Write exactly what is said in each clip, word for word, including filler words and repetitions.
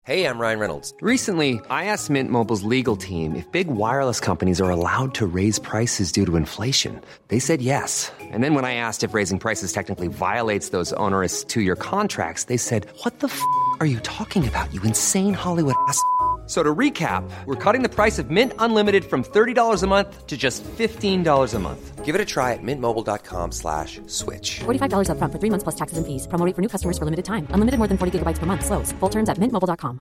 Hey, I'm Ryan Reynolds. Recently, I asked Mint Mobile's legal team if big wireless companies are allowed to raise prices due to inflation. They said yes. And then when I asked if raising prices technically violates those onerous two-year contracts, they said, "What the f*** are you talking about, you insane Hollywood ass?" So to recap, we're cutting the price of Mint Unlimited from thirty dollars a month to just fifteen dollars a month. Give it a try at mintmobile.com slash switch. forty-five dollars up front for three months plus taxes and fees. Promo rate for new customers for limited time. Unlimited more than forty gigabytes per month. Slows full terms at mint mobile dot com.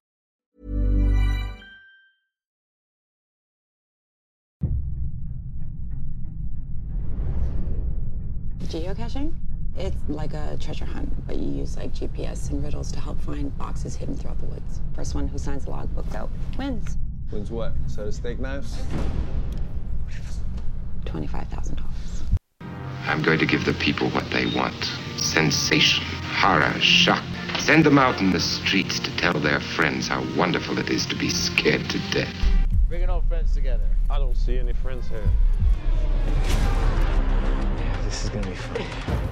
Geocaching? It's like a treasure hunt, but you use like G P S and riddles to help find boxes hidden throughout the woods. First one who signs the logbook out wins. Wins what? Set of steak knives? twenty-five thousand dollars. I'm going to give the people what they want. Sensation, horror, shock. Send them out in the streets to tell their friends how wonderful it is to be scared to death. Bringing all friends together. I don't see any friends here. Yeah, this is gonna be fun.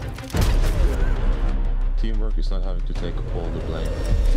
Teamwork is not having to take all the blame.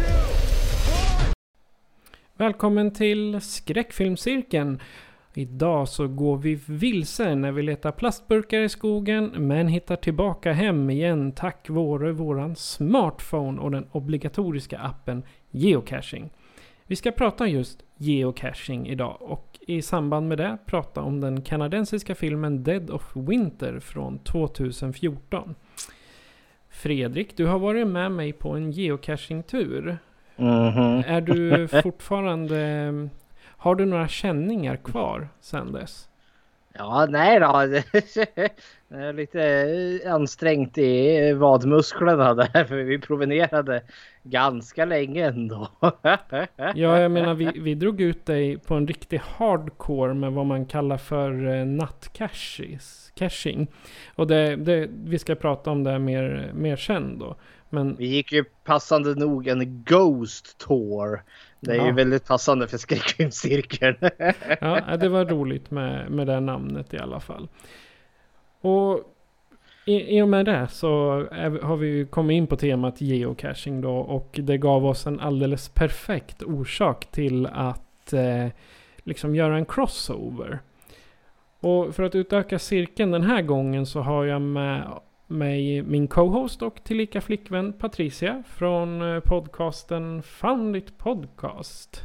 Välkommen till Skräckfilmscirkeln. Idag så går vi vilse när vi letar plastburkar i skogen men hittar tillbaka hem igen tack vare våran smartphone och den obligatoriska appen geocaching. Vi ska prata just geocaching idag och i samband med det prata om den kanadensiska filmen Dead of Winter från tjugohundrafjorton. Fredrik, du har varit med mig på en geocaching-tur. Mm-hmm. Är du fortfarande... Har du några känningar kvar sen dess? Ja, nej då. Det är lite ansträngt i vadmusklerna där. För vi promenerade ganska länge ändå. Ja, jag menar vi, vi drog ut dig på en riktig hardcore med vad man kallar för nattcaching. Och det, det, vi ska prata om det mer, mer sen då. Men... Vi gick ju passande nog en ghost tour. Det är ja. ju väldigt passande för skräckfilmscirkeln. Ja, det var roligt med, med det namnet i alla fall. Och i, i och med det så är, har vi kommit in på temat geocaching då. Och det gav oss en alldeles perfekt orsak till att eh, liksom göra en crossover. Och för att utöka cirkeln den här gången så har jag med... med min co-host och tillika flickvän Patricia från podcasten Found It Podcast.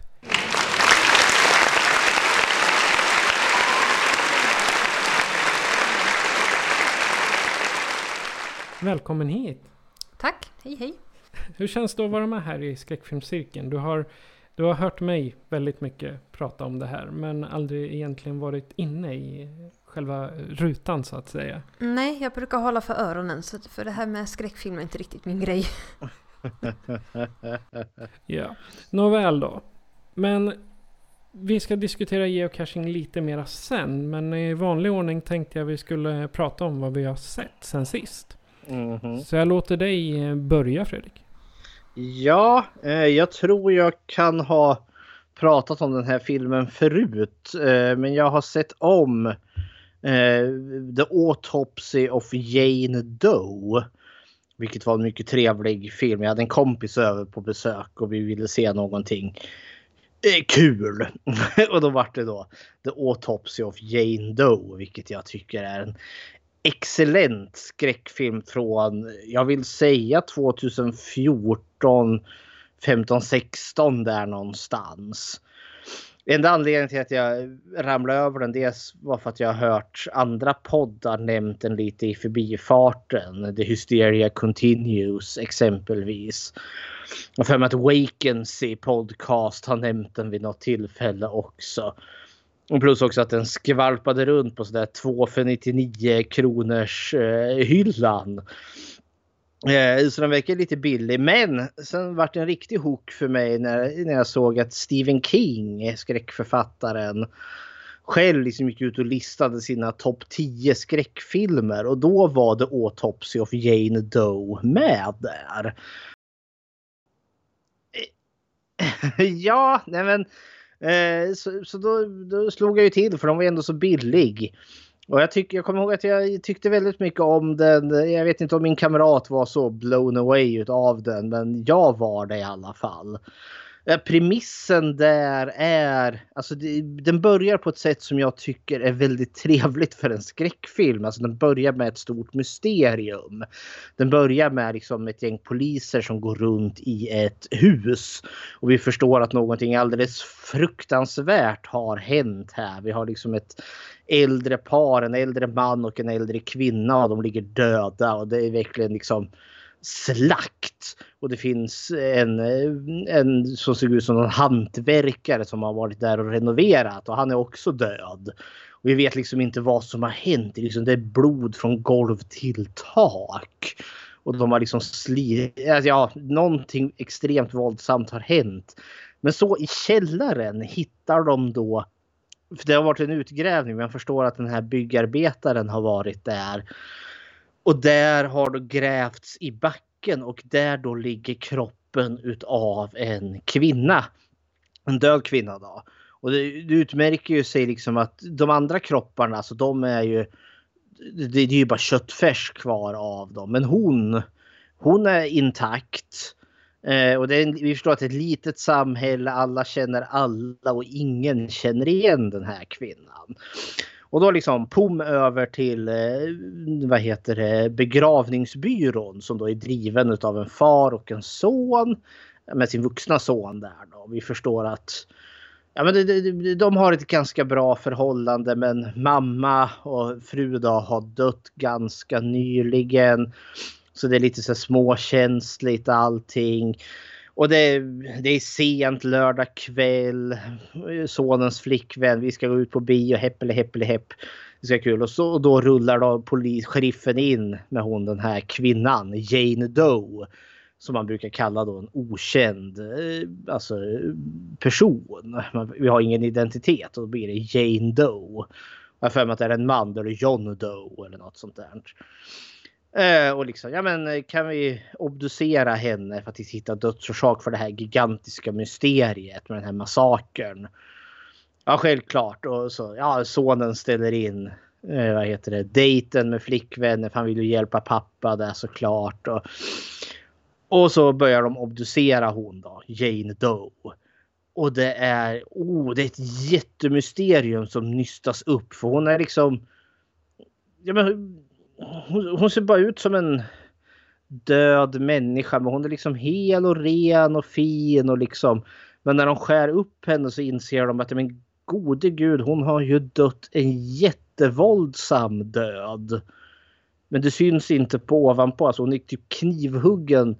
Välkommen hit. Tack, hej hej. Hur känns det att vara med här i Skräckfilmscirkeln? Du har, du har hört mig väldigt mycket prata om det här men aldrig egentligen varit inne i själva rutan så att säga. Nej, jag brukar hålla för öronen så för det här med skräckfilm är inte riktigt min grej. Ja, nåväl då. Men vi ska diskutera geocaching lite mera sen. Men i vanlig ordning tänkte jag vi skulle prata om vad vi har sett sen sist. Mm-hmm. Så jag låter dig börja, Fredrik. Ja, eh, jag tror jag kan ha pratat om den här filmen förut. Eh, men jag har sett om Uh, The Autopsy of Jane Doe, vilket var en mycket trevlig film. Jag hade en kompis över på besök och vi ville se någonting uh, kul. Och då var det då The Autopsy of Jane Doe, vilket jag tycker är en excellent skräckfilm från, jag vill säga tjugohundrafjorton, femton, sexton där någonstans. Enda anledningen till att jag ramlade över den det var för att jag har hört andra poddar nämnt den lite i förbifarten. The Hysteria Continues exempelvis. Och för mig att Vacancy podcast har nämnt den vid något tillfälle också. Och plus också att den skvalpade runt på sådär två för nittionio kronors eh, hyllan. Eh, så den verkar lite billig. Men sen var det en riktig hook för mig när, när jag såg att Stephen King, skräckförfattaren, själv liksom gick ut och listade sina topp tio skräckfilmer. Och då var det Autopsy of Jane Doe med där. Ja, nej men eh, så, så då, då slog jag ju till för de var ändå så billig. Och jag, tyck, jag kommer ihåg att jag tyckte väldigt mycket om den. Jag vet inte om min kamrat var så blown away av den. Men jag var det i alla fall. Premissen där är, alltså det, den börjar på ett sätt som jag tycker är väldigt trevligt för en skräckfilm. Alltså den börjar med ett stort mysterium. Den börjar med liksom ett gäng poliser som går runt i ett hus. Och vi förstår att någonting alldeles fruktansvärt har hänt här. Vi har liksom ett äldre par, en äldre man och en äldre kvinna. Och de ligger döda och det är verkligen liksom slakt. Och det finns en, en som ser ut som en hantverkare som har varit där och renoverat och han är också död. Och vi vet liksom inte vad som har hänt. Det är, liksom, det är blod från golv till tak. Och de har liksom sli... ja, någonting extremt våldsamt har hänt. Men så i källaren hittar de då, för det har varit en utgrävning, men jag förstår att den här byggarbetaren har varit där. Och där har det grävts i backen och där då ligger kroppen utav en kvinna. En död kvinna då. Och det, det utmärker ju sig liksom att de andra kropparna, alltså de är ju, det, det är ju bara köttfärs kvar av dem. Men hon, hon är intakt. Eh, och det är, vi förstår att det är ett litet samhälle, alla känner alla och ingen känner igen den här kvinnan. Och då liksom pom över till eh, vad heter det, begravningsbyrån som då är driven av en far och en son med sin vuxna son där då. Vi förstår att ja, men de, de, de har ett ganska bra förhållande, men mamma och fru då har dött ganska nyligen. Så det är lite så småkänsligt allting. Och det, det är sent lördag kväll. Sonens flickvän. Vi ska gå ut på bio. Heppele, heppele, hepp. Det ska kul. Och, så, och då rullar då polis, sheriffen in med hon den här kvinnan. Jane Doe. Som man brukar kalla då en okänd alltså, person. Vi har ingen identitet. Och då blir det Jane Doe. Jag har för mig att det är en man. Eller John Doe. Eller något sånt där. Eh, och liksom, ja men kan vi obducera henne för att hitta dödsorsak för det här gigantiska mysteriet med den här massakern. Ja, självklart. Och så, ja, sonen ställer in eh, vad heter det, dejten med flickvännen för han vill ju hjälpa pappa där såklart. Och, och så börjar de obducera hon då, Jane Doe. Och det är, oh, det är ett jättemysterium som nystas upp för hon är liksom, ja men Hon, hon ser bara ut som en död människa, men hon är liksom hel och ren och fin och liksom, men när de skär upp henne så inser de att men gode gud, hon har ju dött en jättevåldsam död. Men det syns inte på ovanpå, alltså hon är typ knivhuggen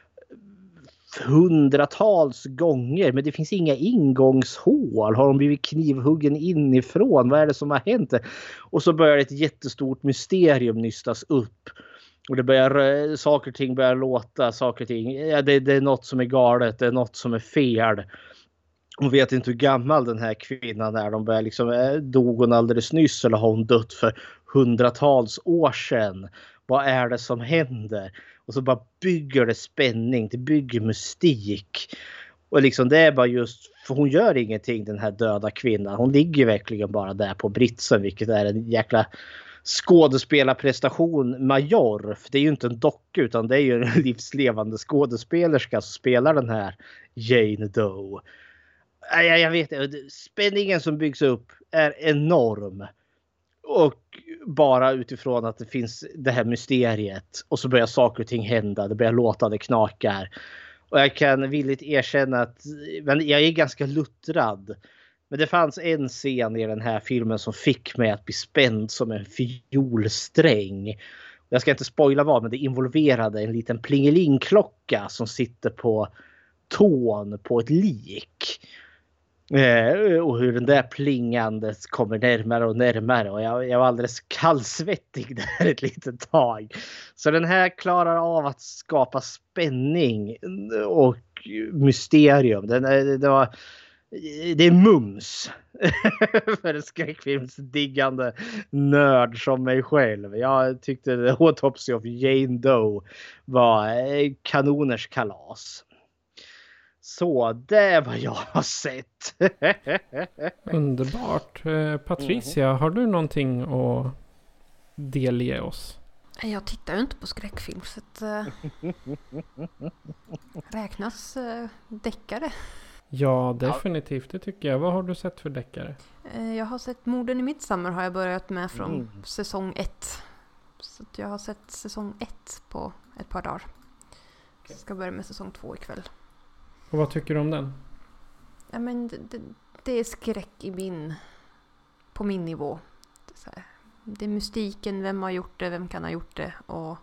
hundratals gånger, men det finns inga ingångshål. Har de blivit knivhuggen inifrån? Vad är det som har hänt? Och så börjar ett jättestort mysterium nystas upp. Och det börjar, saker och ting börjar låta, saker och ting. Ja, det, det är något som är galet, det är något som är fel. Hon vet inte hur gammal den här kvinnan är. De börjar liksom, dog hon alldeles nyss eller har hon dött för hundratals år sedan? Vad är det som händer? Och så bara bygger det spänning, det bygger mystik. Och liksom det är bara just, för hon gör ingenting den här döda kvinnan. Hon ligger verkligen bara där på britsen, vilket är en jäkla skådespelarprestation major. För det är ju inte en docka utan det är ju en livslevande skådespelerska som spelar den här Jane Doe. Jag, jag vet inte, spänningen som byggs upp är enorm. Och bara utifrån att det finns det här mysteriet. Och så börjar saker och ting hända. Det börjar låta, det knakar. Och jag kan villigt erkänna att men jag är ganska luttrad. Men det fanns en scen i den här filmen som fick mig att bli spänd som en fiolsträng. Jag ska inte spoila vad, men det involverade en liten plingelingklocka som sitter på tån på ett lik. Eh, och hur den där plingandet kommer närmare och närmare. Och jag, jag var alldeles kallsvettig där ett litet tag. Så den här klarar av att skapa spänning och mysterium. Den, det, var, det är mums för en skräckfilmsdiggande nörd som mig själv. Jag tyckte The Autopsy of Jane Doe var kanoners kalas. Så det är vad jag har sett. Underbart. Eh, Patricia, mm. har du någonting att delge oss? Jag tittar ju inte på skräckfilm så att, uh, räknas uh, deckare. Ja, definitivt. Det tycker jag. Vad har du sett för deckare? Jag har sett Morden i Midsommar har jag börjat med från Mm. säsong ett. Så att jag har sett säsong ett på ett par dagar. Jag ska börja med säsong två ikväll. Och vad tycker du om den? Ja, men det, det, det är skräck i min, på min nivå. Det är, så här, det är mystiken, vem har gjort det, vem kan ha gjort det. Och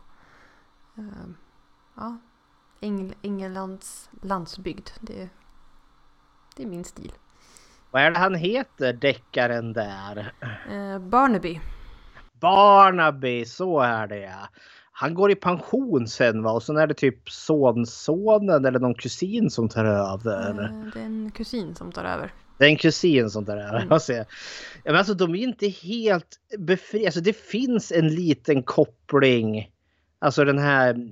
uh, ja, Engl, Englands landsbygd. Det, det är min stil. Vad är det han heter, deckaren där? Uh, Barnaby. Barnaby, så är det ja. Han går i pension sen va? Och sen är det typ sonsonen eller någon kusin som tar över. Uh, det är en kusin som tar över. Det är en kusin som tar över. Mm. Jag ser. Ja, men alltså de är inte helt befriade. Alltså det finns en liten koppling. Alltså den här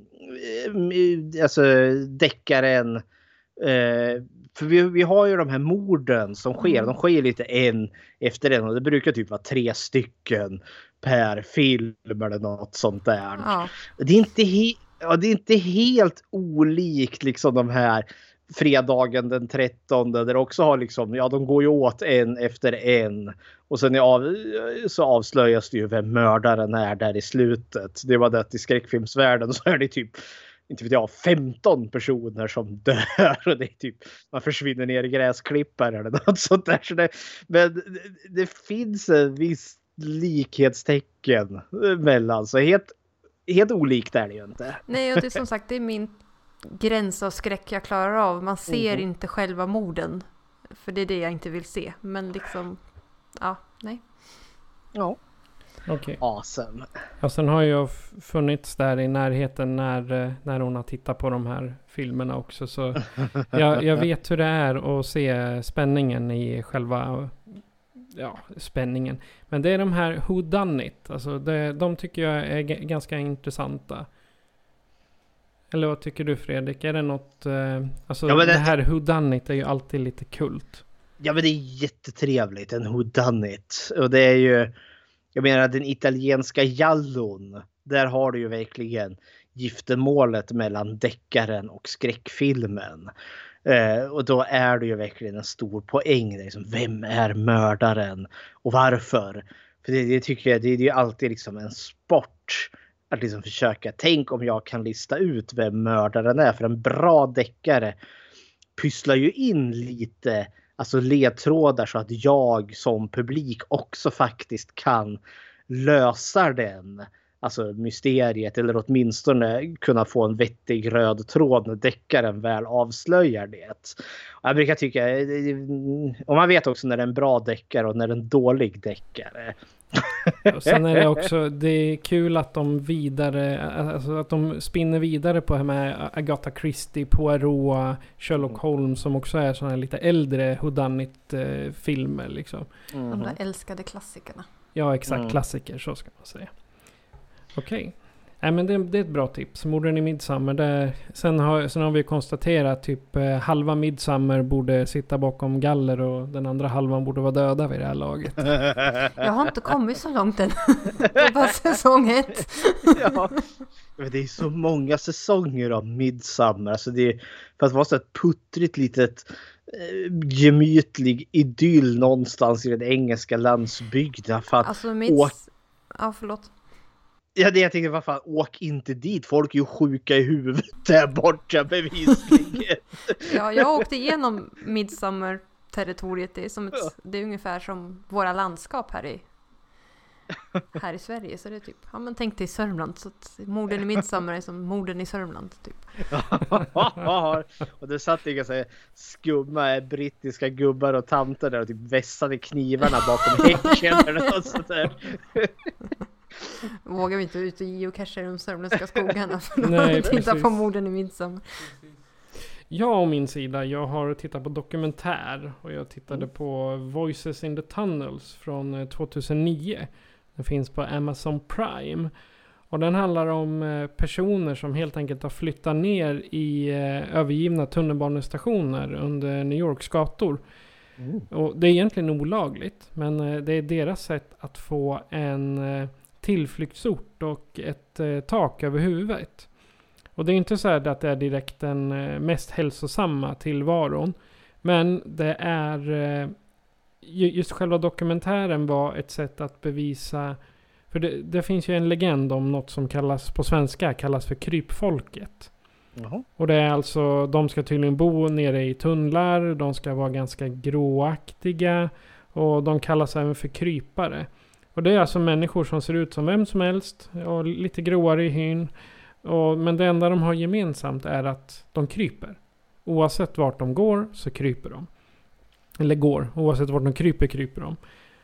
alltså deckaren. Eh, för vi, vi har ju de här morden som sker. Mm. De sker lite en efter en. Och det brukar typ vara tre stycken per film eller något sånt där. Ja. Det är inte, he- ja, det är inte helt olikt liksom de här fredagen den trettonde där också har liksom, ja de går ju åt en efter en och sen av, så avslöjas det ju vem mördaren är där i slutet. Det var det att i skräckfilmsvärlden så är det typ inte vet jag, femton personer som dör och det är typ man försvinner ner i gräsklippar eller något sånt där. Så det, men det, det finns en viss likhetstecken mellan så helt, helt olikt är det ju inte. Nej, och det är som sagt det är min gräns av skräck jag klarar av. Man ser mm. inte själva morden. För det är det jag inte vill se. Men liksom, ja, nej. Ja. Okej. Okay. Awesome. Ja, sen har jag funnits där i närheten när, när hon har tittat på de här filmerna också. Så jag, jag vet hur det är att se spänningen i själva, ja, spänningen. Men det är de här who done it. Alltså det, de tycker jag är g- ganska intressanta. Eller vad tycker du Fredrik? Är det något... Eh, alltså ja, det, det här whodunit är ju alltid lite kult. Ja men det är jättetrevligt. En whodunit. Och det är ju... Jag menar den italienska Jallon. Där har du ju verkligen giftermålet mellan deckaren och skräckfilmen. Eh, och då är det ju verkligen en stor poäng. Liksom, vem är mördaren? Och varför? För det, det tycker jag det är ju alltid liksom en sport. Att liksom försöka, tänk om jag kan lista ut vem mördaren är. För en bra deckare pysslar ju in lite alltså ledtrådar så att jag som publik också faktiskt kan lösa den. Alltså mysteriet eller åtminstone kunna få en vettig röd tråd när deckaren väl avslöjar det. Och jag brukar tycka, och man vet också när det är en bra deckare och när det är en dålig deckare. Och sen är det också, det är kul att de vidare, alltså att de spinner vidare på det här med Agatha Christie, Poirot, Sherlock mm. Holmes som också är sådana lite äldre whodunit-filmer liksom. Mm. De där älskade klassikerna. Ja, exakt, mm. klassiker, så ska man säga. Okej. Okay. Nej, men det, det är ett bra tips. Morden i Midsommar. Det, sen, har, sen har vi konstaterat typ eh, halva Midsommar borde sitta bakom galler och den andra halvan borde vara döda vid det här laget. Jag har inte kommit så långt än. Det är bara säsong ett. Ja, men det är så många säsonger av Midsommar. Alltså det är, för att vara så ett puttrigt litet eh, gemytlig idyll någonstans i den engelska landsbygden. För att alltså mids... åk... Ja, förlåt. Ja, det jag tänkte, vad fan, åk inte dit. Folk är ju sjuka i huvudet där borta bevisligen. Ja, jag åkte igenom Midsommar-territoriet. Det är, som ett, ja. Det är ungefär som våra landskap här i, här i Sverige. Så det är typ, ja men tänk dig i Sörmland. Så att morden i Midsommar är som morden i Sörmland typ. Ja, och det satt inga så här skumma brittiska gubbar och tanter där och typ vässade knivarna bakom häcken eller något sånt där. Vågar vi inte ut och geocacha i de sörmländska skogarna för att Nej, titta precis. på morden i Midsommar. Jag och min sida, jag har tittat på dokumentär och jag tittade mm. på Voices in the Tunnels från tjugohundranio. Den finns på Amazon Prime. Och den handlar om personer som helt enkelt har flyttat ner i övergivna tunnelbanestationer under New Yorks gator. Mm. Och det är egentligen olagligt, men det är deras sätt att få en tillflyktsort och ett eh, tak över huvudet. Och det är inte så här att det är direkt den eh, mest hälsosamma tillvaron. Men det är... Eh, just själva dokumentären var ett sätt att bevisa... För det, det finns ju en legend om något som kallas på svenska kallas för krypfolket. Jaha. Och det är alltså, de ska tydligen bo nere i tunnlar, de ska vara ganska gråaktiga och de kallas även för krypare. Och det är alltså människor som ser ut som vem som helst och lite gråare i hyn. Och, men det enda de har gemensamt är att de kryper. Oavsett vart de går så kryper de. Eller går, oavsett vart de kryper kryper de.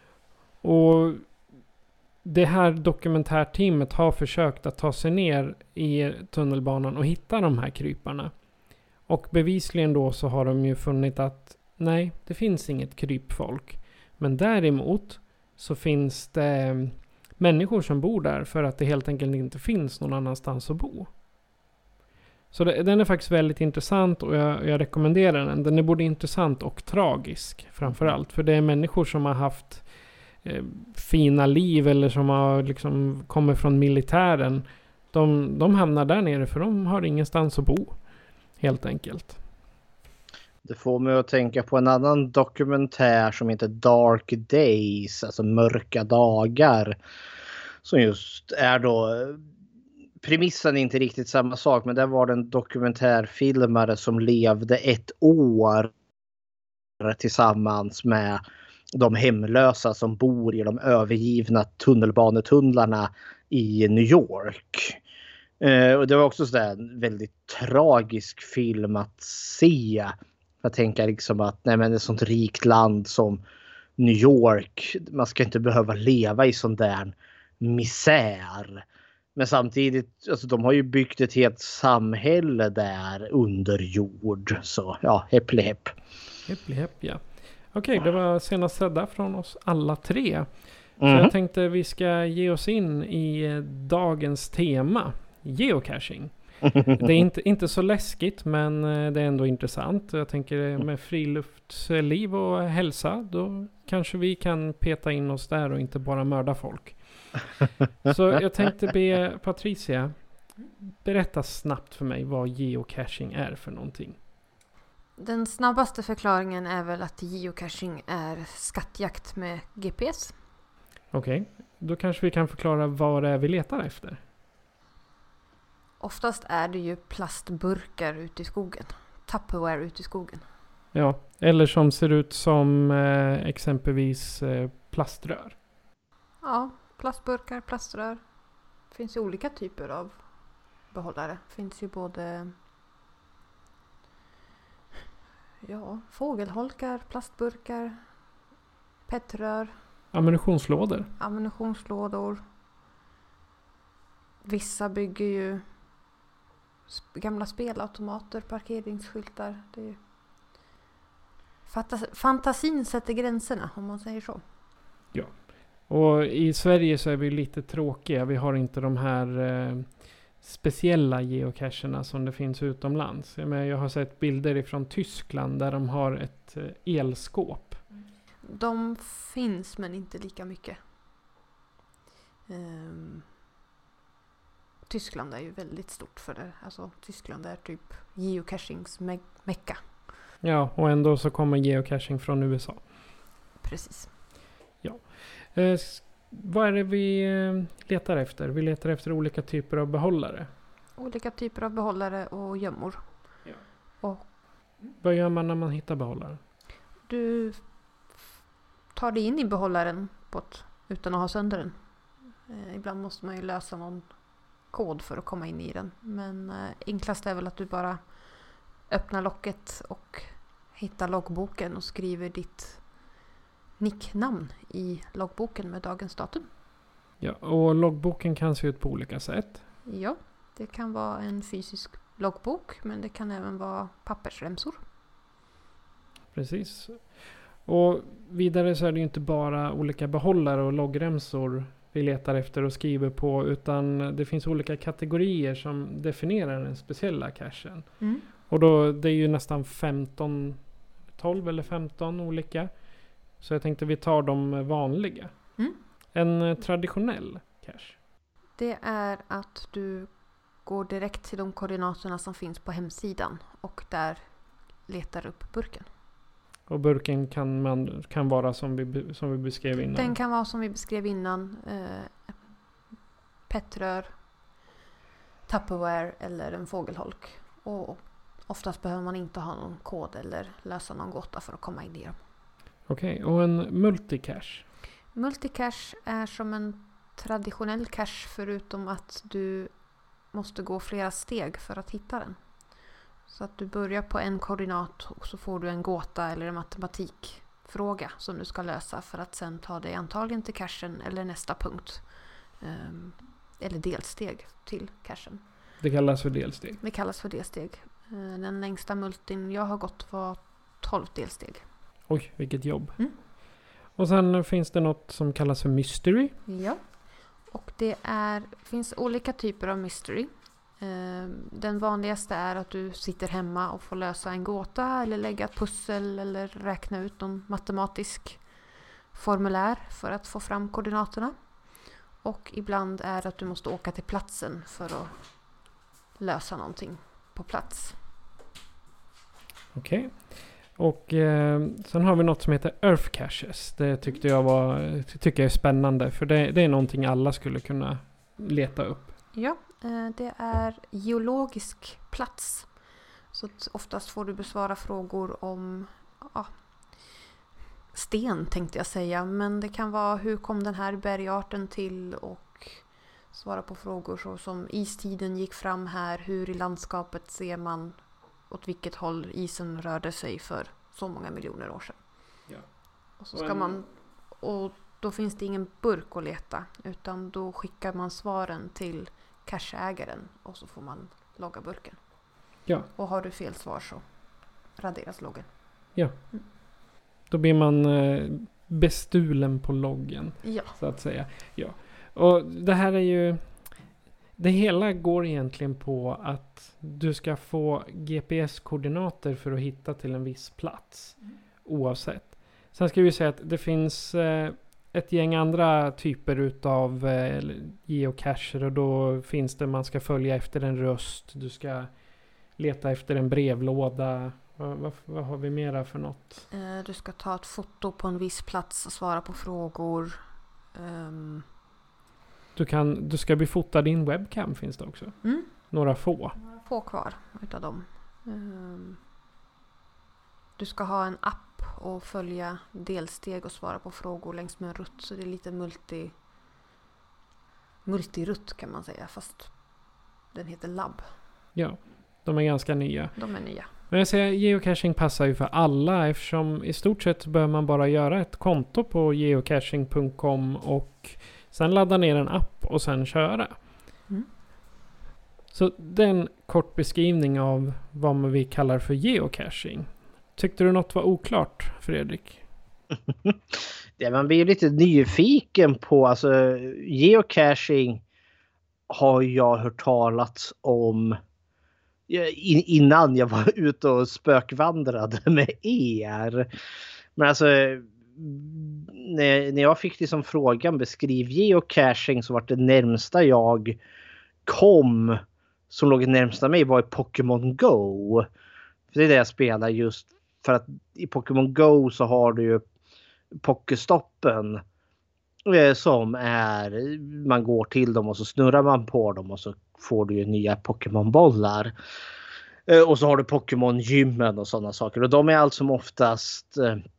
Och det här dokumentärteamet har försökt att ta sig ner i tunnelbanan och hitta de här kryparna. Och bevisligen då så har de ju funnit att nej, det finns inget krypfolk. Men däremot så finns det människor som bor där för att det helt enkelt inte finns någon annanstans att bo. Så det, den är faktiskt väldigt intressant och jag, jag rekommenderar den. Den är både intressant och tragisk framförallt. För det är människor som har haft eh, fina liv eller som har liksom kommit från militären. De, de hamnar där nere för de har ingenstans att bo. Helt enkelt. Det får mig att tänka på en annan dokumentär som heter Dark Days, alltså mörka dagar. Som just är då, premissen är inte riktigt samma sak, men där var det en dokumentärfilmare som levde ett år tillsammans med de hemlösa som bor i de övergivna tunnelbanetunnlarna i New York. Eh, och det var också sådär en väldigt tragisk film att se. Jag tänker liksom att nej, men ett sånt rikt land som New York, man ska inte behöva leva i sån där misär. Men samtidigt, alltså de har ju byggt ett helt samhälle där under jord. Så ja, hepp hepp. Hepp hepp, ja. Okej, det var senast sedda från oss alla tre. Så Mm. jag tänkte vi ska ge oss in i dagens tema. Geocaching. Det är inte, inte så läskigt, men det är ändå intressant. Jag tänker med friluftsliv och hälsa, då kanske vi kan peta in oss där och inte bara mörda folk. Så jag tänkte be Patricia berätta snabbt för mig vad geocaching är för någonting. Den snabbaste förklaringen är väl att geocaching är skattjakt med G P S. Okej, okay. Då kanske vi kan förklara vad det är vi letar efter. Oftast är det ju plastburkar ute i skogen. Tupperware ute i skogen. Ja, eller som ser ut som eh, exempelvis eh, plaströr. Ja, plastburkar, plaströr. Det finns ju olika typer av behållare. Det finns ju både ja, fågelholkar, plastburkar, petrör. Ammunitionslådor. Ammunitionslådor. Vissa bygger ju gamla spelautomater, parkeringsskyltar. Det är ju Fantas- fantasin sätter gränserna, om man säger så. Ja. Och i Sverige så är vi lite tråkiga. Vi har inte de här eh, speciella geocacherna som det finns utomlands. Jag, menar, jag har sett bilder ifrån Tyskland där de har ett eh, elskåp. De finns men inte lika mycket. Um, Tyskland är ju väldigt stort för det. Alltså Tyskland är typ geocachings me- mecka. Ja, och ändå så kommer geocaching från U S A. Precis. Ja. Eh, vad är det vi eh, letar efter? Vi letar efter olika typer av behållare. Olika typer av behållare och gömmor. Ja. Och vad gör man när man hittar behållaren? du f- tar dig in i behållaren på ett, utan att ha sönder den. Eh, ibland måste man ju lösa någon kod för att komma in i den. Men eh, enklast är väl att du bara öppnar locket och hittar loggboken och skriver ditt nicknamn i loggboken med dagens datum. Ja, och loggboken kan se ut på olika sätt. Ja, det kan vara en fysisk loggbok, men det kan även vara pappersremsor. Precis. Och vidare så är det ju inte bara olika behållare och loggremsor vi letar efter och skriver på, utan det finns olika kategorier som definierar den speciella cachen. Mm. Och då det är ju nästan femton, tolv eller femton olika. Så jag tänkte vi tar de vanliga. Mm. En eh, traditionell cache. Det är att du går direkt till de koordinaterna som finns på hemsidan och där letar upp burken. Och burken kan, man, kan vara som vi, som vi beskrev innan. Den kan vara som vi beskrev innan. Eh, Petrör, Tupperware eller en fågelholk. Och oftast behöver man inte ha någon kod eller lösa någon gåta för att komma in i dem. Okej, okay, och en multicache? Multicache är som en traditionell cache förutom att du måste gå flera steg för att hitta den. Så att du börjar på en koordinat och så får du en gåta eller en matematikfråga som du ska lösa för att sen ta dig antagligen till cachen eller nästa punkt. Um, eller delsteg till cachen. Det kallas för delsteg? Det kallas för delsteg. Uh, den längsta multin jag har gått var tolv delsteg. Oj, vilket jobb. Mm. Och sen finns det något som kallas för mystery. Ja, och det är, finns olika typer av mystery. Den vanligaste är att du sitter hemma och får lösa en gåta eller lägga ett pussel eller räkna ut någon matematisk formulär för att få fram koordinaterna. Och ibland är det att du måste åka till platsen för att lösa någonting på plats. Okej. Okay. Och eh, sen har vi något som heter Earth Caches. Det tyckte jag var, tycker jag är spännande. För det, det är någonting alla skulle kunna leta upp. Ja, det är geologisk plats. Så att oftast får du besvara frågor om ja, sten tänkte jag säga. Men det kan vara hur kom den här bergarten till och svara på frågor så som istiden gick fram här. Hur i landskapet ser man åt vilket håll isen rörde sig för så många miljoner år sedan. Ja. Och så ska man, och då finns det ingen burk att leta utan då skickar man svaren till cacheägaren och så får man logga burken. Ja. Och har du fel svar så raderas loggen. Ja. Mm. Då blir man eh, bestulen på loggen. Ja. Så att säga. Ja. Och det här är ju... Det hela går egentligen på att du ska få G P S-koordinater för att hitta till en viss plats. Mm. Oavsett. Sen ska vi säga att det finns eh, ett gäng andra typer utav eh, geocacher. Och då finns det man ska följa efter en röst. Du ska leta efter en brevlåda. Vad, vad, vad har vi mera för något? Eh, du ska ta ett foto på en viss plats och svara på frågor. Um... Du, kan, du ska befota din webcam finns det också. Mm. Några få. Några få kvar utav dem. Um, du ska ha en app och följa delsteg och svara på frågor längs med en rutt. Så det är lite multi multirutt kan man säga. Fast den heter Lab. Ja, de är ganska nya. De är nya. Men jag säger geocaching passar ju för alla eftersom i stort sett behöver man bara göra ett konto på geocaching punkt com och sen ladda ner en app och sen köra. Mm. Så det är en kort beskrivning av vad vi kallar för geocaching. Tyckte du något var oklart, Fredrik? Det man blir lite nyfiken på. Alltså, geocaching har jag hört talas om innan jag var ute och spökvandrade med er. Men alltså... När, när jag fick liksom frågan beskriv geocaching så var det närmsta jag kom som låg närmsta mig var i Pokémon Go. För det är det jag spelar just för att i Pokémon Go så har du ju Pokéstoppen som är man går till dem och så snurrar man på dem och så får du ju nya Pokémon-bollar. Och så har du Pokémon-gymmen och sådana saker och de är alltså oftast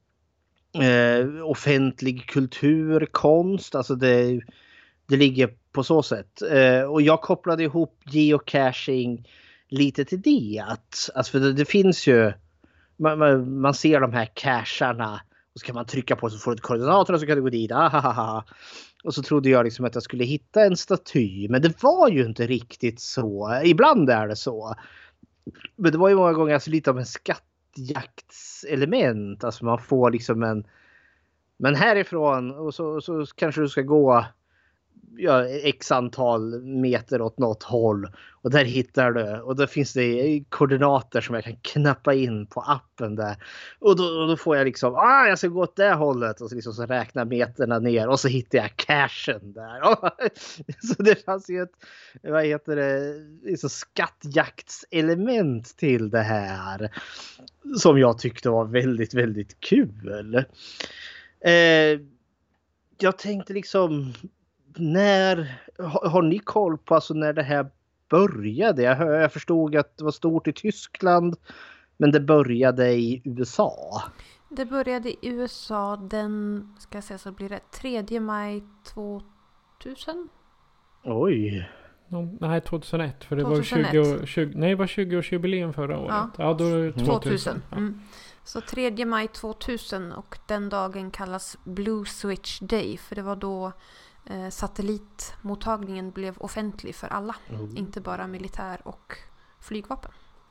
Uh, offentlig kultur, konst, alltså det, det ligger på så sätt. Uh, och jag kopplade ihop geocaching lite till det. Att, alltså för det, det finns ju, man, man, man ser de här cacherna och så kan man trycka på så får du koordinater och så kan du gå dit. Ahaha. Och så trodde jag liksom att jag skulle hitta en staty. Men det var ju inte riktigt så. Ibland är det så. Men det var ju många gånger alltså lite av en skatt jaktselement, alltså man får liksom en men härifrån och så, så kanske du ska gå ja, x antal meter åt något håll. Och där hittar du. Och då finns det koordinater som jag kan knappa in på appen där. Och då, och då får jag liksom, ah, jag ska gå åt det hållet. Och så, liksom, så räknar meterna ner. Och så hittar jag cashen där. Så det fanns ju ett, vad heter det, liksom skattjaktselement till det här. Som jag tyckte var väldigt, väldigt kul. Eh, jag tänkte liksom, när har, har ni koll på alltså när det här började? Jag, jag förstod att det var stort i Tyskland, men det började i U S A. Det började i U S A den, ska jag säga så blir det tredje maj tvåtusen. Oj. No, nej, tjugohundraett, för det tjugohundraett. var tjugo, tjugo, nej, det var tjugo-årsjubileum förra året. Ja, ja då är det tvåtusen. tvåtusen. Mm. Så tredje maj tvåtusen, och den dagen kallas Blue Switch Day, för det var då eh, satellitmottagningen blev offentlig för alla, mm. inte bara militär och flygvapen.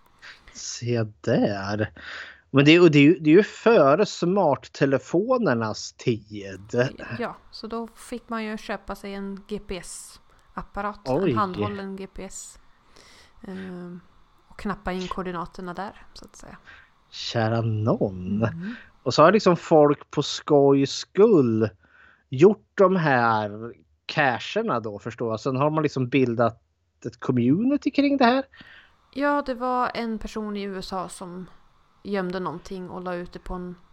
Se där. Men det är, det är, ju, det är ju före smarttelefonernas tid. Ja, så då fick man ju köpa sig en G P S-apparat, Oj. en handhållen G P S. Eh, och knappa in koordinaterna där, så att säga. Kära någon. Mm. Och så har liksom folk på skoj skull gjort de här cacherna då, förstår jag. Sen har man liksom bildat ett community kring det här. Ja, det var en person i U S A som gömde någonting och la ut det på en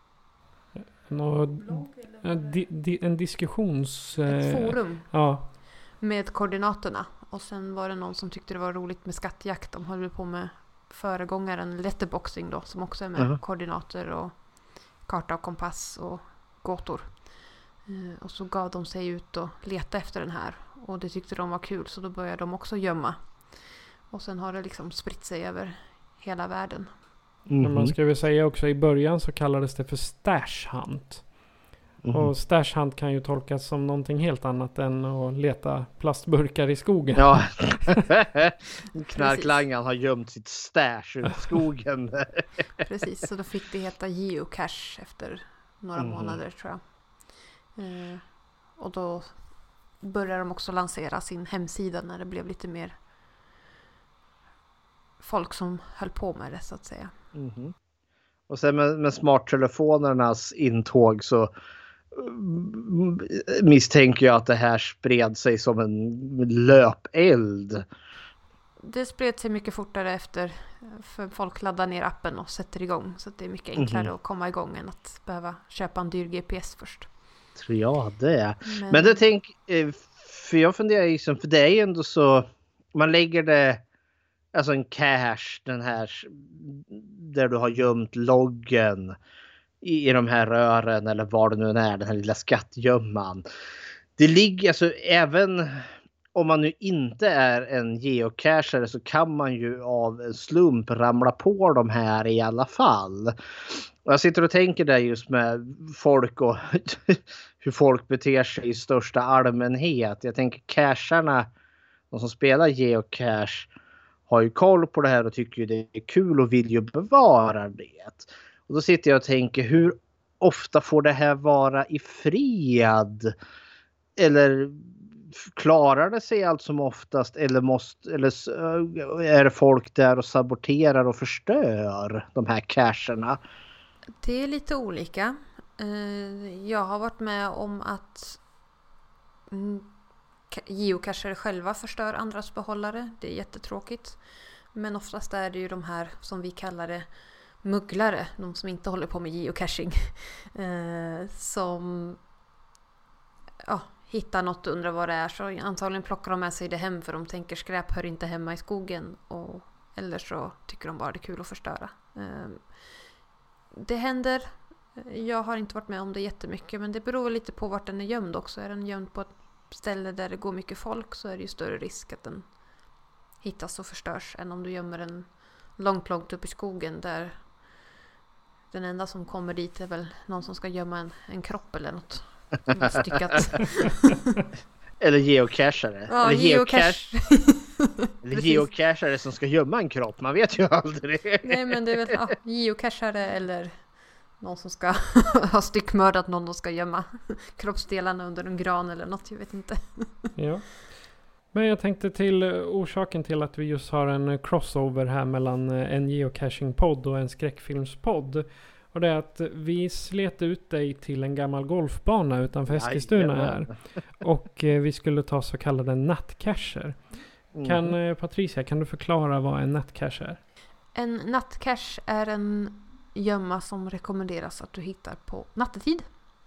Nå, en, di, di, en diskussions... ett forum ja. med koordinaterna. Och sen var det någon som tyckte det var roligt med skattjakt. De höll på med föregångaren letterboxing då, som också är med uh-huh. koordinater och karta och kompass och gåtor. Eh, och så gav de sig ut och leta efter den här. Och det tyckte de var kul, så då började de också gömma. Och sen har det liksom spritt sig över hela världen. Mm-hmm. Men man ska väl säga också, i början så kallades det för stash hunt. Mm-hmm. Och stash hunt kan ju tolkas som någonting helt annat än att leta plastburkar i skogen. Ja, knarklangaren har gömt sitt stash i skogen. Precis, så då fick det heta geocache efter några mm. månader, tror jag. Eh, och då började de också lansera sin hemsida när det blev lite mer folk som höll på med det, så att säga. Mm. Och sen med, med smarttelefonernas intåg så misstänker jag att det här spred sig som en löpeld. Det spred sig mycket fortare efter, för folk laddar ner appen och sätter igång, så att det är mycket enklare mm. att komma igång än att behöva köpa en dyr G P S först. Tror jag det. Men, Men det tänk, för jag funderar liksom, för det är ju ändå så, man lägger det, alltså en cache, den här där du har gömt loggen i, i de här rören eller var det nu är, den här lilla skattgömman. Det ligger alltså, även om man nu inte är en geocachare så kan man ju av en slump ramla på de här i alla fall. Och jag sitter och tänker där just med folk och hur folk beter sig i största allmänhet. Jag tänker cacherna, de som spelar geocache, har ju koll på det här och tycker ju det är kul och vill ju bevara det. Och då sitter jag och tänker, hur ofta får det här vara i fred? Eller klarar det sig allt som oftast? Eller, måste, eller är det folk där och saboterar och förstör de här cacherna? Det är lite olika. Jag har varit med om att geocachare själva förstör andras behållare. Det är jättetråkigt. Men oftast är det ju de här som vi kallar det mugglare. De som inte håller på med geocaching. Eh, som ja, hittar något och undrar vad det är. Så antagligen plockar de med sig det hem, för de tänker skräp hör inte hemma i skogen. Och, eller så tycker de bara det är kul att förstöra. Eh, det händer. Jag har inte varit med om det jättemycket. Men det beror lite på vart den är gömd också. Är den gömd på ett ställe där det går mycket folk, så är det ju större risk att den hittas och förstörs än om du gömmer den långt, långt upp i skogen där den enda som kommer dit är väl någon som ska gömma en, en kropp eller något styckat. Eller geocachare. Ja, eller geocache. Eller geocachare som ska gömma en kropp. Man vet ju aldrig. Nej, men det är väl ja, geocachare eller någon som ska ha styckmördat någon och ska gömma kroppsdelarna under en gran eller något, jag vet inte. Ja. Men jag tänkte till orsaken till att vi just har en crossover här mellan en geocaching-podd och en skräckfilmspodd. Och det är att vi slet ut dig till en gammal golfbana utanför Eskilstuna här. Och eh, vi skulle ta så kallade nattcacher. Mm. Kan eh, Patricia, kan du förklara vad en nattcache är? En nattcache är en gömma som rekommenderas att du hittar på nattetid.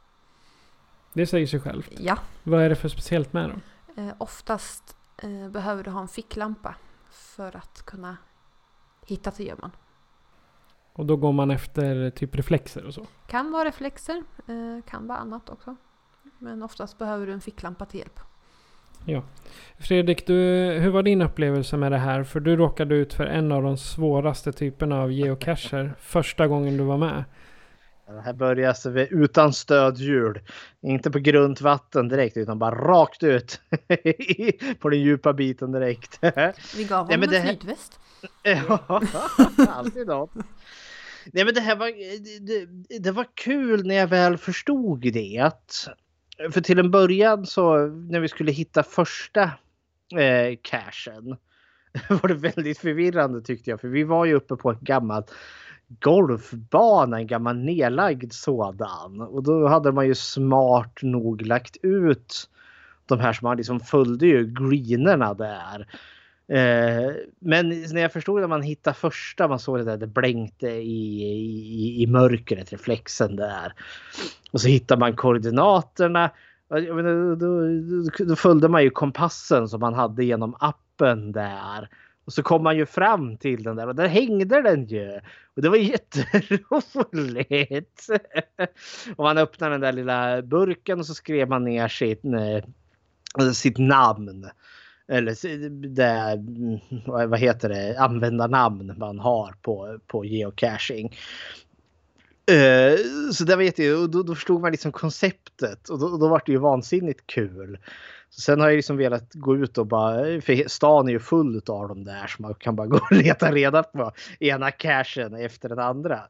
Det säger sig självt. Ja. Vad är det för speciellt med dem? Eh, oftast eh, behöver du ha en ficklampa för att kunna hitta till gömman. Och då går man efter typ reflexer och så? Kan vara reflexer, eh, kan vara annat också. Men oftast behöver du en ficklampa till hjälp. Ja. Fredrik, du, hur var din upplevelse med det här? För du råkade ut för en av de svåraste typerna av geocacher första gången du var med. Det här började vi utan stödhjul. Inte på grunt vatten direkt utan bara rakt ut på den djupa biten direkt. Vi gav honom en flytväst. Ja, alltid något. Nej, men det här var det, det var kul när jag väl förstod det. För till en början så när vi skulle hitta första eh, cachen var det väldigt förvirrande tyckte jag. För vi var ju uppe på ett gammalt golfbana, en gammal nedlagd sådan. Och då hade man ju smart nog lagt ut de här som man liksom följde ju greenerna där. Eh, men när jag förstod att man hittade första, man såg det där, det blänkte i, i, i mörkret, reflexen där. Och så hittade man koordinaterna. Jag menar, då, då, då följde man ju kompassen som man hade genom appen där. Och så kom man ju fram till den där och där hängde den ju. Och det var jätteroligt. Och man öppnade den där lilla burken och så skrev man ner sitt, sitt namn. Eller det, vad heter det, användarnamn man har på, på geocaching. Uh, så det var jätte, och då, då förstod man liksom konceptet och då, då var det ju vansinnigt kul. Så sen har jag liksom velat gå ut och bara, för stan är ju full av dem där så man kan bara gå och leta reda på ena cachen efter den andra.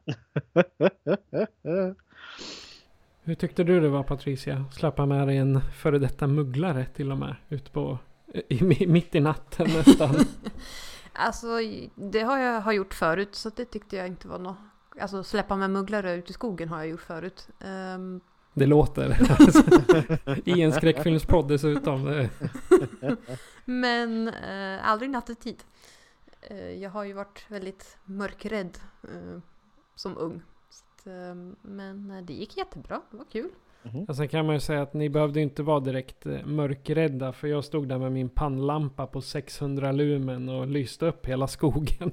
Hur tyckte du det var, Patricia? Slappa med dig en före detta mugglare till och med ut på i, mitt i natten nästan. Alltså det har jag har gjort förut så det tyckte jag inte var något. Alltså släppa med mugglare ut i skogen har jag gjort förut. Um... Det låter. I en skräckfilmspodd dessutom. Men uh, aldrig nattetid. Uh, jag har ju varit väldigt mörkrädd uh, som ung. Så, uh, men det gick jättebra. Det var kul. Mm-hmm. Och sen kan man ju säga att ni behövde inte vara direkt eh, mörkrädda. För jag stod där med min pannlampa på sexhundra lumen och lyste upp hela skogen.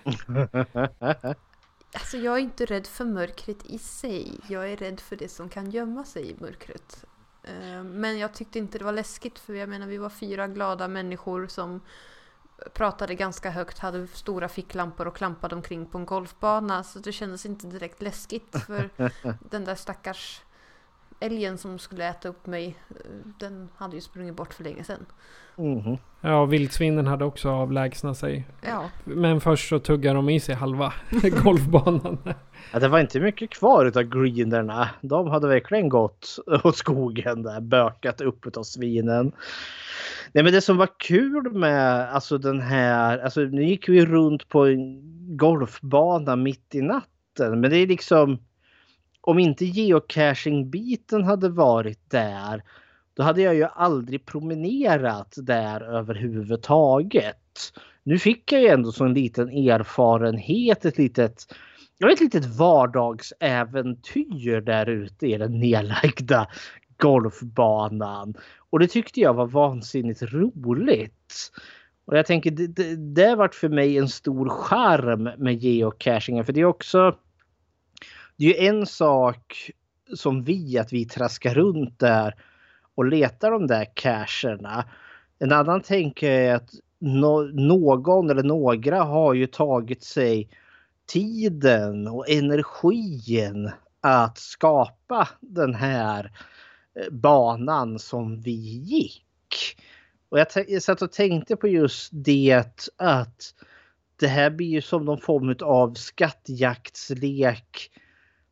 Alltså jag är inte rädd för mörkret i sig. Jag är rädd för det som kan gömma sig i mörkret. Uh, men jag tyckte inte det var läskigt. För jag menar vi var fyra glada människor som pratade ganska högt. Hade stora ficklampor och klampade omkring på en golfbana. Så det kändes inte direkt läskigt. För den där stackars älgen som skulle äta upp mig, den hade ju sprungit bort för länge sedan. Mm-hmm. Ja, vildsvinen hade också avlägsnat sig. Ja. Men först så tuggar de i sig halva golfbanan. Ja, det var inte mycket kvar utav greenerna. De hade verkligen gått åt skogen där, bökat upp av svinen. Nej, men det som var kul med alltså den här, alltså nu gick vi runt på en golfbana mitt i natten, men det är liksom om inte geocaching-biten hade varit där, då hade jag ju aldrig promenerat där överhuvudtaget. Nu fick jag ju ändå så en liten erfarenhet, ett litet, ett litet vardagsäventyr där ute i den nedlagda golfbanan. Och det tyckte jag var vansinnigt roligt. Och jag tänker, det, det, det har varit för mig en stor charm med geocachingen. För det är också, det är ju en sak som vi, att vi traskar runt där och letar de där cacherna. En annan tänker jag är att no, någon eller några har ju tagit sig tiden och energin att skapa den här banan som vi gick. Och jag, t- jag satt och tänkte på just det att det här blir ju som någon form av skattjaktslek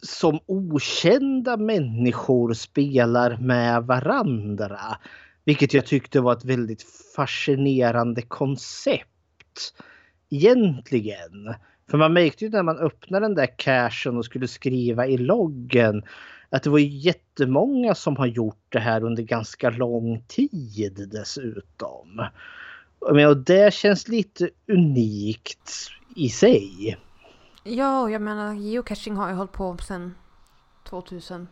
som okända människor spelar med varandra. Vilket jag tyckte var ett väldigt fascinerande koncept. Egentligen. För man märkte ju när man öppnade den där cachen och skulle skriva i loggen att det var jättemånga som har gjort det här under ganska lång tid dessutom. Och det känns lite unikt i sig. Ja, jag menar geocaching har ju hållit på sedan tvåtusen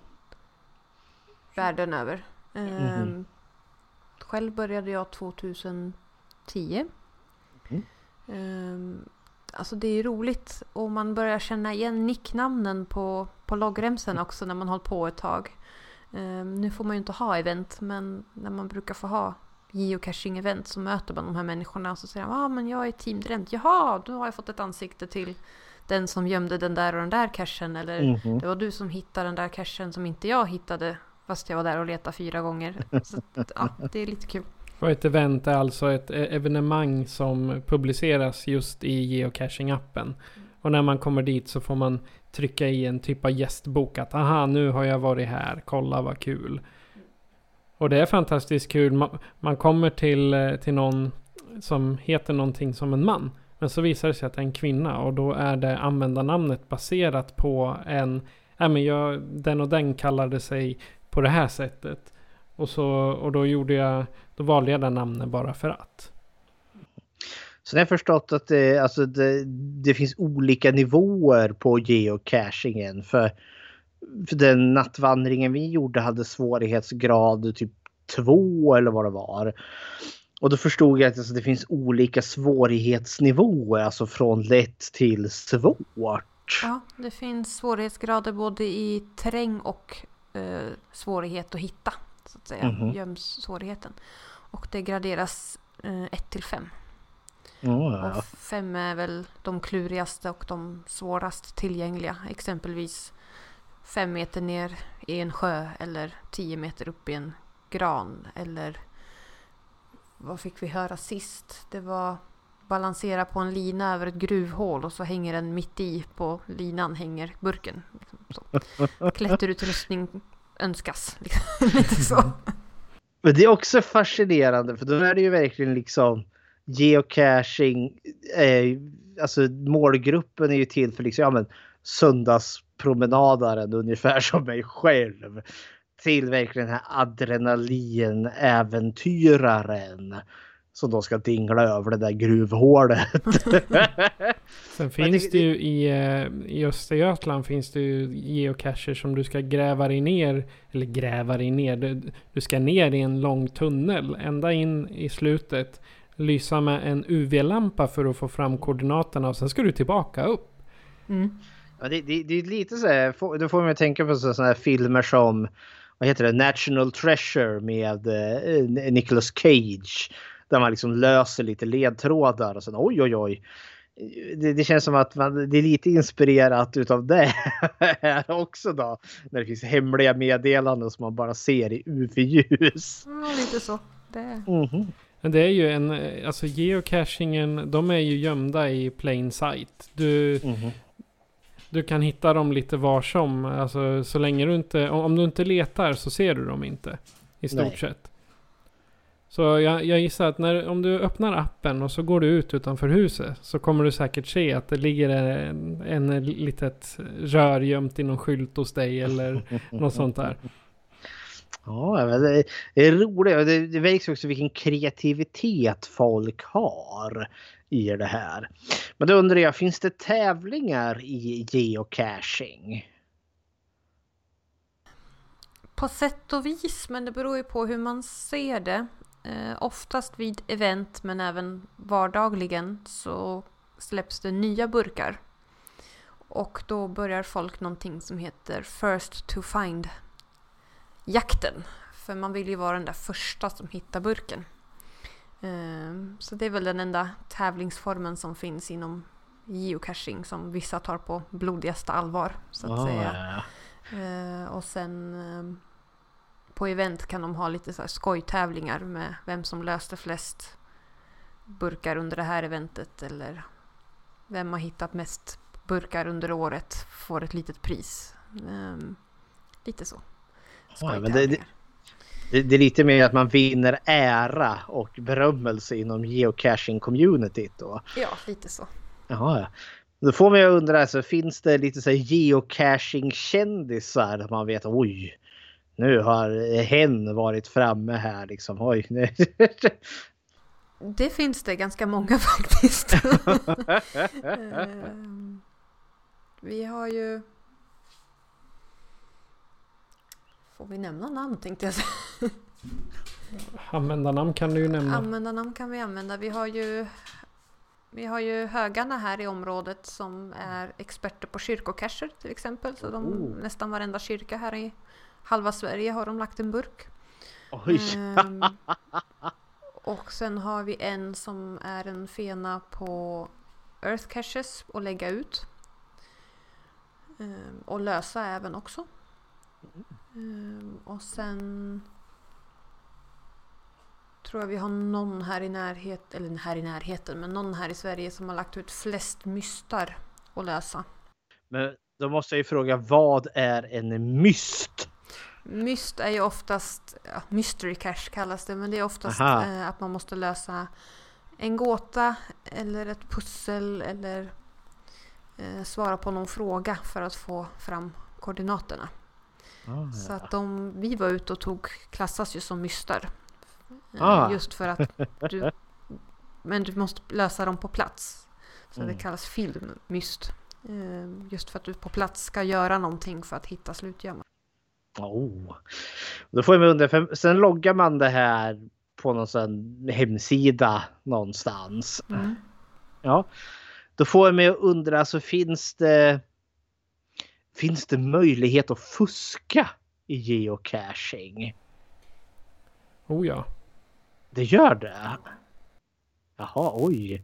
världen över. Mm. Um, själv började jag tjugohundratio. Mm. Um, alltså det är roligt och man börjar känna igen nicknamnen på, på loggremsen också när man håller på ett tag. Um, nu får man ju inte ha event, men när man brukar få ha geocaching-event så möter man de här människorna och så säger ja ah, men jag är teamdrämt. Jaha, då har jag fått ett ansikte till den som gömde den där och den där cachen. Eller mm-hmm. det var du som hittade den där cachen som inte jag hittade fast jag var där och letade fyra gånger. Så ja, det är lite kul. Och ett event är alltså ett evenemang som publiceras just i geocaching-appen. Mm. Och när man kommer dit så får man trycka i en typ av gästbok att aha, nu har jag varit här, kolla vad kul. Och det är fantastiskt kul. Man, man kommer till, till någon som heter någonting som en man. Men så visar det sig att det är en kvinna. Och då är det användarnamnet baserat på en... Ja, men jag, den och den kallade sig på det här sättet. Och, så, och då, gjorde jag, då valde jag den namnen bara för att. Så jag har förstått att det, alltså det, det finns olika nivåer på geocachingen. För... För den nattvandringen vi gjorde hade svårighetsgrad typ två eller vad det var. Och då förstod jag att alltså, det finns olika svårighetsnivåer. Alltså från lätt till svårt. Ja, det finns svårighetsgrader både i terräng och eh, svårighet att hitta. Så att säga, mm-hmm. gömssvårigheten. Och det graderas eh, ett till fem. Oh, ja. Och fem är väl de klurigaste och de svårast tillgängliga. Exempelvis fem meter ner i en sjö eller tio meter upp i en gran. Eller vad fick vi höra sist? Det var balansera på en lina över ett gruvhål och så hänger den mitt i på linan hänger burken. Så. Klätterutrustning önskas. Lite så. Men det är också fascinerande för då är det ju verkligen liksom geocaching. Eh, alltså målgruppen är ju till för liksom, ja men söndagspromenadaren ungefär som mig själv. Till verkligen den här adrenalin-äventyraren som då ska dingla över det där gruvhålet. Sen finns det ju i, i Östergötland finns det ju geocacher som du ska gräva dig ner, eller gräva dig ner, du, du ska ner i en lång tunnel, ända in i slutet, lysa med en U V-lampa för att få fram koordinaterna och sen ska du tillbaka upp. Mm. Ja, det, det, det är lite så här, då får man tänka på sådana här filmer som, vad heter det, National Treasure med eh, Nicolas Cage. Där man liksom löser lite ledtrådar och sen oj oj oj. Det, det känns som att man, det är lite inspirerat utav det här också då. När det finns hemliga meddelanden som man bara ser i U V-ljus. Ja, lite så. Det. Mm-hmm. Det är ju en, alltså geocachingen, de är ju gömda i plain sight. Du, mm-hmm. du kan hitta dem lite var som. Alltså så länge du inte, om du inte letar så ser du dem inte. I stort Nej. sett. Så jag, jag gissar att när, om du öppnar appen och så går du ut utanför huset så kommer du säkert se att det ligger en, en litet rör gömt i någon skylt hos dig eller något sånt där. Ja, det är roligt. Det, det vägs också vilken kreativitet folk har i det här. Men då undrar jag, finns det tävlingar i geocaching? På sätt och vis, men det beror ju på hur man ser det. Eh, oftast vid event men även vardagligen så släpps det nya burkar. Och då börjar folk någonting som heter First to Find jakten. För man vill ju vara den där första som hittar burken. Eh, så det är väl den enda tävlingsformen som finns inom geocaching som vissa tar på blodigaste allvar så att oh, säga. Ja. Eh, och sen eh, på event kan de ha lite så här skojtävlingar med vem som löste flest burkar under det här eventet eller vem har hittat mest burkar under året får ett litet pris. Um, lite så. Ja, men det, det, det, det är lite mer att man vinner ära och berömmelse inom geocaching-communityt då. Ja, lite så. Jaha, ja. Då får man ju undra, så finns det lite så här geocaching-kändisar där man vet, oj, nu har hen varit framme här liksom, oj. Det finns det ganska många faktiskt. um, vi har ju... Får vi nämna namn tänkte jag säga. Användarnamn kan du ju nämna. Användarnamn kan vi använda. Vi har ju vi har ju högarna här i området som är experter på kyrkocacher till exempel. Så de, oh. nästan varenda kyrka här i halva Sverige har de lagt en burk. Oj. Um, och sen har vi en som är en fena på earth caches och lägga ut. Um, och lösa även också. Um, och sen tror jag vi har någon här i närhet, eller här i närheten, men någon här i Sverige som har lagt ut flest mystar att lösa. Men då måste jag ju fråga, vad är en myst? Myst är ju oftast, ja, mystery cache kallas det, men det är oftast eh, att man måste lösa en gåta eller ett pussel eller eh, svara på någon fråga för att få fram koordinaterna. Ah, ja. Så att de vi var ute och tog klassas ju som mystar. Ah. Just för att du, men du måste lösa dem på plats. Så mm. det kallas filmmyst. Just för att du på plats ska göra någonting för att hitta slutgömman. Oh. Då får jag undra, för sen loggar man det här på någon sån hemsida någonstans. Mm. Ja. Då får jag mig att undra, så finns det finns det möjlighet att fuska i geocaching? Oh ja. Det gör det. Jaha, oj.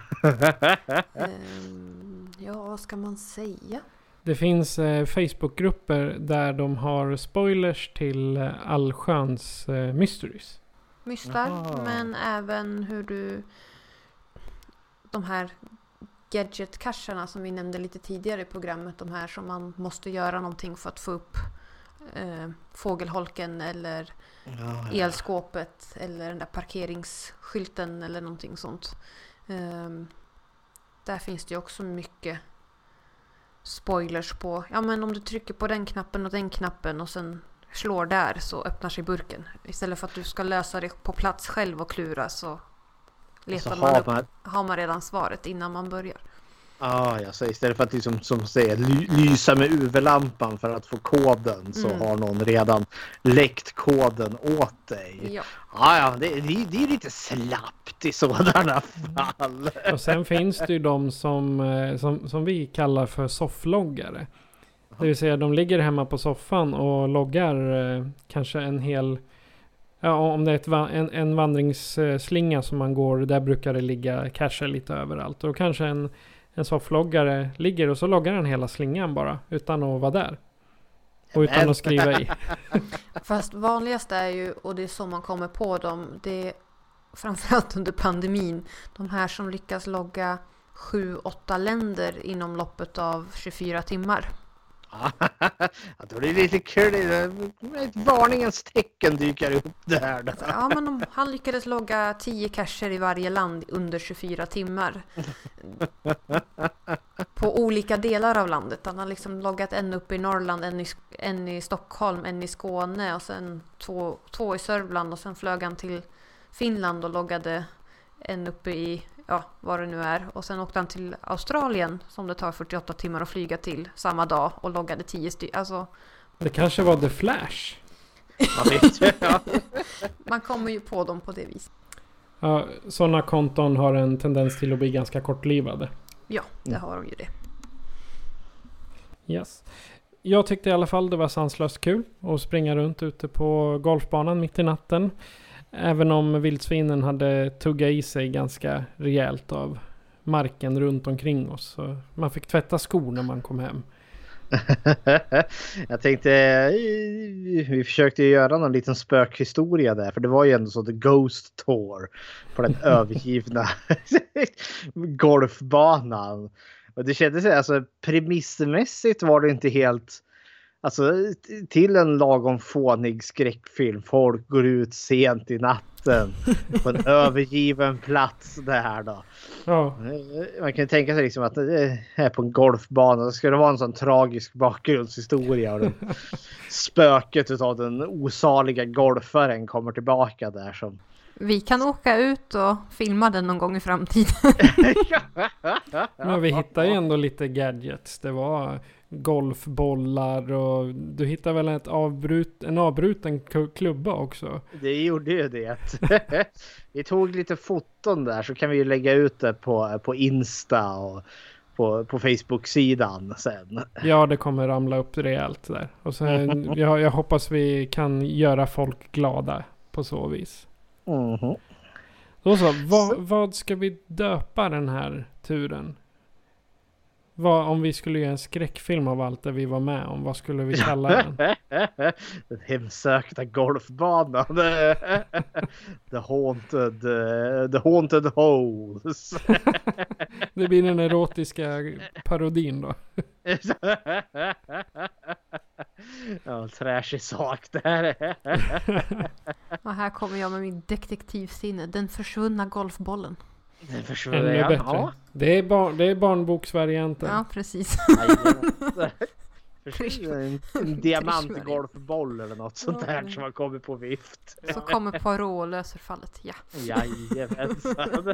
um, ja, vad ska man säga? Det finns eh, Facebookgrupper där de har spoilers till eh, allsköns eh, mysteries. Mystar, Jaha. Men även hur du... De här gadget-cacherna som vi nämnde lite tidigare i programmet. De här som man måste göra någonting för att få upp eh, fågelholken eller ja, ja. elskåpet eller den där parkeringsskylten eller någonting sånt. Um, där finns det ju också mycket spoilers på. Ja, men om du trycker på den knappen och den knappen och sen slår där så öppnar sig burken. Istället för att du ska lösa det på plats själv och klura så letar man upp, man... har man redan svaret innan man börjar. Ah, ja, så istället för att liksom, som säger, ly- lysa med U V-lampan för att få koden så mm. har någon redan läckt koden åt dig. Ja, ah, ja det, det, det är lite slappt i sådana fall. Och sen finns det ju de som, som, som vi kallar för soffloggare. Det vill säga de ligger hemma på soffan och loggar eh, kanske en hel... Ja, om det är ett va- en, en vandringsslinga som man går, där brukar det ligga cacher lite överallt. Och kanske en En soffloggare ligger och så loggar han hela slingan bara utan att vara där. Och utan att skriva i. Fast vanligast är ju, och det är så man kommer på dem, det är framförallt under pandemin, de här som lyckas logga sju åtta länder inom loppet av tjugofyra timmar. Ja, då är det lite kul. Ett varningens tecken dyker upp där. Då. Ja, men om han lyckades logga tio cacher i varje land under tjugofyra timmar. På olika delar av landet. Han har liksom loggat en uppe i Norrland, en i, en i Stockholm, en i Skåne och sen två, två i Sörmland och sen flög han till Finland och loggade en uppe i, ja, vad det nu är. Och sen åkte han till Australien som det tar fyrtioåtta timmar att flyga till samma dag och loggade tio stycken. Alltså... Det kanske var The Flash. Man kommer ju på dem på det viset. Ja, sådana konton har en tendens till att bli ganska kortlivade. Ja, det har de ju det. Yes. Jag tyckte i alla fall det var sanslöst kul att springa runt ute på golfbanan mitt i natten. Även om vildsvinen hade tuggat i sig ganska rejält av marken runt omkring oss. Så man fick tvätta skor när man kom hem. Jag tänkte, vi försökte göra någon liten spökhistoria där. För det var ju ändå så The Ghost Tour på den övergivna golfbanan. Och det kändes, alltså premissmässigt var det inte helt Alltså till en lagom fånig skräckfilm. Folk går ut sent i natten på en övergiven plats där då. Ja. Man kan tänka sig liksom att det är på en golfbana. Det ska det vara en sån tragisk bakgrundshistoria. Och den spöket utav den osaliga golfaren kommer tillbaka där som... Vi kan åka ut och filma den någon gång i framtiden. Men vi hittar ju ändå lite gadgets. Det var golfbollar och du hittar väl ett avbrut, en avbruten klubba också. Det gjorde ju det. Vi tog lite foton där så kan vi ju lägga ut det på, på Insta och på, på Facebook-sidan sen. Ja, det kommer ramla upp rejält där. Och sen, jag, jag hoppas vi kan göra folk glada på så vis. Mm-hmm. Då så, vad, vad ska vi döpa den här turen? Vad, om vi skulle göra en skräckfilm av allt det vi var med om, vad skulle vi kalla den? Den hemsökta golfbanan. The haunted, uh, the haunted holes. Det blir den erotiska parodin då. Ja, trashig sak där. Och här kommer jag med min detektivsinne. Den försvunna golfbollen. Den försvunna, Ännu ja. bättre. Ja. Det är, bar, det är barnboksvarianten. Ja, precis. En, en diamantgolfboll eller något sånt där som har kommit på vift. Så kommer Poirot och löser fallet, ja. Jajamensan.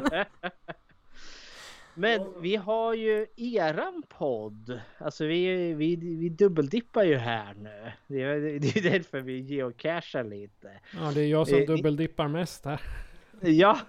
Men vi har ju eran podd. Alltså vi, vi, vi dubbeldippar ju här nu. Det är, det är därför vi geocachar lite. Ja, det är jag som dubbeldippar mest här. Ja.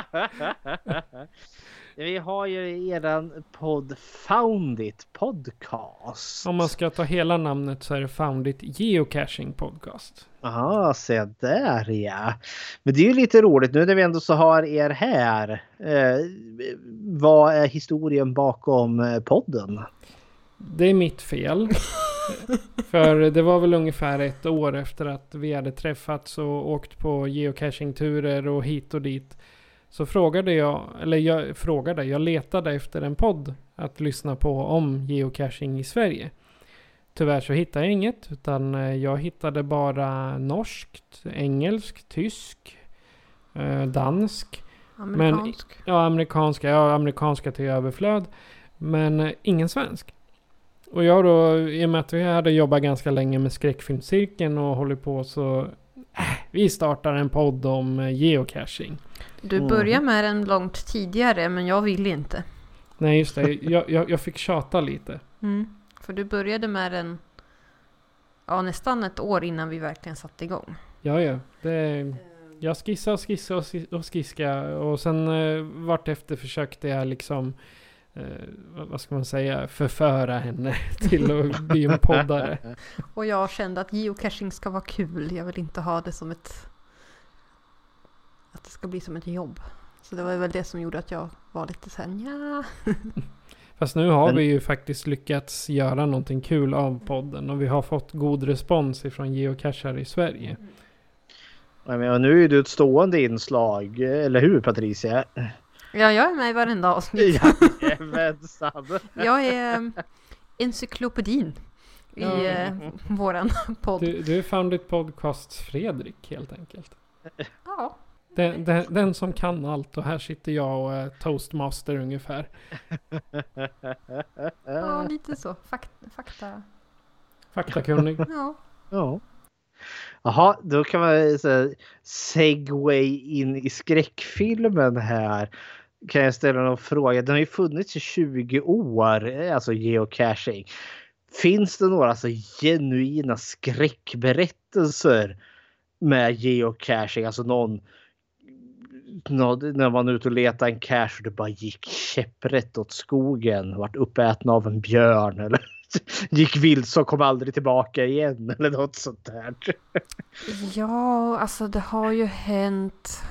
Vi har ju eran podd Found It Podcast. Om man ska ta hela namnet så är det Found It Geocaching Podcast. Ja, se där ja. Men det är ju lite roligt nu när vi ändå så har er här. Eh, vad är historien bakom podden? Det är mitt fel. För det var väl ungefär ett år efter att vi hade träffats och åkt på geocaching-turer och hit och dit. Så frågade jag, eller jag frågade, jag letade efter en podd att lyssna på om geocaching i Sverige. Tyvärr så hittade jag inget, utan jag hittade bara norskt, engelskt, tysk, dansk. Amerikansk. Men, ja, amerikanska, ja, amerikanska till överflöd. Men ingen svensk. Och jag då, i och med att vi hade jobbat ganska länge med skräckfilmscirkeln och håller på så äh, vi startar en podd om geocaching. Du började med den långt tidigare, men jag ville inte. Nej, just det. Jag, jag, jag fick tjata lite. Mm. För du började med den ja, nästan ett år innan vi verkligen satte igång. Ja, ja. Det, jag skissade och skissade och skiskade. Och sen eh, vart efter försökte jag liksom eh, vad ska man säga, förföra henne till att bli en poddare. Och jag kände att geocaching ska vara kul. Jag vill inte ha det som ett att det ska bli som ett jobb. Så det var väl det som gjorde att jag var lite så här, nja. Fast nu har Men... vi ju faktiskt lyckats göra någonting kul av podden. Och vi har fått god respons ifrån geocachare i Sverige. Ja, men nu är du ett stående inslag, eller hur Patricia? Ja, jag är med i varenda avsnitt. Jajamensan. Jag är encyklopedin i ja. eh, våran podd. Du, du är Found It Podcasts Fredrik helt enkelt. Ja. Den, den, den som kan allt, och här sitter jag och är toastmaster ungefär. Ja, lite så. Fakta. Fakta. Faktakunnig. Ja. Ja. Jaha, då kan man säga segway in i skräckfilmen här. Kan jag ställa någon fråga? Den har ju funnits i tjugo år, alltså geocaching. Finns det några så genuina skräckberättelser med geocaching? Alltså någon, någon när man är ute och letar en cache och det bara gick käpprätt åt skogen, vart uppäten av en björn eller gick vilse och kom aldrig tillbaka igen eller något sånt där. Ja, alltså det har ju hänt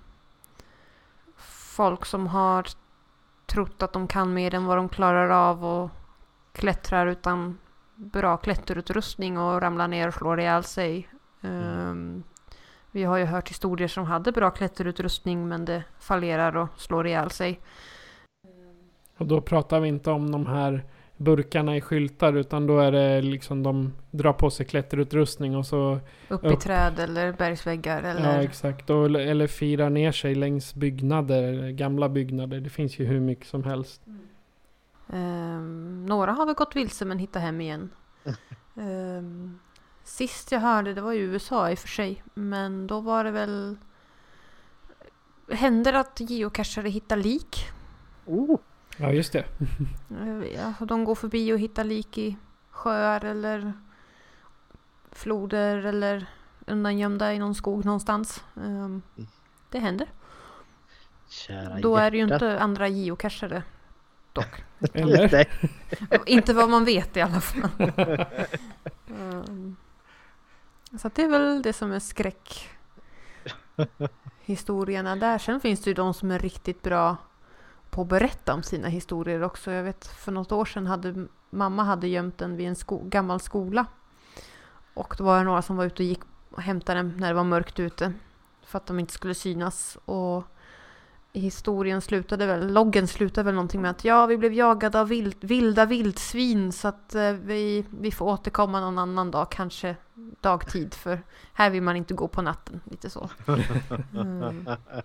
folk som har trott att de kan mer än vad de klarar av och klättrar utan bra klätterutrustning och ramlar ner och slår ihjäl sig. Mm. Um, vi har ju hört historier som hade bra klätterutrustning men det fallerar och slår ihjäl sig. Och då pratar vi inte om de här burkarna i skyltar, utan då är det liksom de drar på sig klätterutrustning och så Upp, upp i träd eller bergsväggar eller... Ja, exakt. Och, eller firar ner sig längs byggnader, gamla byggnader. Det finns ju hur mycket som helst. Um, några har väl gått vilse men hittat hem igen. um, sist jag hörde, det var i U S A i och för sig, men då var det väl händer att geocachare hittar lik. Oh. Ja, just det. Ja, de går förbi och hittar lik i sjöar eller floder eller undangömda i någon skog någonstans. Um, det händer. Kära Då är det ju hjärtat. inte andra geocachare dock. Eller? Inte vad man vet i alla fall. um, så att det är väl det som är skräck historierna där. Sen finns det ju de som är riktigt bra på att berätta om sina historier också. Jag vet, för något år sedan hade mamma hade gömt den vid en sko- gammal skola. Och då var det några som var ute och gick och hämtade den när det var mörkt ute. För att de inte skulle synas. Och historien slutade väl, loggen slutade väl någonting med att ja, vi blev jagade av vild, vilda vildsvin så att eh, vi, vi får återkomma någon annan dag, kanske dagtid, för här vill man inte gå på natten, lite så. Mm.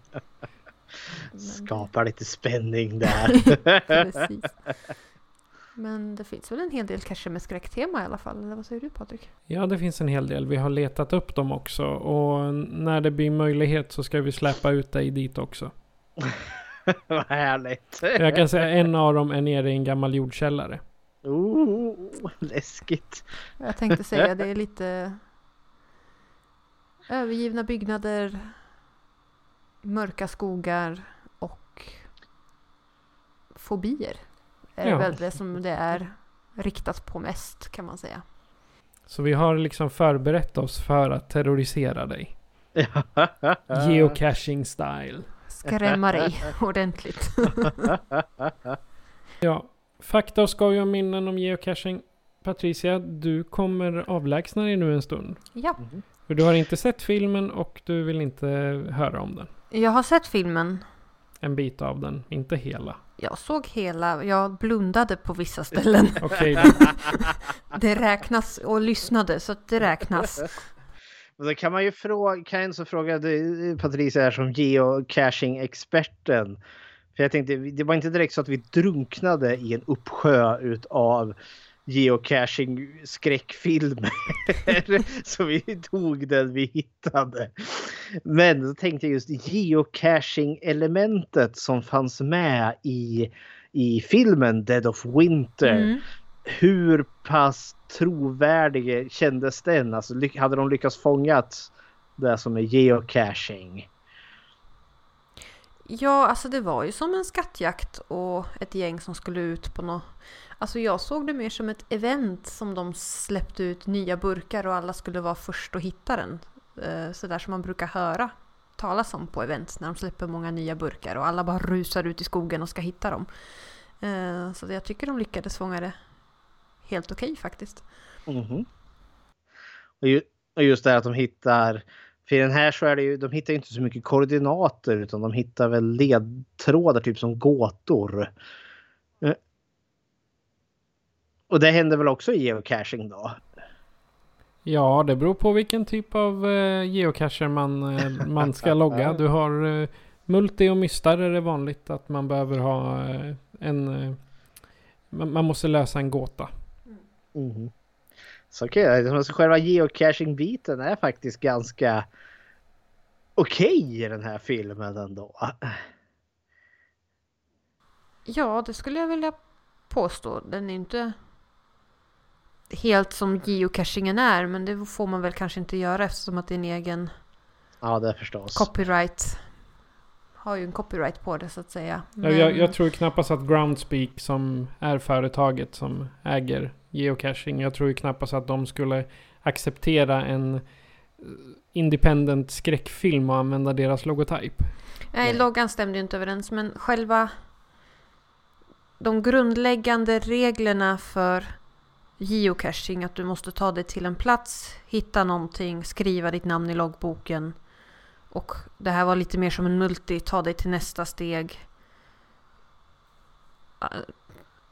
Skapar lite spänning där. Precis. Men det finns väl en hel del kanske med skräcktema i alla fall, eller vad säger du, Patrik? Ja, det finns en hel del. Vi har letat upp dem också. Och när det blir möjlighet så ska vi släppa ut dig dit också. Vad härligt. Jag kan säga en av dem är nere i en gammal jordkällare. Oh, läskigt. Jag tänkte säga det är lite övergivna byggnader, mörka skogar och fobier. Är Ja. väl det som det är riktat på mest, kan man säga. Så vi har liksom förberett oss för att terrorisera dig. Geocaching style. Skrämma dig ordentligt. Ja, fakta och skoj och minnen om geocaching. Patricia, du kommer avlägsna dig nu en stund. Ja. För du har inte sett filmen och du vill inte höra om den. Jag har sett filmen. En bit av den, inte hela. Jag såg hela. Jag blundade på vissa ställen. Okej. Det räknas, och lyssnade, så att det räknas. Och då kan man ju fråga, kan jag så fråga dig, Patricia här som geocaching-experten. För jag tänkte, det var inte direkt så att vi drunknade i en uppsjö utav geocaching-skräckfilmer. Så vi tog den vi hittade. Men då tänkte jag just geocaching-elementet som fanns med i, i filmen Dead of Winter. Mm. Hur pass trovärdig kändes den? Alltså, hade de lyckats fångat det som är geocaching? Ja, alltså det var ju som en skattjakt och ett gäng som skulle ut på något. Alltså jag såg det mer som ett event som de släppte ut nya burkar och alla skulle vara först att hitta den. Så där som man brukar höra talas om på event när de släpper många nya burkar och alla bara rusar ut i skogen och ska hitta dem. Så jag tycker de lyckades fånga det helt okej okay, faktiskt. Mm-hmm. Och just det att de hittar, för i den här så är det ju, de hittar ju inte så mycket koordinater utan de hittar väl ledtrådar typ som gåtor. Och det händer väl också i geocaching då? Ja, det beror på vilken typ av eh, geocacher man, eh, man ska logga. Du har eh, multi och mystar är det vanligt att man behöver ha eh, en... Eh, man, man måste lösa en gåta. Mm. Så okej, okay, så själva geocaching-biten är faktiskt ganska okej okay i den här filmen ändå. Ja, det skulle jag vilja påstå. Den är inte helt som geocachingen är, men det får man väl kanske inte göra eftersom att det är en egen ja, det förstås. Copyright. Har ju en copyright på det så att säga. Men... Ja, jag, jag tror knappast att Groundspeak som är företaget som äger geocaching, jag tror ju knappast att de skulle acceptera en independent skräckfilm och använda deras logotyp. Nej, loggan stämde ju inte överens, men själva de grundläggande reglerna för geocaching, att du måste ta dig till en plats, hitta någonting, skriva ditt namn i loggboken, och det här var lite mer som en multi, ta dig till nästa steg.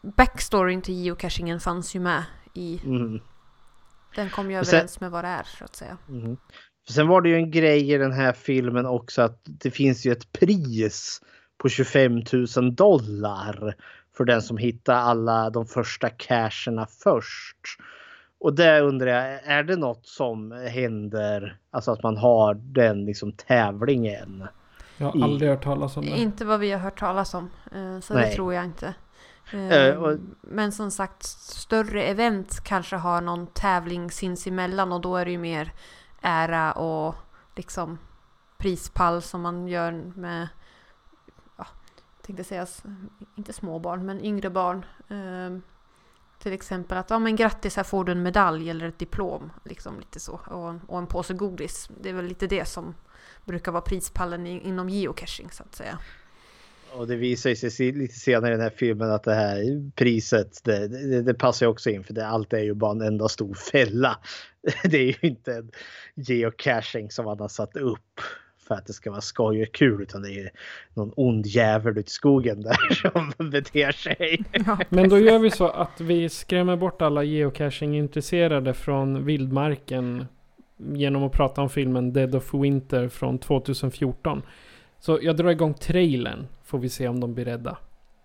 backstoryn till geocachingen fanns ju med i... Mm. Den kom ju sen, överens med vad det är, så att säga. Mm. Sen var det ju en grej i den här filmen också att det finns ju ett pris på tjugofem tusen dollar för den som hittar alla de första cacherna först. Och där undrar jag, är det något som händer, alltså att man har den liksom tävlingen? Jag har aldrig hört talas om det. Inte vad vi har hört talas om, så Nej. det tror jag inte. Uh, och, Men som sagt, större event kanske har någon tävling sinsemellan och då är det ju mer ära och liksom prispall som man gör med, ja, tänkte säga, inte små barn men yngre barn. Uh, till exempel att, ja men grattis, här får du en medalj eller ett diplom, liksom lite så. Och, och en påse godis. Det är väl lite det som brukar vara prispallen i, inom geocaching, så att säga. Och det visar sig lite senare i den här filmen att det här priset, det, det, det passar också in, för det, allt är ju bara en enda stor fälla. Det är ju inte en geocaching som man har satt upp för att det ska vara skoj och kul, utan det är någon ond jävel ut i skogen där som beter sig. Ja, men då gör vi så att vi skrämmer bort alla geocaching-intresserade från vildmarken genom att prata om filmen Dead of Winter från tjugohundrafjorton. Så jag drar igång trailern, får vi se om de blir rädda.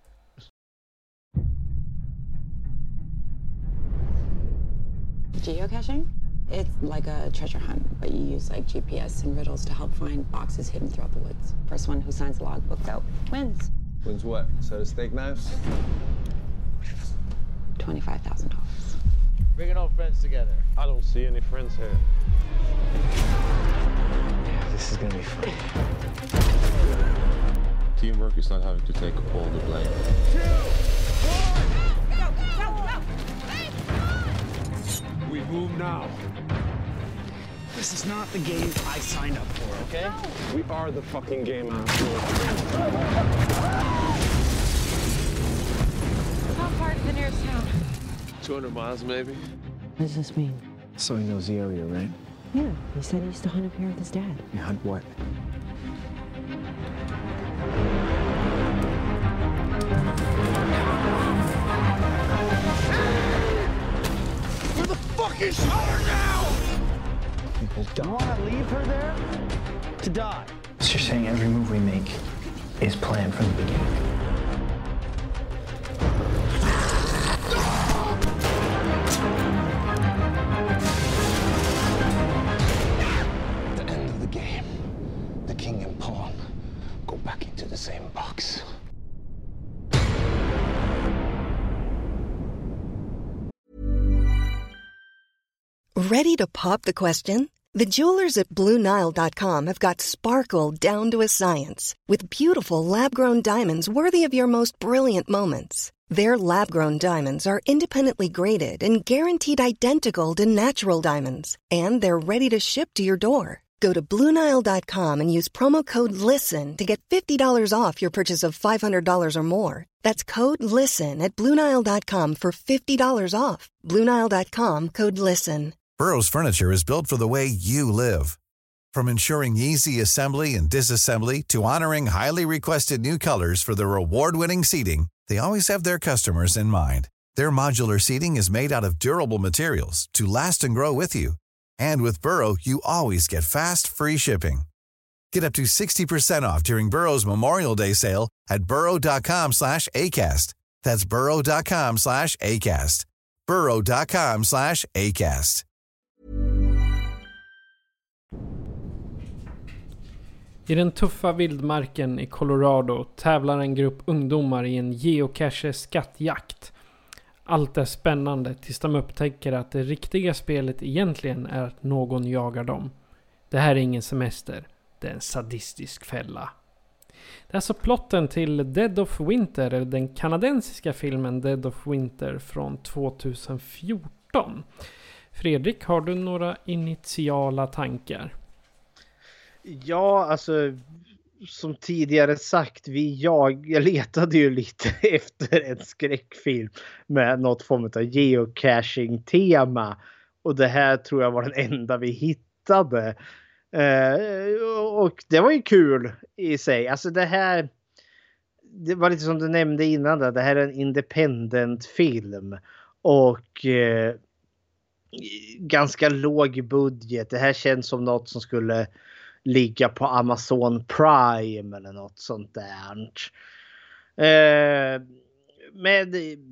Geocaching? It's like a treasure hunt, but you use like G P S and riddles to help find boxes hidden throughout the woods. First one who signs the logbook out wins. Wins what? Set of steak knives? twenty-five thousand dollars. Bringing all friends together. I don't see any friends here. This is gonna be fun. Teamwork is not having to take all the blame. We move now. This is not the game I signed up for, okay? We are the fucking game after. How far is the nearest town? two hundred miles maybe. What does this mean? So he knows the area, right? Yeah, he said he used to hunt up here with his dad. You hunt what? Where the fuck is her now? People die. You wanna leave her there? To die. So you're saying every move we make is planned from the beginning? The end of the game. The king and pawn go back into the same box. Ready to pop the question? The jewelers at Blue Nile dot com have got sparkle down to a science with beautiful lab-grown diamonds worthy of your most brilliant moments. Their lab-grown diamonds are independently graded and guaranteed identical to natural diamonds, and they're ready to ship to your door. Go to Blue Nile dot com and use promo code LISTEN to get fifty dollars off your purchase of five hundred dollars or more. That's code LISTEN at Blue Nile dot com for fifty dollars off. Blue Nile dot com, code LISTEN. Burrow's furniture is built for the way you live. From ensuring easy assembly and disassembly to honoring highly requested new colors for their award-winning seating, they always have their customers in mind. Their modular seating is made out of durable materials to last and grow with you. And with Burrow, you always get fast, free shipping. Get up to sixty percent off during Burrow's Memorial Day sale at burrow dot com slash ACAST. That's burrow dot com slash ACAST. burrow dot com slash ACAST. I den tuffa vildmarken i Colorado tävlar en grupp ungdomar i en geocache-skattjakt. Allt är spännande tills de upptäcker att det riktiga spelet egentligen är att någon jagar dem. Det här är ingen semester, det är en sadistisk fälla. Det är alltså plotten till Dead of Winter, eller den kanadensiska filmen Dead of Winter från tjugohundrafjorton. Fredrik, har du några initiala tankar? Ja, alltså som tidigare sagt, vi jag, jag letade ju lite efter en skräckfilm med något form av geocaching-tema. Och det här tror jag var den enda vi hittade. Eh, och det var ju kul i sig. Alltså det här, det var lite som du nämnde innan där. Det här är en independent film. Och eh, ganska låg budget. Det här känns som något som skulle ligga på Amazon Prime eller något sånt där. Eh, med,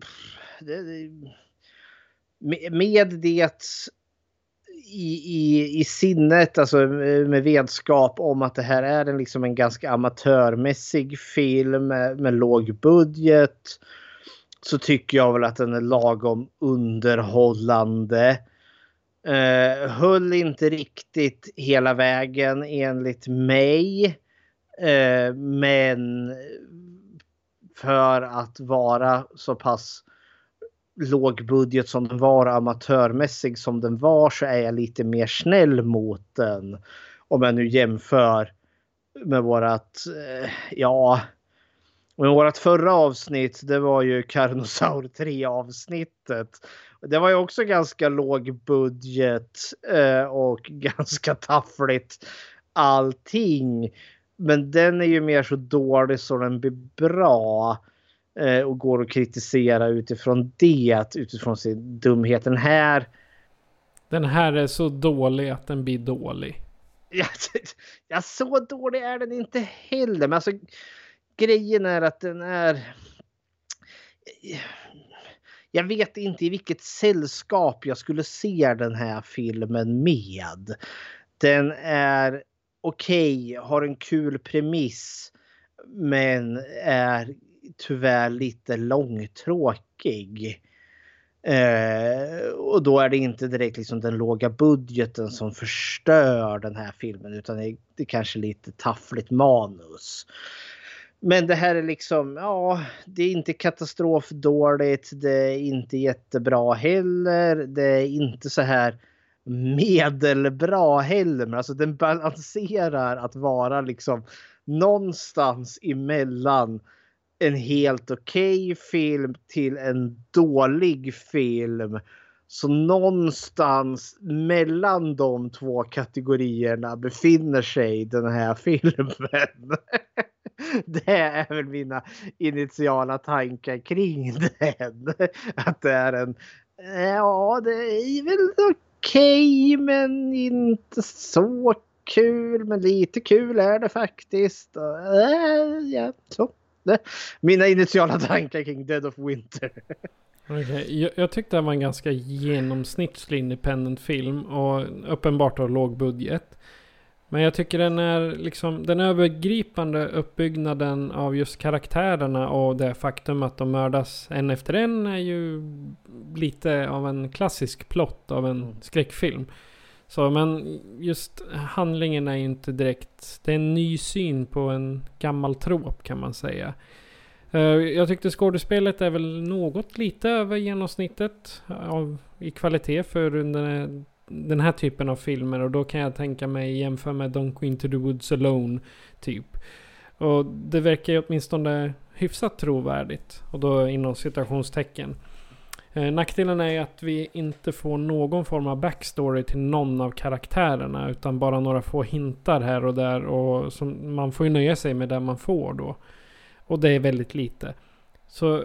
med, med det i, i, i sinnet, alltså med vetskap om att det här är en, liksom en ganska amatörmässig film med, med låg budget, så tycker jag väl att den är lagom underhållande. Eh, höll inte riktigt hela vägen enligt mig. Eh, men för att vara så pass låg budget som den var, amatörmässig som den var, så är jag lite mer snäll mot den. Om jag nu jämför med vårat, eh, ja... Men vårt förra avsnitt, det var ju Carnosaur tre avsnittet. Det var ju också ganska låg budget eh, och ganska taffligt allting. Men den är ju mer så dålig så den blir bra. Eh, och går att kritisera utifrån det, utifrån sin dumhet. Den här... Den här är så dålig att den blir dålig. Ja, ja, så dålig är den inte heller. Men alltså... Grejen är att den är... Jag vet inte i vilket sällskap jag skulle se den här filmen med. Den är okej, okay, har en kul premiss, men är tyvärr lite långtråkig. Eh, och då är det inte direkt liksom den låga budgeten som förstör den här filmen, utan det är, det är kanske lite taffligt manus. Men det här är liksom, ja, det är inte katastrofdåligt, det är inte jättebra heller, det är inte så här medelbra heller, men alltså den balanserar att vara liksom någonstans emellan en helt okej film till en dålig film. Så någonstans mellan de två kategorierna befinner sig den här filmen. Det är väl mina initiala tankar kring den. Att det är en... Ja, det är väl okej, men inte så kul. Men lite kul är det faktiskt. Ja, så. Mina initiala tankar kring Dead of Winter. Okay. Jag, jag tyckte det var en ganska genomsnittlig independent film och uppenbart har låg budget. Men jag tycker den är liksom den övergripande uppbyggnaden av just karaktärerna och det faktum att de mördas en efter en är ju lite av en klassisk plott av en skräckfilm. Så men just handlingen är inte direkt, det är en ny syn på en gammal trop kan man säga. Jag tyckte skådespelet är väl något lite över genomsnittet av, i kvalitet för den, den här typen av filmer. Och då kan jag tänka mig jämföra med Don't Go Into the Woods Alone typ. Och det verkar ju åtminstone hyfsat trovärdigt. Och då inom citationstecken. Eh, nackdelen är att vi inte får någon form av backstory till någon av karaktärerna. Utan bara några få hintar här och där. Och som, man får ju nöja sig med det man får då. Och det är väldigt lite. Så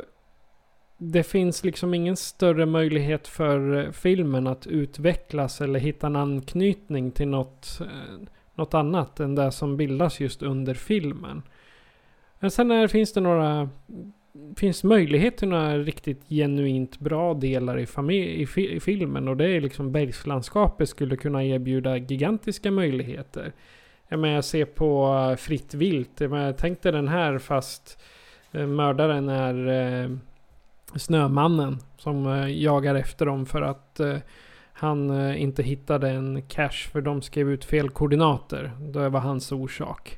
det finns liksom ingen större möjlighet för filmen att utvecklas eller hitta en anknytning till något, eh, något annat än det som bildas just under filmen. Men sen är, finns det några finns möjlighet till några riktigt genuint bra delar i, familj, i, fi, i filmen, och det är liksom bergslandskapet skulle kunna erbjuda gigantiska möjligheter. Jag menar, jag ser på Fritt vilt. Jag tänkte den här fast eh, mördaren är eh, snömannen som eh, jagar efter dem för att eh, han eh, inte hittade en cache för de skrev ut fel koordinater. Det var hans orsak.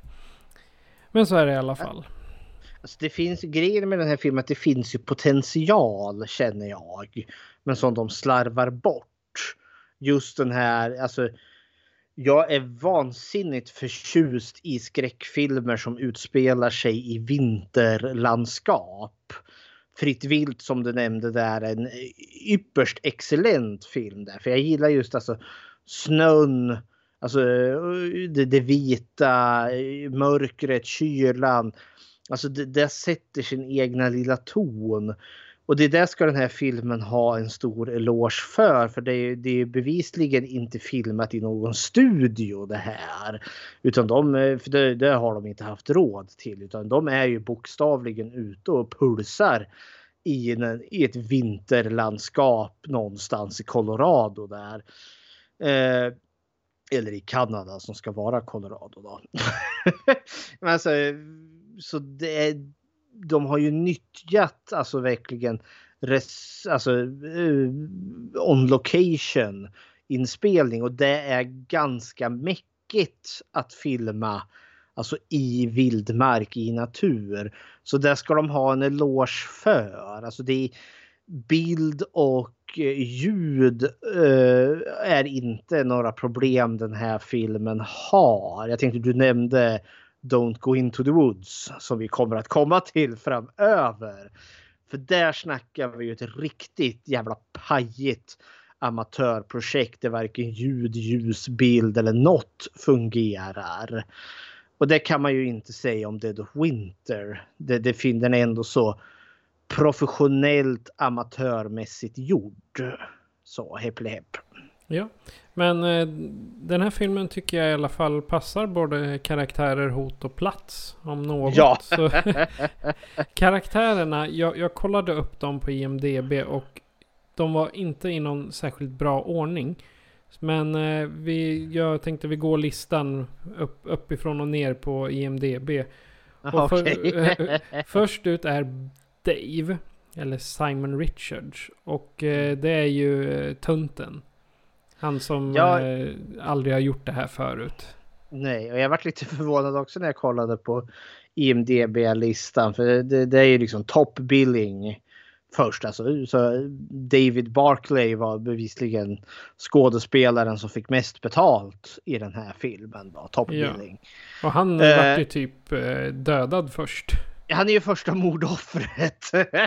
Men så är det i alla fall. Alltså det finns grejer med den här filmen att det finns ju potential, känner jag. Men som de slarvar bort. Just den här, alltså... Jag är vansinnigt förtjust i skräckfilmer som utspelar sig i vinterlandskap. Fritt vilt som du nämnde där är en ypperst excellent film där. För jag gillar just alltså snön, alltså det, det vita, mörkret, kylan. Alltså det, det sätter sin egna lilla ton. Och det där ska den här filmen ha en stor eloge för. För det är, det är bevisligen inte filmat i någon studio det här. Utan de, för det, det har de inte haft råd till. Utan de är ju bokstavligen ute och pulsar i, en, i ett vinterlandskap någonstans i Colorado där. Eh, eller i Kanada som ska vara Colorado då. Men alltså, så det är, de har ju nyttjat alltså verkligen res, alltså, uh, on location inspelning och det är ganska mäckigt att filma alltså i vildmark i natur. Så där ska de ha en eloge för. Alltså det är bild och ljud uh, är inte några problem den här filmen har. Jag tänkte du nämnde Don't Go Into the Woods som vi kommer att komma till framöver. För där snackar vi ju ett riktigt jävla pajigt amatörprojekt där varken ljud, ljus, bild eller något fungerar. Och det kan man ju inte säga om Dead of Winter. Det, det finner den ändå så professionellt amatörmässigt gjord. Så hepp hepp. Ja, men eh, den här filmen tycker jag i alla fall passar både karaktärer, hot och plats om något. Ja. Så, karaktärerna, jag, jag kollade upp dem på I M D B och de var inte i någon särskilt bra ordning. Men eh, vi, jag tänkte vi går listan upp, uppifrån och ner på I M D B. Och för, Okay. först ut är Dave, eller Simon Richards. Och eh, det är ju eh, Tunten. Han som ja, eh, aldrig har gjort det här förut. Nej, och jag varit lite förvånad också när jag kollade på I M D B-listan. För det, det är ju liksom top billing först. Alltså, så David Barclay var bevisligen skådespelaren som fick mest betalt i den här filmen. Då, top billing. Ja. Och han eh, var ju typ eh, dödad först. Han är ju första mordoffret.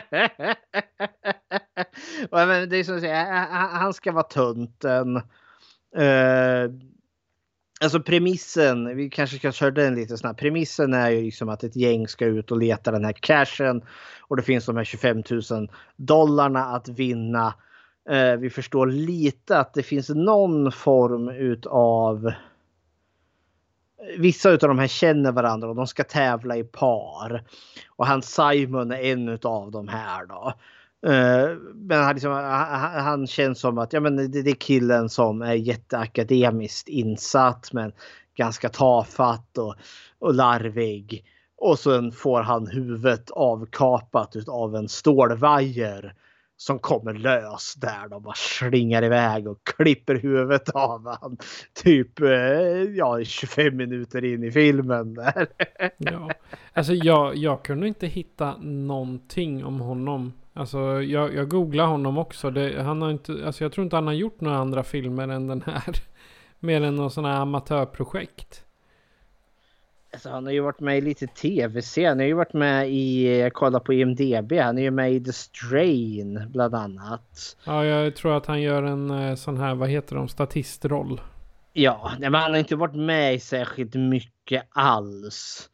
Och, men, det är som att säga, han ska vara tunten. Uh, alltså premissen, vi kanske ska köra den lite snabbt. Premissen är ju liksom att ett gäng ska ut och leta den här cashen. Och det finns de här tjugofem tusen dollarna att vinna. Uh, vi förstår lite att det finns någon form utav... Vissa av de här känner varandra och de ska tävla i par. Och han Simon är en av de här då. Uh, men han, liksom, han, han känns som att ja, men det, det är killen som är jätteakademiskt insatt men ganska tafatt och, och larvig. Och sen får han huvudet avkapat av en stålvajer som kommer lös där. De bara slingar iväg och klipper huvudet av han. Typ ja, tjugofem minuter in i filmen. Där. Ja. Alltså jag, jag kunde inte hitta någonting om honom. Alltså jag, jag googlade honom också. Det, han har inte, alltså jag tror inte han har gjort några andra filmer än den här. Mer än någon sån här amatörprojekt. Alltså, han har ju varit med i lite tv-serier. Han har ju varit med i, jag kollar på I M D B, han är ju med i The Strain bland annat. Ja, jag tror att han gör en sån här, vad heter de, statistroll. Ja, men han har inte varit med i särskilt mycket alls.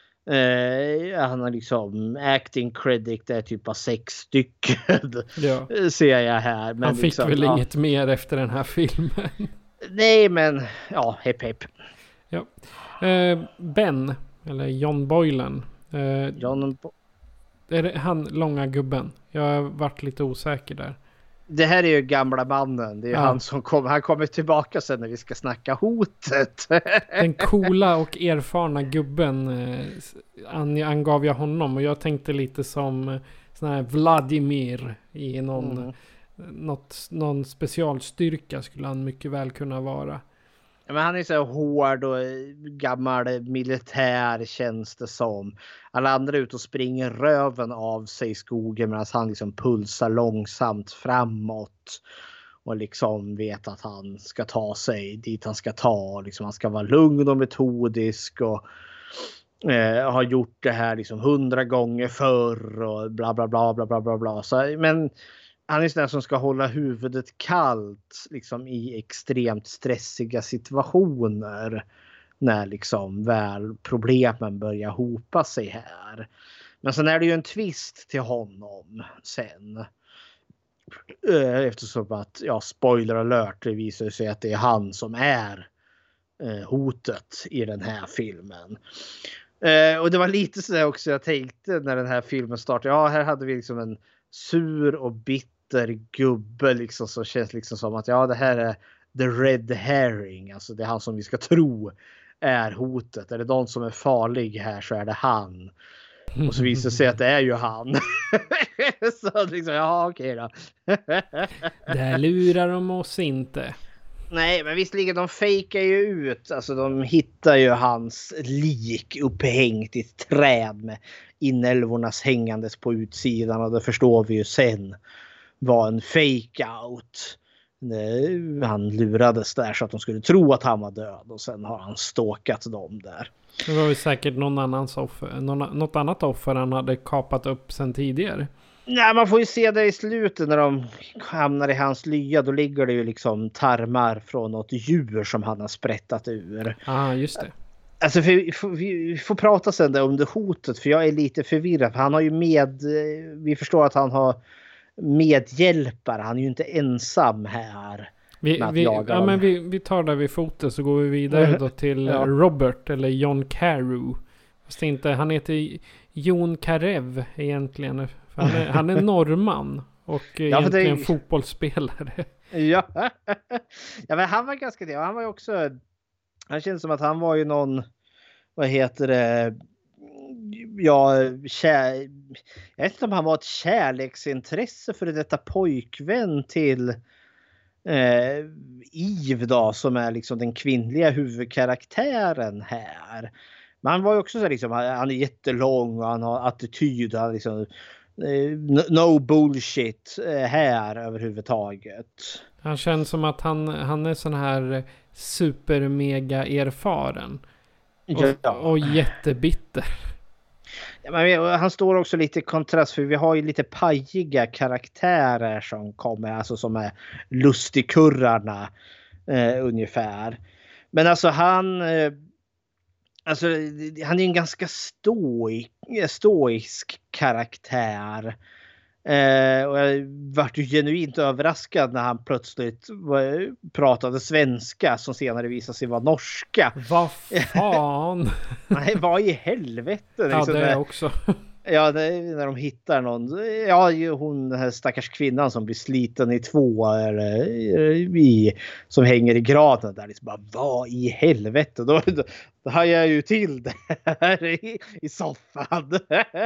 Uh, han har liksom acting credit är typ av sex stycken. Ja. Ser jag här. Men han fick liksom, väl ja. Inget mer efter den här filmen. Nej, men ja, hepp hepp. Ja. Uh, Ben, eller John Boylan. Uh, John Bo- är det han långa gubben? Jag har varit lite osäker där. Det här är ju gamla mannen. Det är ja. han som kommer. Han kommer tillbaka sen när vi ska snacka hotet. Den coola och erfarna gubben eh, angav jag honom. Och jag tänkte lite som sån här Vladimir i någon, mm. något, någon specialstyrka skulle han mycket väl kunna vara. Men han är så hård och gammal militär känns det som. Alla andra är ute och springer röven av sig i skogen medan han liksom pulsar långsamt framåt. Och liksom vet att han ska ta sig dit han ska ta. Liksom han ska vara lugn och metodisk och eh, har gjort det här liksom hundra gånger förr och bla bla bla bla bla bla bla. Så, men han är den som ska hålla huvudet kallt liksom i extremt stressiga situationer när liksom väl problemen börjar hopa sig här. Men sen är det ju en twist till honom sen. Eftersom att, ja, spoiler alert, det visar sig att det är han som är eh, hotet i den här filmen. Eh, och det var lite så där också jag tänkte när den här filmen startade. Ja, här hade vi liksom en sur och bitter gubbe liksom, som känns liksom som att ja, det här är the red herring. Alltså det är han som vi ska tro är hotet. Är det någon som är farlig här så är det han. Och så visar det sig att det är ju han. Så liksom, ja okej då. Där lurar de oss inte. Nej, men visserligen de fejkar ju ut. Alltså de hittar ju hans lik upphängt i ett träd med inälvornas hängandes på utsidan. Och det förstår vi ju sen var en fake out. Han lurades där så att de skulle tro att han var död. Och sen har han stalkat dem där. Det var ju säkert någon annans offer, någon, något annat offer han hade kapat upp sen tidigare. Nej, man får ju se det i slutet när de hamnar i hans lya. Då ligger det ju liksom tarmar från något djur som han har sprättat ur. Ja, ah, just det. Alltså vi får, vi får prata sen där om det hotet. För jag är lite förvirrad. För han har ju med, vi förstår att han har medhjälpare. Han är ju inte ensam här. Vi, vi, ja, men vi, vi tar där vid foten så går vi vidare då till ja. Robert eller John Carew. Fast inte, han heter Jon Karev egentligen. För han, är, han är norrman och ja, egentligen det... fotbollsspelare. Ja. Ja, men han var ganska det. Han var ju också, han känns som att han var ju någon, vad heter det, ja, kär, jag vet inte om han var ett kärleksintresse för detta pojkvän till Eh, Eve då, som är liksom den kvinnliga huvudkaraktären här. Men han var ju också så liksom, han är jättelång och han har attityd, han liksom, eh, no bullshit eh, här överhuvudtaget. Han känns som att han, han är sån här super mega erfaren och, ja. och jättebitter. Ja, men han står också lite i kontrast, för vi har ju lite pajiga karaktärer som kommer, alltså som är lustigkurrarna eh, ungefär. Men alltså han eh, alltså han är en ganska stoik, stoisk karaktär. Eh, och jag vart ju genuint överraskad när han plötsligt var, pratade svenska som senare visade sig vara norska. Vad fan? Nej, vad i helvete? Ja, liksom, det är också. Ja, det är när de hittar någon. Ja, hon, den här stackars kvinnan som blir sliten i två eller, i, som hänger i granen där. Liksom bara, vad i helvete? Då, då, då har jag ju till det här i, i soffan.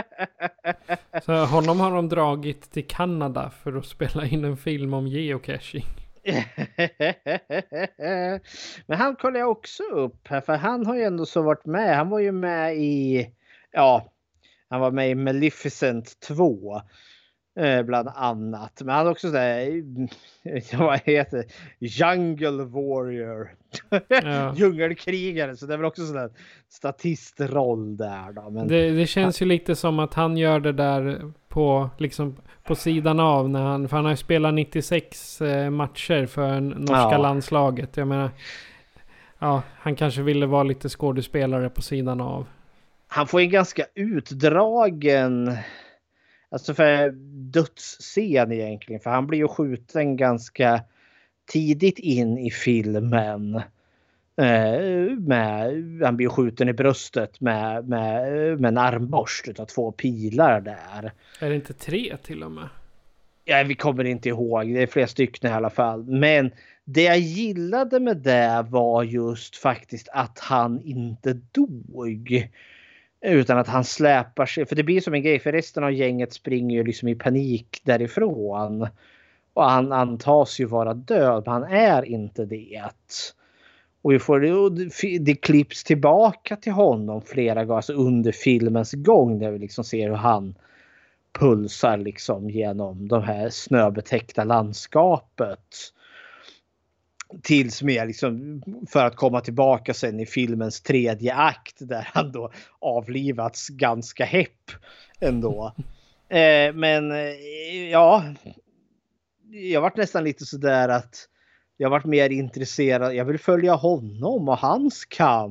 Så honom har de dragit till Kanada för att spela in en film om geocaching. Men han kollar jag också upp här, för han har ju ändå så varit med. Han var ju med i, ja, han var med i Maleficent två eh, bland annat. Men han har också där, vad heter Jungle Warrior. Ja. Djungelkrigare, så det är väl också sån där statistroll där då. Men det, det känns ju lite som att han gör det där på liksom på sidan av när han, för han har ju spelat nittiosex eh, matcher för norska ja. landslaget. Jag menar, ja, han kanske ville vara lite skådespelare på sidan av. Han får en ganska utdragen, alltså för dödsscen egentligen, för han blir ju skjuten ganska tidigt in i filmen. Eh, med, han blir skjuten i bröstet med, med, med en armborst utav två pilar där. Är det inte tre till och med? Ja, vi kommer inte ihåg. Det är flera stycken i alla fall. Men det jag gillade med det var just faktiskt att han inte dog. Utan att han släpar sig. För det blir som en grej. För resten av gänget springer ju liksom i panik därifrån. Och han antas ju vara död. Men han är inte det. Och vi får det, det klipps tillbaka till honom flera gånger. Alltså under filmens gång. Där vi liksom ser hur han pulsar liksom genom de här snöbetäckta landskapet. Tills mer liksom för att komma tillbaka sen i filmens tredje akt där han då avlivats ganska häpp ändå. eh, men eh, ja, jag varit nästan lite sådär att jag varit mer intresserad. Jag vill följa honom och hans kamp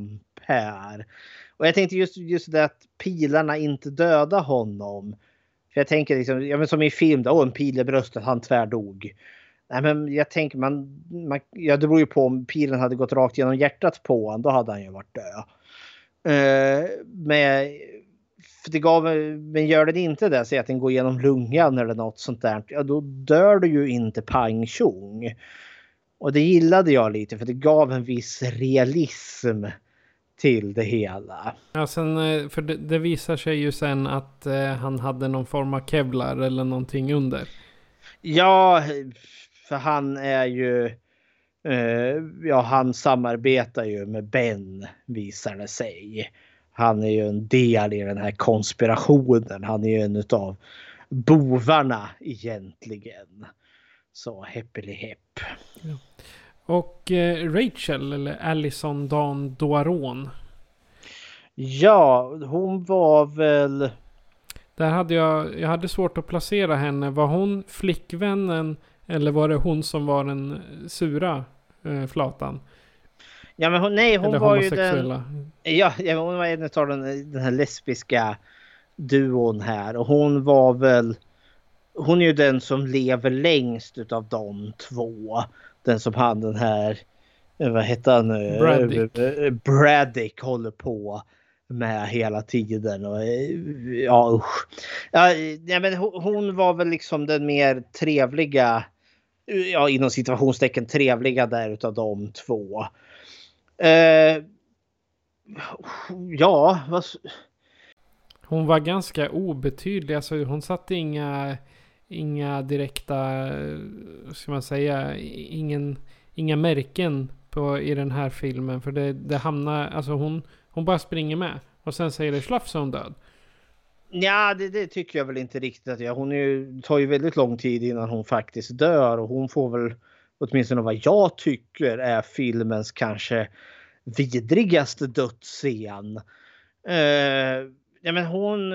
här. Och jag tänkte just, just det att pilarna inte dödar honom. För jag tänker liksom, ja, men som i film då, en pil i bröstet, han tvärdog. Nej, men jag tänker, man, man, ja, det beror ju på om pilen hade gått rakt genom hjärtat på honom, då hade han ju varit död. Uh, men, för det gav, men gör den inte det, så att den går genom lungan eller något sånt där, ja, då dör du ju inte pang tjong. Och det gillade jag lite, för det gav en viss realism till det hela. Ja, sen, för det, det visar sig ju sen att eh, han hade någon form av kevlar eller någonting under. Ja, för han är ju eh, ja, han samarbetar ju med Ben, visar det sig. Han är ju en del i den här konspirationen. Han är ju en utav bovarna egentligen. Så heppeli hepp. Ja. Och eh, Rachel, eller Alison Dawn Doiron. Ja, hon var väl... Där hade jag, jag hade svårt att placera henne. Var hon flickvännen eller var det hon som var den sura eh, flatan? Ja, men hon, nej, hon eller var ju den... Ja, ja, hon var en av den, den här lesbiska duon här. Och hon var väl... Hon är ju den som lever längst utav de två. Den som han den här... Vad heter han nu? Braddick. Braddick håller på med hela tiden. Och, ja, usch. Ja, ja, men hon, hon var väl liksom den mer trevliga... Ja, inom situationstecken trevliga där utav de två. Uh, ja, vad... Hon var ganska obetydlig. Alltså hon satte inga... Inga direkta, ska man säga, ingen, inga märken på, i den här filmen. För det, det hamnar, alltså hon, hon bara springer med. Och sen säger det slafs hon död. Ja, det, det tycker jag väl inte riktigt att jag. Hon är ju, tar ju väldigt lång tid innan hon faktiskt dör. Och hon får väl, åtminstone vad jag tycker är filmens kanske vidrigaste dödsscen. Uh, ja, men hon...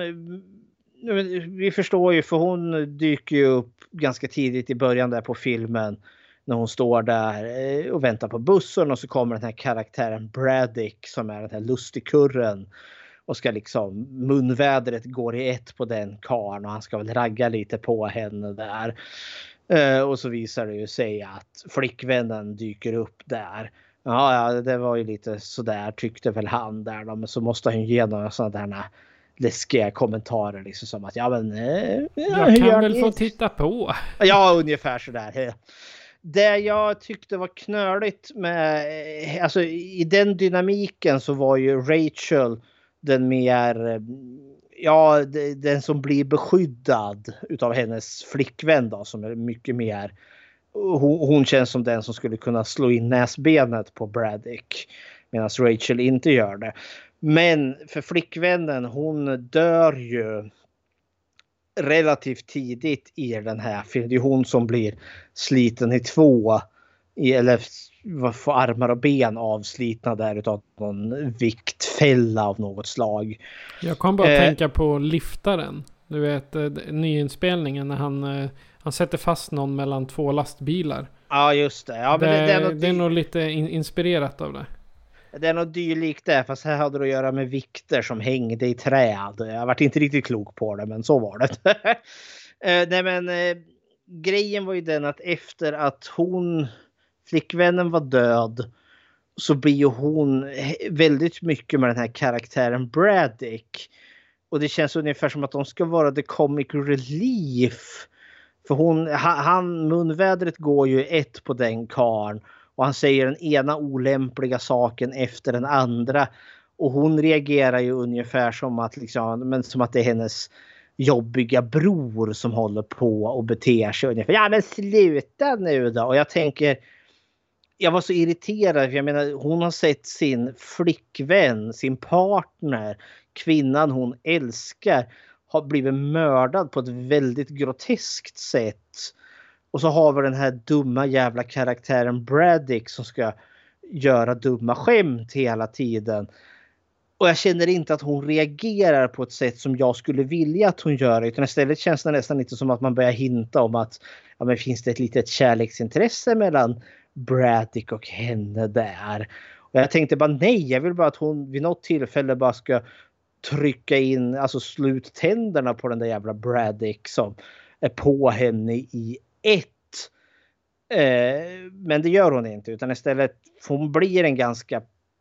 Vi förstår ju, för hon dyker ju upp ganska tidigt i början där på filmen när hon står där och väntar på bussen, och så kommer den här karaktären Braddick som är den här lustigkurren och ska liksom, munvädret går i ett på den karn och han ska väl ragga lite på henne där. Och så visar det ju sig att flickvännen dyker upp där. Ja, ja, det var ju lite sådär tyckte väl han där då, men så måste han ju ge några sådana där läskiga kommentarer liksom som att ja men eh, jag kan väl få titta på. Ja, ungefär så där. Det jag tyckte var knöligt med, alltså i den dynamiken så var ju Rachel den mer, ja, den som blir beskyddad utav hennes flickvän då, som är mycket mer, hon, hon känns som den som skulle kunna slå in näsbenet på Braddick, medan Rachel inte gör det. Men för flickvännen, hon dör ju relativt tidigt i den här filmen. Det är hon som blir sliten i två. I, eller får armar och ben avslitna där utav någon viktfälla av något slag. Jag kan bara eh, tänka på liftaren. Du vet, nyinspelningen när han, eh, han sätter fast någon mellan två lastbilar. Ja, just det. Ja, men det, det, det, är något det är nog lite in, inspirerat av det. Det är något dylikt där, fast här hade det att göra med vikter som hängde i träd. Jag har varit inte riktigt klok på det, men så var det. eh, nej men eh, grejen var ju den att efter att hon, flickvännen var död, så blir ju hon väldigt mycket med den här karaktären Braddick. Och det känns ungefär som att de ska vara the comic relief. För hon, han, munvädret går ju ett på den karn. Och han säger den ena olämpliga saken efter den andra. Och hon reagerar ju ungefär som att, liksom, men som att det är hennes jobbiga bror som håller på och beter sig ungefär. Ja men sluta nu då. Och jag tänker, jag var så irriterad. För jag menar, hon har sett sin flickvän, sin partner, kvinnan hon älskar, har blivit mördad på ett väldigt groteskt sätt. Och så har vi den här dumma jävla karaktären Braddick som ska göra dumma skämt hela tiden. Och jag känner inte att hon reagerar på ett sätt som jag skulle vilja att hon gör. Utan istället känns det nästan lite som att man börjar hinta om att ja, men finns det ett litet kärleksintresse mellan Braddick och henne där. Och jag tänkte bara nej, jag vill bara att hon vid något tillfälle bara ska trycka in, alltså sluttänderna på den där jävla Braddock som är på henne i ett. Eh, men det gör hon inte, utan istället hon blir en ganska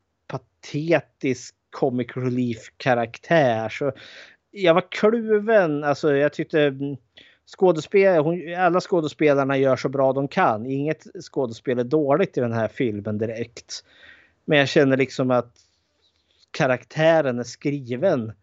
patetisk comic relief-karaktär. Så jag var kluven, alltså jag tyckte skådespel, hon, alla skådespelarna gör så bra de kan. Inget skådespel är dåligt i den här filmen direkt. Men jag känner liksom att karaktären är skriven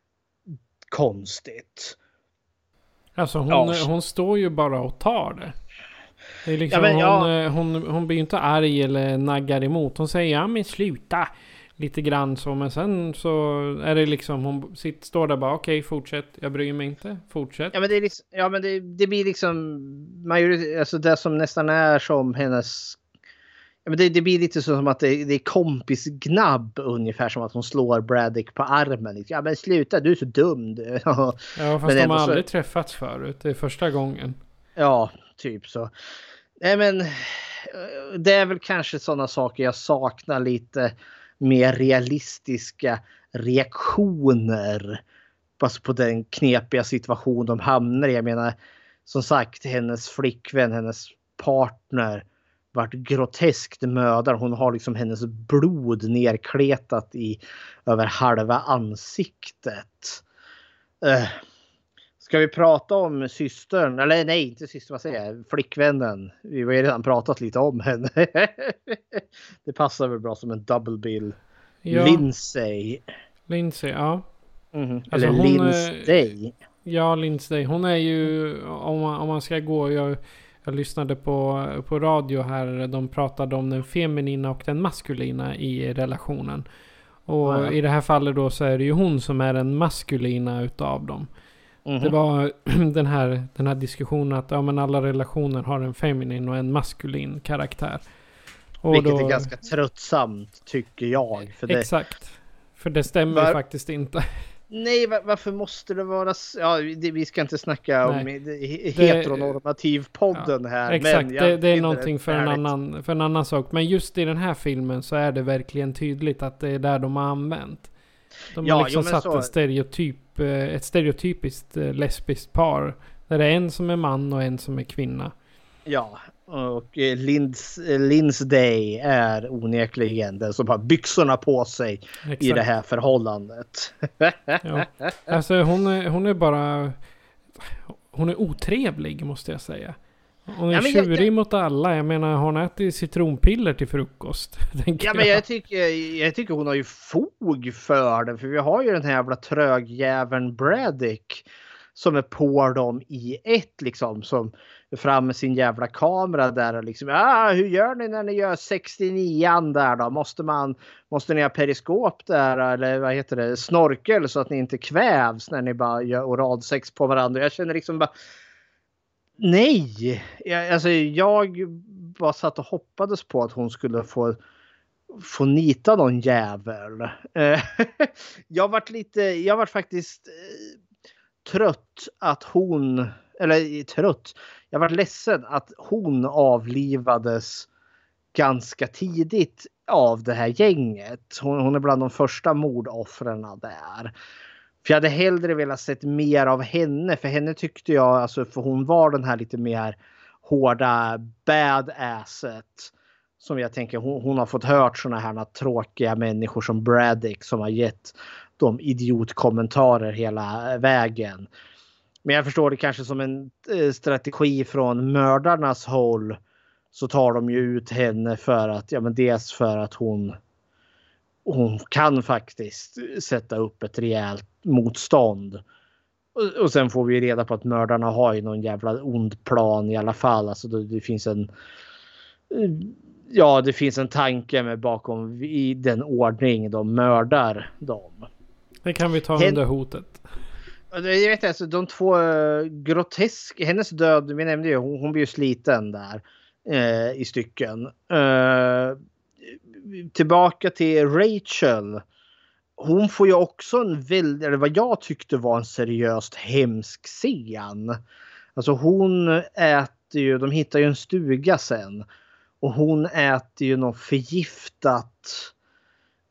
konstigt. Alltså hon, Ja. hon står ju bara och tar det. Det är liksom, Ja, men, ja. hon, hon, hon blir ju inte arg eller naggar emot. Hon säger ja men sluta. Lite grann så. Men sen så är det liksom hon sitter, står där bara okej okay, fortsätt. Jag bryr mig inte. Fortsätt. Ja men det, är liksom, ja, men det, det blir liksom majoritet, alltså det som nästan är som hennes. Ja, men det, det blir lite så som att det, det är kompisgnabb ungefär, som att hon slår Braddock på armen. Ja men sluta, du är så dum. Ja fast men de har så... aldrig träffats förut. Det är första gången. Ja, typ så. Nej men det är väl kanske sådana saker jag saknar, lite mer realistiska reaktioner på den knepiga situation de hamnar i. Jag menar, som sagt, hennes flickvän, hennes partner vart groteskt mördad. Hon har liksom hennes blod nerkletat i över halva ansiktet. Uh, ska vi prata om systern? Eller nej, inte systern, vad säger jag? Flickvännen. Vi har ju redan pratat lite om henne. Det passar väl bra som en double bill. Ja. Lindsay. Lindsay, ja. Mm-hmm. Alltså Eller hon, Lindsay. Ja, Lindsay. Hon är ju, om man, om man ska gå, jag, jag lyssnade på, på radio här. De pratade om den feminina och den maskulina i relationen. Och ja. i det här fallet då så är det ju hon som är den maskulina utav dem. Mm-hmm. Det var den här, den här diskussionen att ja, men alla relationer har en feminin och en maskulin karaktär. Och Vilket då, är ganska tröttsamt tycker jag. För det, exakt. För det stämmer var, faktiskt inte. Nej, var, varför måste det vara... Ja, det, vi ska inte snacka nej. om det, heteronormativ-podden ja, här. Exakt, men det, det är någonting för en, annan, för en annan sak. Men just i den här filmen så är det verkligen tydligt att det är där de har använt. De ja, har liksom jo, satt så... ett, stereotyp, ett stereotypiskt lesbiskt par. Där det är en som är man och en som är kvinna. Ja, och Linds, Lindsay är onekligen den som har byxorna på sig. Exakt. I det här förhållandet. Ja. Alltså hon är, hon är bara... Hon är otrevlig måste jag säga. Hon är ja, tjurig jag, jag... mot alla. Jag menar, hon äter citronpiller till frukost. Ja, men jag tycker, jag tycker hon har ju fog för det. För vi har ju den här jävla trögjäveln Braddock som är på dem i ett liksom. Som fram med sin jävla kamera där och liksom. Ah, hur gör ni när ni gör sextionio där då? Måste man, måste ni ha periskop där? Eller vad heter det? Snorkel så att ni inte kvävs när ni bara gör oralsex på varandra. Jag känner liksom bara... Nej, jag, alltså jag bara satt och hoppades på att hon skulle få, få nita någon jävel. jag varit lite, jag varit faktiskt eh, trött att hon, eller trött, jag varit ledsen att hon avlivades ganska tidigt av det här gänget. Hon, hon är bland de första mordoffren där. För jag hade hellre velat sett mer av henne. För henne tyckte jag, alltså, för hon var den här lite mer hårda badasset. Som jag tänker, hon, hon har fått hört såna här tråkiga människor som Braddock som har gett de idiotkommentarer hela vägen. Men jag förstår det kanske som en strategi från mördarnas håll. Så tar de ju ut henne för att, ja men dels för att hon... Hon kan faktiskt sätta upp ett rejält motstånd. Och, och sen får vi reda på att mördarna har ju någon jävla ond plan i alla fall. Alltså det, det finns en... Ja, det finns en tanke med bakom i den ordning de mördar dem. Det kan vi ta Hen- under hotet. Jag vet alltså, de två uh, groteska... Hennes död, vi nämnde ju, hon, hon blir ju sliten där uh, i stycken. Uh, Tillbaka till Rachel. Hon får ju också en väldigt, eller vad jag tyckte var en seriöst hemsk scen. Alltså hon äter ju, de hittar ju en stuga sen. Och hon äter ju något förgiftat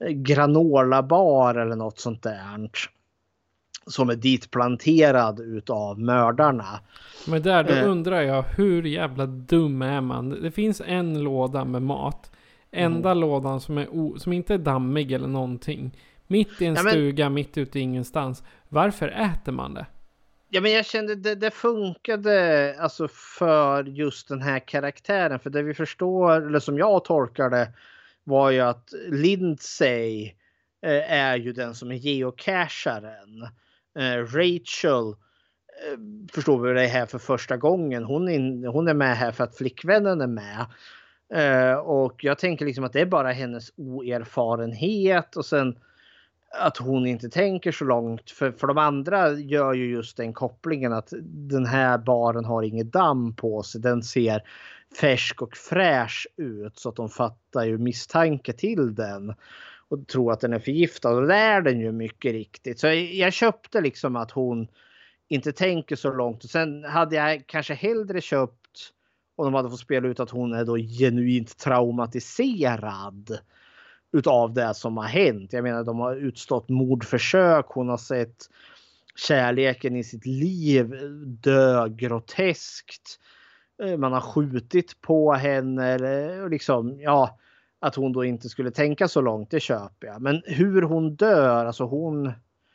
granolabar eller något sånt där. Som är ditplanterad utav mördarna. Men där då eh. undrar jag, hur jävla dum är man? Det finns en låda med mat. Enda mm. lådan som, är o- som inte är dammig eller någonting. Mitt i en ja, men... stuga, mitt ute i ingenstans. Varför äter man det? Ja, men jag kände det, det funkade alltså för just den här karaktären. För det vi förstår, eller som jag tolkar det, var ju att Lindsay eh, är ju den som är geocacharen. Eh, Rachel eh, förstår vi det här för första gången. Hon är, hon är med här för att flickvännen är med. Eh, och jag tänker liksom att det är bara hennes oerfarenhet och sen att hon inte tänker så långt. För, för de andra gör ju just den kopplingen att den här baren har inget damm på sig. Den ser färsk och fräsch ut så att de fattar ju misstanke till den. Och tror att den är förgiftad. Och det är den ju mycket riktigt. Så jag, jag köpte liksom att hon inte tänker så långt. Och sen hade jag kanske hellre köpt och de hade fått spela ut att hon är då genuint traumatiserad utav det som har hänt. Jag menar, de har utstått mordförsök. Hon har sett kärleken i sitt liv dö groteskt. Man har skjutit på henne. Eller liksom, ja, att hon då inte skulle tänka så långt, det köper jag. Men hur hon dör, alltså hon...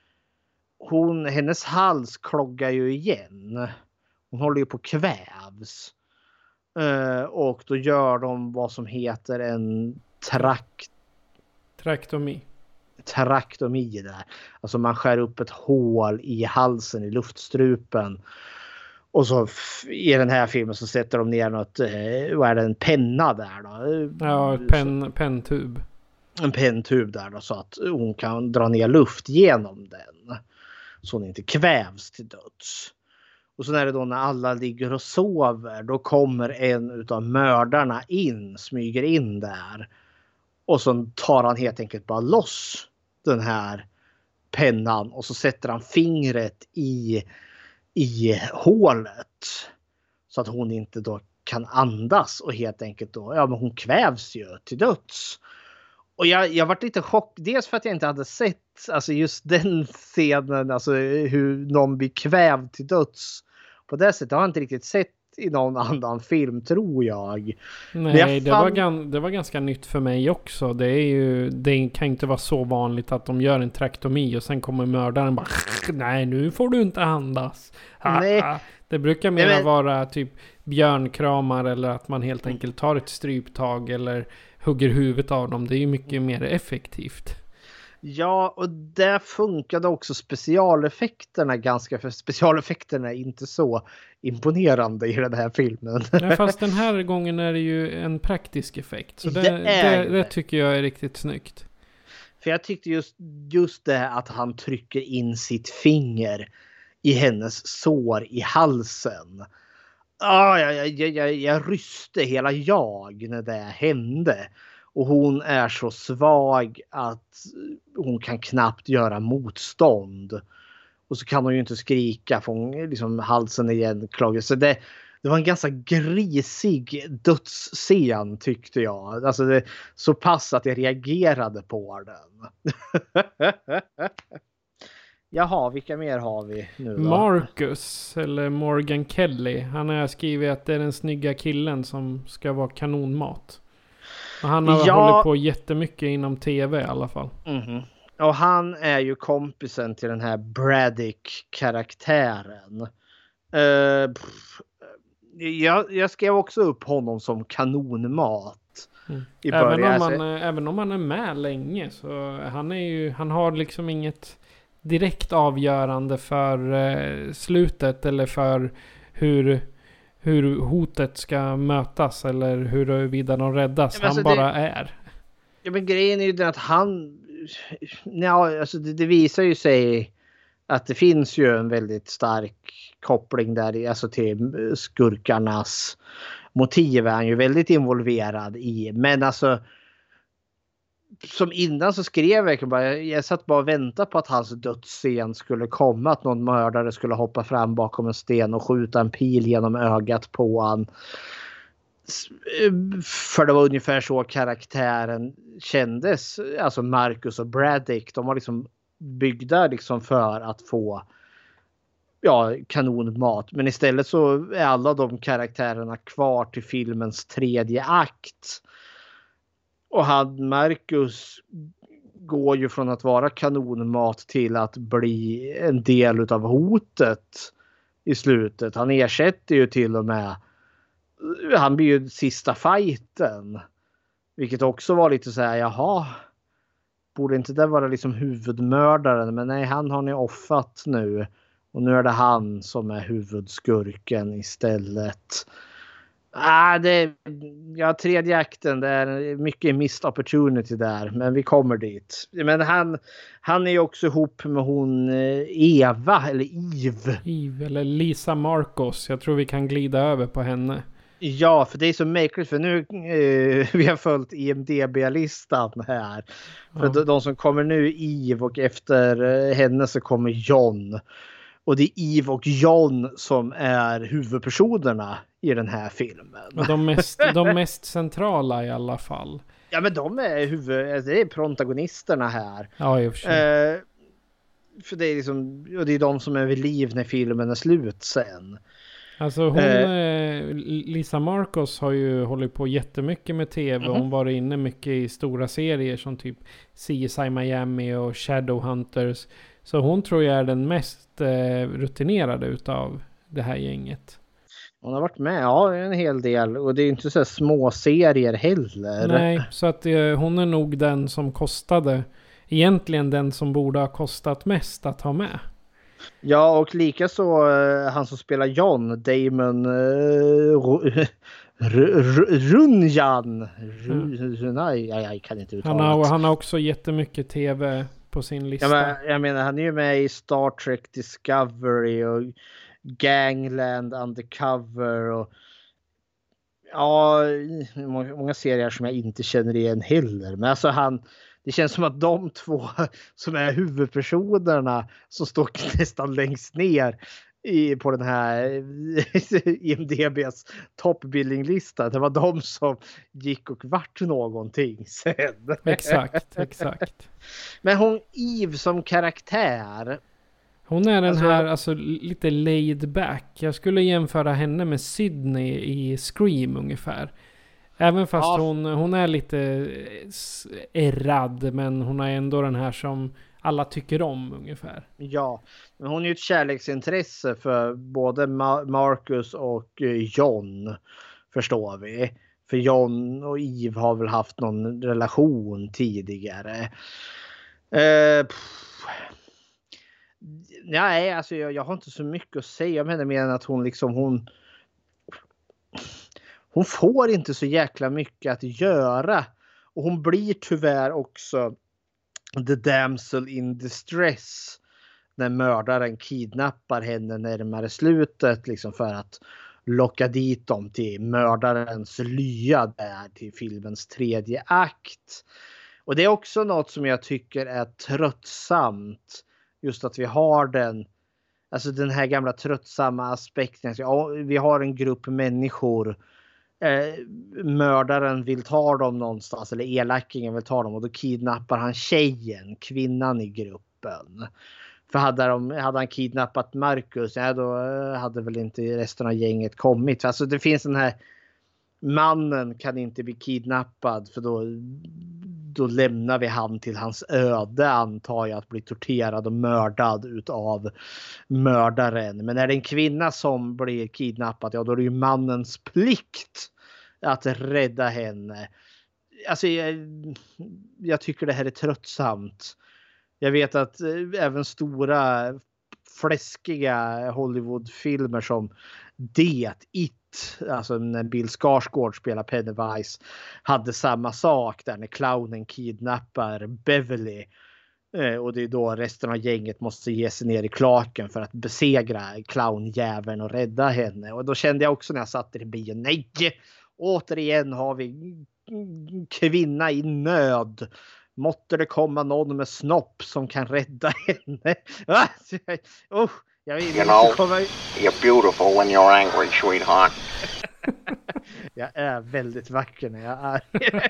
hon hennes hals kloggar ju igen. Hon håller ju på kvävs. Uh, och då gör de vad som heter en trakt... Traktomi. Traktomi där. Alltså man skär upp ett hål i halsen, i luftstrupen. Och så f- i den här filmen så sätter de ner något, eh, vad är det, en penna där då? Ja, pen, pentub. En pentub där då, så att hon kan dra ner luft genom den. Så hon inte kvävs till döds. Och så är det då när alla ligger och sover, då kommer en utav mördarna in, smyger in där. Och så tar han helt enkelt bara loss den här pennan och så sätter han fingret i, i hålet. Så att hon inte då kan andas och helt enkelt då, ja men hon kvävs ju till döds. Och jag, jag varit lite chock, dels för att jag inte hade sett alltså just den scenen, alltså hur någon blir kvävd till döds. På det sättet har jag inte riktigt sett i någon annan film, tror jag. Nej, jag det, fann... var gan- det var ganska nytt för mig också. Det är ju, det kan inte vara så vanligt att de gör en traktomi och sen kommer mördaren bara, nej nu får du inte andas. Nej. Det brukar mer men... vara typ björnkramar eller att man helt enkelt tar ett stryptag eller hugger huvudet av dem. Det är ju mycket mer effektivt. Ja, och där funkade också specialeffekterna ganska, för specialeffekterna är inte så imponerande i den här filmen. Ja, fast den här gången är det ju en praktisk effekt. Så det, det, är... det, det tycker jag är riktigt snyggt. För jag tyckte just, just det att han trycker in sitt finger i hennes sår i halsen. Ah, jag, jag, jag, jag, jag ryste hela jag när det hände. Och hon är så svag att hon kan knappt göra motstånd. Och så kan hon ju inte skrika för hon, liksom, halsen igen klagar. Så det, det var en ganska grisig dödsscen tyckte jag. Alltså det, så pass att jag reagerade på den. Jaha, vilka mer har vi nu då? Marcus, eller Morgan Kelly. Han har skrivit att det är den snygga killen som ska vara kanonmat. Och han har ja. hållit på jättemycket inom tv i alla fall. Mm-hmm. Och han är ju kompisen till den här Braddock-karaktären. Uh, jag, jag skrev också upp honom som kanonmat. Mm. I även, om man, även om han är med länge så han är ju, han har liksom inget direkt avgörande för uh, slutet eller för hur... hur hotet ska mötas eller huruvida de räddas. Ja, alltså han bara det, är. Ja, men grejen är ju den att han... Ja, alltså det, det visar ju sig att det finns ju en väldigt stark koppling där, alltså till skurkarnas motiv är han ju väldigt involverad i. Men alltså som innan så skrev jag bara, jag satt bara och väntade på att hans dödsscen skulle komma, att någon mördare skulle hoppa fram bakom en sten och skjuta en pil genom ögat på han. För det var ungefär så karaktären kändes. Alltså Marcus och Braddock, de var liksom byggda liksom för att få ja, kanonmat. Men istället så är alla de karaktärerna kvar till filmens tredje akt. Och han, Marcus, går ju från att vara kanonmat till att bli en del utav hotet i slutet. Han ersätter ju till och med, han blir ju sista fighten. Vilket också var lite så här, jaha, borde inte det vara liksom huvudmördaren? Men nej, han har ni offat nu. Och nu är det han som är huvudskurken istället. Ah, det, ja, tredje akten, det är mycket missed opportunity där. Men vi kommer dit. Men han, han är ju också ihop med hon Eva, eller Eve. Eve, eller Lisa Marcos. Jag tror vi kan glida över på henne. Ja, för det är så märkligt, för nu eh, vi har följt I M D B-listan här. För ja. de, de som kommer nu är Eve, och efter eh, henne så kommer John. Och det är Eve och John som är huvudpersonerna i den här filmen. Och de mest, de mest centrala i alla fall. Ja, men de är huvud, det är protagonisterna här. Ja, i och för sig. Eh, för det är liksom, och det är de som är vid liv när filmen är slut sen. Alltså hon, eh, Lisa Marcos har ju hållit på jättemycket med tv. Mm-hmm. Hon var inne mycket i stora serier som typ C S I Miami och Shadowhunters. Så hon tror jag är den mest eh, rutinerade utav det här gänget. Hon har varit med, ja, en hel del. Och det är inte så här små serier heller. Nej, så att eh, hon är nog den som kostade. Egentligen den som borde ha kostat mest att ha med. Ja, och lika så uh, han som spelar John, Damon uh, Runjan. Nej, jag kan inte uttala han har, han har också jättemycket tv på sin lista. Ja, men, jag menar, han är ju med i Star Trek Discovery och Gangland Undercover och ja, många serier som jag inte känner igen heller. Men alltså han, det känns som att de två som är huvudpersonerna som står nästan längst ner i, på den här I M D B:s toppbillinglista. Det var de som gick och vart någonting sen. Exakt, exakt. Men hon Eve som karaktär. Hon är den alltså, här alltså, lite laid back. Jag skulle jämföra henne med Sydney i Scream ungefär. Även fast ja. hon, hon är lite ärrad, men hon är ändå den här som alla tycker om ungefär. Ja, men hon är ju ett kärleksintresse för både Ma- Marcus och John, förstår vi. För John och Eve har väl haft någon relation tidigare. Eh, nej, alltså jag, jag har inte så mycket att säga om henne mer än att hon liksom hon hon får inte så jäkla mycket att göra. Och hon blir tyvärr också the damsel in distress när mördaren kidnappar henne närmare slutet liksom för att locka dit dem till mördarens lya där till filmens tredje akt. Och det är också något som jag tycker är tröttsamt, just att vi har den, alltså den här gamla tröttsamma aspekten. Ja, vi har en grupp människor, eh, mördaren vill ta dem någonstans, eller elakingen vill ta dem, och då kidnappar han tjejen, kvinnan i gruppen. För hade, de, hade han kidnappat Marcus, ja, då hade väl inte resten av gänget kommit. Alltså det finns den här, mannen kan inte bli kidnappad för då, då lämnar vi han till hans öde, antar jag, att bli torterad och mördad utav mördaren. Men är det en kvinna som blir kidnappad, ja då är det ju mannens plikt att rädda henne. Alltså jag, jag tycker det här är tröttsamt. Jag vet att även stora fläskiga Hollywoodfilmer som Det, It, alltså när Bill Skarsgård spelar Pennywise, hade samma sak där när clownen kidnappar Beverly. Och det är då resten av gänget måste ge sig ner i klaken för att besegra clownjäveln och rädda henne. Och då kände jag också när jag satt i bion, nej, återigen har vi kvinna i nöd. Måtte det komma någon med snopp som kan rädda henne. oh, jag vill you know, komma... you're beautiful when you're angry, sweetheart. Jag är väldigt vacker när jag är.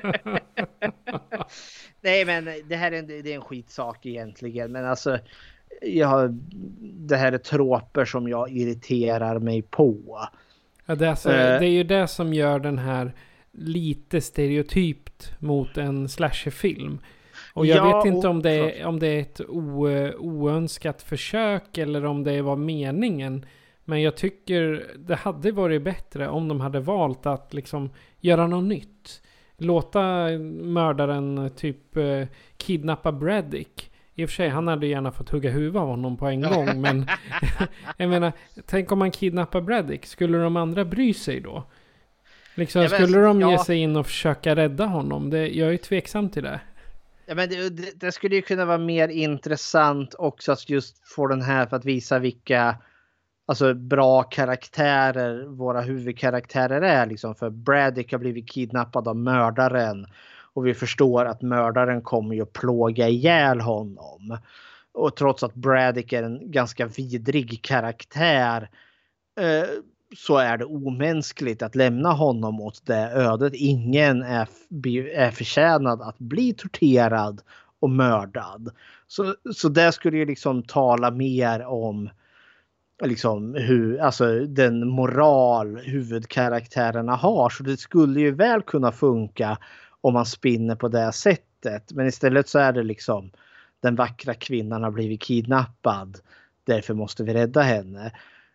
Nej, men det här är en, det är en skitsak egentligen. Men alltså, jag, det här är tråper som jag irriterar mig på. Ja, det, är alltså, uh, det är ju det som gör den här lite stereotypt mot en slasherfilm. Och jag ja, vet inte om det, är, om det är ett o, oönskat försök eller om det var meningen. Men jag tycker det hade varit bättre om de hade valt att liksom göra något nytt. Låta mördaren typ eh, kidnappa Braddock. I och för sig, han hade gärna fått hugga huvudet av honom på en gång. Men jag menar, tänk om man kidnappar Braddock. Skulle de andra bry sig då? Liksom, ja, men, skulle de ja. ge sig in och försöka rädda honom? Det, jag är tveksam till det. Ja, men det, det, det skulle ju kunna vara mer intressant också att just få den här för att visa vilka alltså, bra karaktärer våra huvudkaraktärer är. Liksom. För Braddock har blivit kidnappad av mördaren. Och vi förstår att mördaren kommer ju att plåga ihjäl honom. Och trots att Braddock är en ganska vidrig karaktär eh, så är det omänskligt att lämna honom åt det ödet. Ingen är, är förtjänad att bli torterad och mördad. Så, så det skulle ju liksom tala mer om liksom hur, alltså den moral huvudkaraktärerna har. Så det skulle ju väl kunna funka om man spinner på det sättet. Men istället så är det liksom den vackra kvinnan har blivit kidnappad. Därför måste vi rädda henne.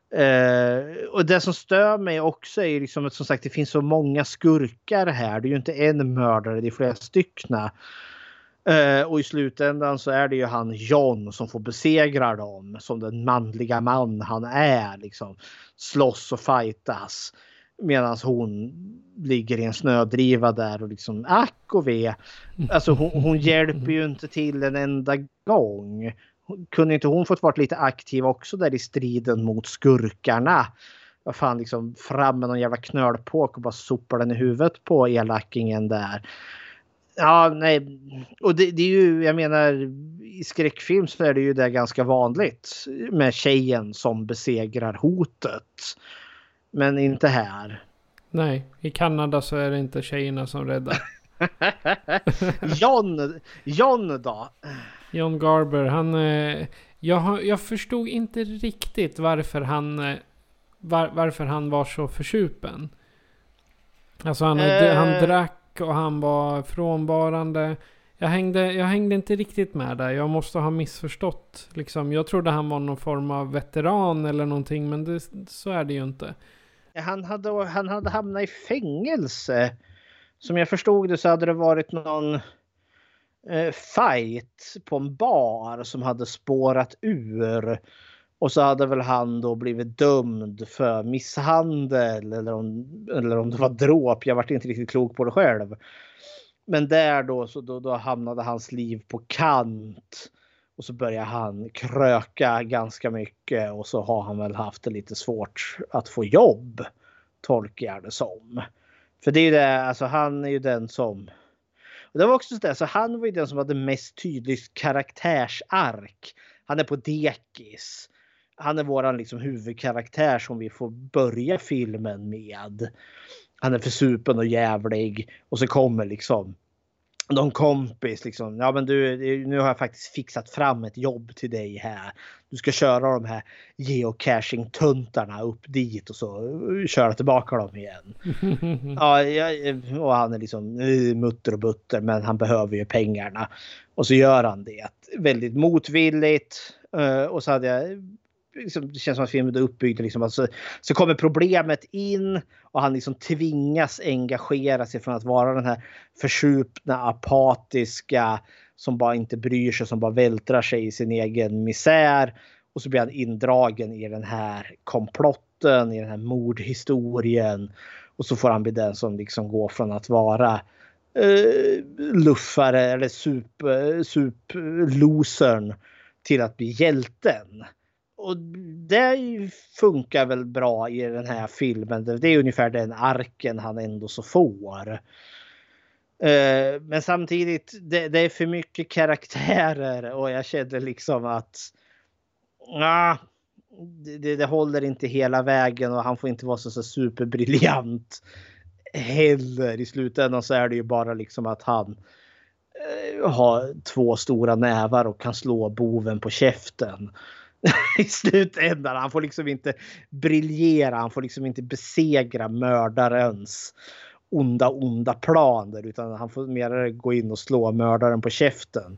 Uh, och det som stör mig också är liksom att som sagt det finns så många skurkar här. Det är ju inte en mördare, det är flera styckna. Uh, och i slutändan så är det ju han John som får besegra dem. Som den manliga man han är. Liksom, slåss och fightas. Medan hon ligger i en snödriva där och liksom ack och ve. Alltså hon, hon hjälper ju inte till en enda gång. Kunde inte hon fått vara lite aktiv också där i striden mot skurkarna? Vad fan, liksom fram med någon jävla knölpåk och bara sopar den i huvudet på elakingen där. Ja, nej. Och det, det är ju, jag menar, i skräckfilm så är det ju det ganska vanligt med tjejen som besegrar hotet. Men inte här. Nej, i Kanada så är det inte tjejerna som räddar. John, John då? John Garber, han... Eh, jag, jag förstod inte riktigt varför han... Eh, var, varför han var så försupen. Alltså han, eh. han drack och han var frånvarande. Jag hängde, jag hängde inte riktigt med där. Jag måste ha missförstått. Liksom. Jag trodde han var någon form av veteran eller någonting. Men det, så är det ju inte. Han hade, han hade hamnat i fängelse. Som jag förstod det så hade det varit någon eh, fight på en bar som hade spårat ur. Och så hade väl han då blivit dömd för misshandel eller om, eller om det var dråp. Jag var inte riktigt klok på det själv. Men där då, så då, då hamnade hans liv på kant. Och så började han kröka ganska mycket. Och så har han väl haft det lite svårt att få jobb. Tolkar jag det som. För det är ju det, alltså han är ju den som... Och det var också så, så han var ju den som hade mest tydligt karaktärsark. Han är på dekis. Han är våran liksom huvudkaraktär som vi får börja filmen med. Han är för supen och jävlig. Och så kommer liksom någon kompis liksom. Ja men du, nu har jag faktiskt fixat fram ett jobb till dig här. Du ska köra de här geocaching-tuntarna upp dit och så köra tillbaka dem igen. Ja, och han är liksom mutter och butter men han behöver ju pengarna. Och så gör han det. Väldigt motvilligt. Och så hade jag... Liksom, det känns som att filmen är uppbyggd liksom, alltså, så kommer problemet in och han liksom tvingas engagera sig från att vara den här försupna, apatiska som bara inte bryr sig, som bara vältrar sig i sin egen misär, och så blir han indragen i den här komplotten, i den här mordhistorien, och så får han bli den som liksom går från att vara uh, luffare eller sup, sup losern till att bli hjälten. Och det funkar väl bra i den här filmen. Det är ungefär den arken han ändå så får. Men samtidigt, det, det är för mycket karaktärer. Och jag kände liksom att... Ah, det, det håller inte hela vägen och han får inte vara så, så superbriljant heller. I slutändan så är det ju bara liksom att han eh, har två stora nävar och kan slå boven på käften. I slutändan. Han får liksom inte briljera. Han får liksom inte besegra mördarens onda, onda planer. Utan han får mer gå in och slå mördaren på käften.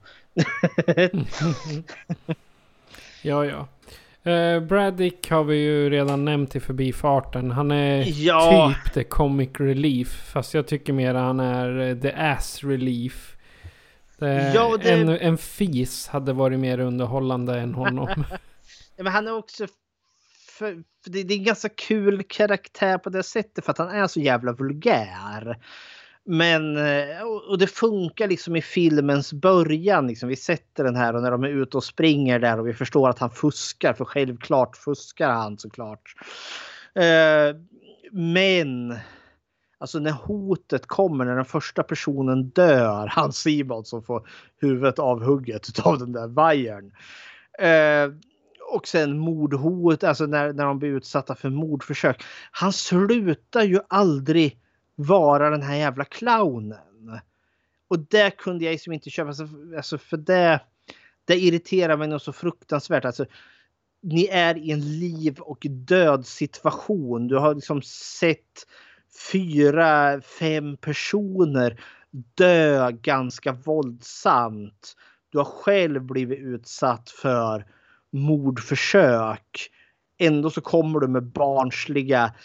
ja, ja. Uh, Braddick har vi ju redan nämnt i förbifarten. Han är ja. typ the comic relief. Fast jag tycker mer han är the ass relief. Det, ja, det... en, en fis hade varit mer underhållande än honom. Ja, men han är också för, för det, det är en ganska kul karaktär på det sättet för att han är så jävla vulgär. Men och det funkar liksom i filmens början liksom. Vi sätter den här och när de är ute och springer där och vi förstår att han fuskar, för självklart fuskar han såklart. Eh, men alltså när hotet kommer, när den första personen dör, han Simon som får huvudet avhugget av den där vajern. Eh, och sen mordhot, alltså när, när de blir utsatta för mordförsök. Han slutar ju aldrig vara den här jävla clownen. Och det kunde jag liksom inte köpa. Alltså, alltså för det, det irriterar mig nog så fruktansvärt. Alltså, ni är i en liv- och död situation. Du har liksom sett fyra, fem personer dö ganska våldsamt. Du har själv blivit utsatt för mordförsök. Ändå så kommer du med barnsliga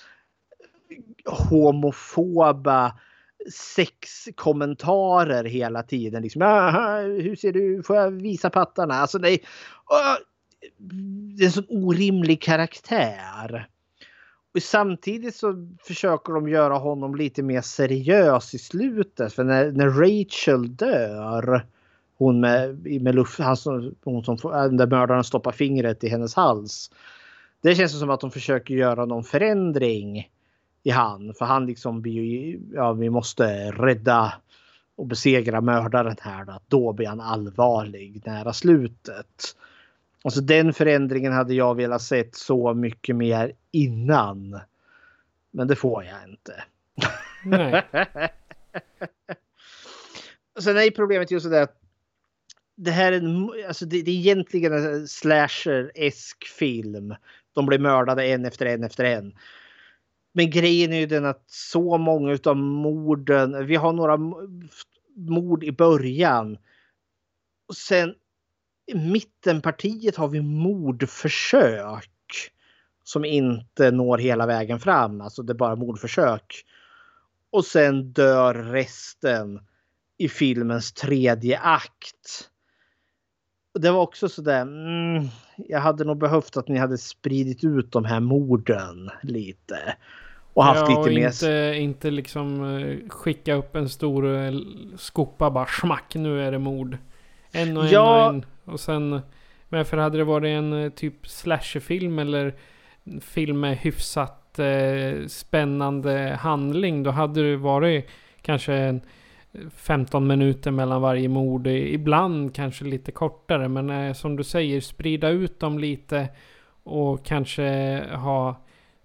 homofoba sexkommentarer hela tiden. Liksom, hur ser du? Får jag visa pattarna? Alltså det är, det är en sån orimlig karaktär. Och samtidigt så försöker de göra honom lite mer seriös i slutet. För när, när Rachel dör, hon med, med luft, han som, hon som där mördaren stoppar fingret i hennes hals. Det känns som att de försöker göra någon förändring i han. För han liksom blir ju, ja, vi måste rädda och besegra mördaren här. Då, då blir han allvarlig nära slutet. Alltså den förändringen hade jag velat sett så mycket mer innan. Men det får jag inte. Nej. Sen är problemet just det att det här är, en, alltså det, det är egentligen en slasher-esk film. De blir mördade en efter en efter en. Men grejen är ju den att så många utav morden, vi har några mord i början. Och sen i mittenpartiet har vi mordförsök som inte når hela vägen fram. Alltså det är bara mordförsök. Och sen dör resten i filmens tredje akt. Och det var också sådär, mm, jag hade nog behövt att ni hade spridit ut de här morden lite. Och haft ja, lite och mer... inte, inte liksom skicka upp en stor skopa bara smack, nu är det mord. En och en ja. och en. Och sen, men för hade det varit en typ slasherfilm eller film med hyfsat eh, spännande handling, då hade det varit kanske en femton minuter mellan varje mord. Ibland kanske lite kortare, men eh, som du säger, sprida ut dem lite och kanske ha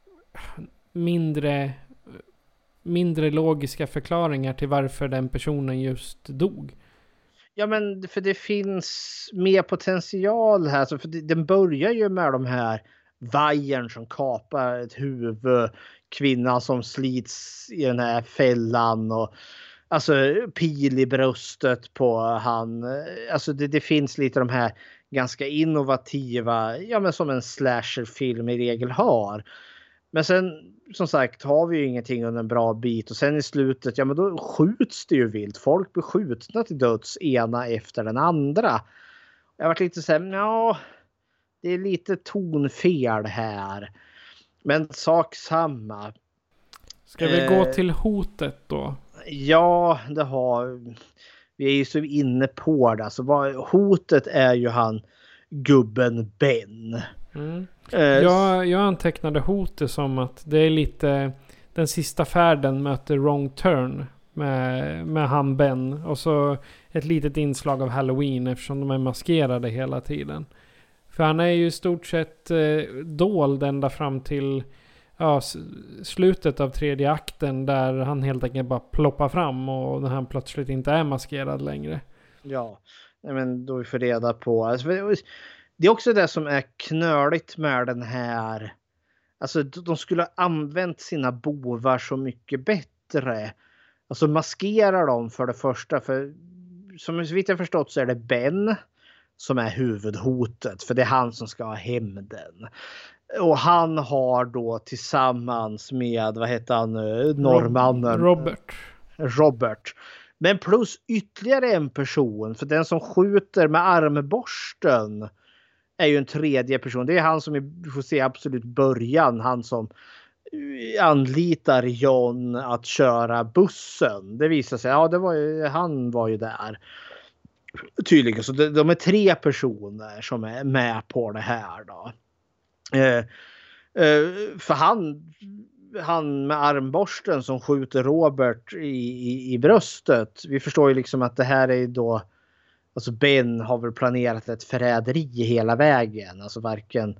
mindre mindre logiska förklaringar till varför den personen just dog. Ja, men för det finns mer potential här. Så för det, den börjar ju med de här vajern som kapar ett huvud, kvinnan som slits i den här fällan och alltså pil i bröstet på han. Alltså det, det finns lite de här ganska innovativa, ja men som en slasherfilm i regel har. Men sen som sagt har vi ju ingenting under en bra bit och sen i slutet, ja men då skjuts det ju vilt. Folk blir skjutna till döds ena efter den andra. Jag har varit lite så här, ja det är lite tonfel här. Men sak samma. Ska vi eh, gå till hotet då? Ja, det har vi är ju så inne på det. Alltså vad, hotet är ju han gubben Ben. Mm. Jag, jag antecknade hotet som att det är lite den sista färden möter wrong turn med, med han Ben. Och så ett litet inslag av Halloween eftersom de är maskerade hela tiden. För han är ju i stort sett eh, dold ända fram till ja, s- slutet av tredje akten där han helt enkelt bara ploppar fram och när han plötsligt inte är maskerad längre. Ja, nej, men då vi får reda på. Alltså, det är också det som är knöligt med den här. Alltså de skulle ha använt sina bovar så mycket bättre. Alltså maskera dem för det första. För som så vitt jag förstått så är det Ben som är huvudhotet. För det är han som ska ha hämnden. Och han har då tillsammans med, vad heter han, norrmannen? Robert. Robert. Men plus ytterligare en person. För den som skjuter med armborsten är ju en tredje person. Det är han som vi får se absolut början. Han som anlitar John att köra bussen. Det visar sig, ja det var ju, han var ju där. Tydligen, så de, de är tre personer som är med på det här då. Eh, eh, för han han med armborsten som skjuter Robert i, i, i bröstet. Vi förstår ju liksom att det här är då, alltså Ben har väl planerat ett förräderi hela vägen. Alltså varken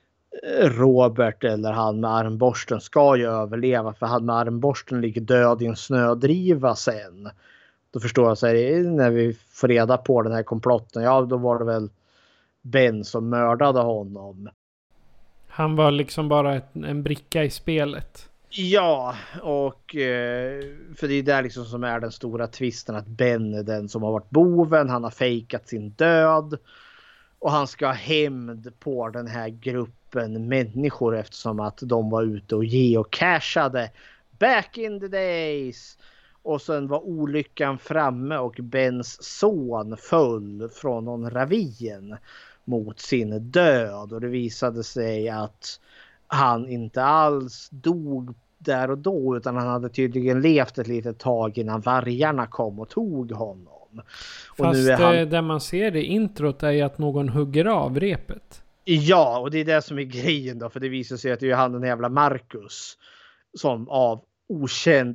Robert eller han med armborsten ska ju överleva, för han med armborsten ligger död i en snödriva sen. Då förstår jag så här, när vi får reda på den här komplotten, ja då var det väl Ben som mördade honom. Han var liksom bara ett, en bricka i spelet. Ja, och eh, för det är där liksom som är den stora twisten, att Ben är den som har varit boven, han har fejkat sin död och han ska ha hämnd på den här gruppen människor eftersom att de var ute och geocachade back in the days. Och sen var olyckan framme och Bens son föll från någon ravin mot sin död. Och det visade sig att han inte alls dog där och då, utan han hade tydligen levt ett litet tag innan vargarna kom och tog honom. Fast och nu är han... det man ser i introt är ju att någon hugger av repet. Ja, och det är det som är grejen då, för det visar sig att det är han den jävla Marcus som av okänd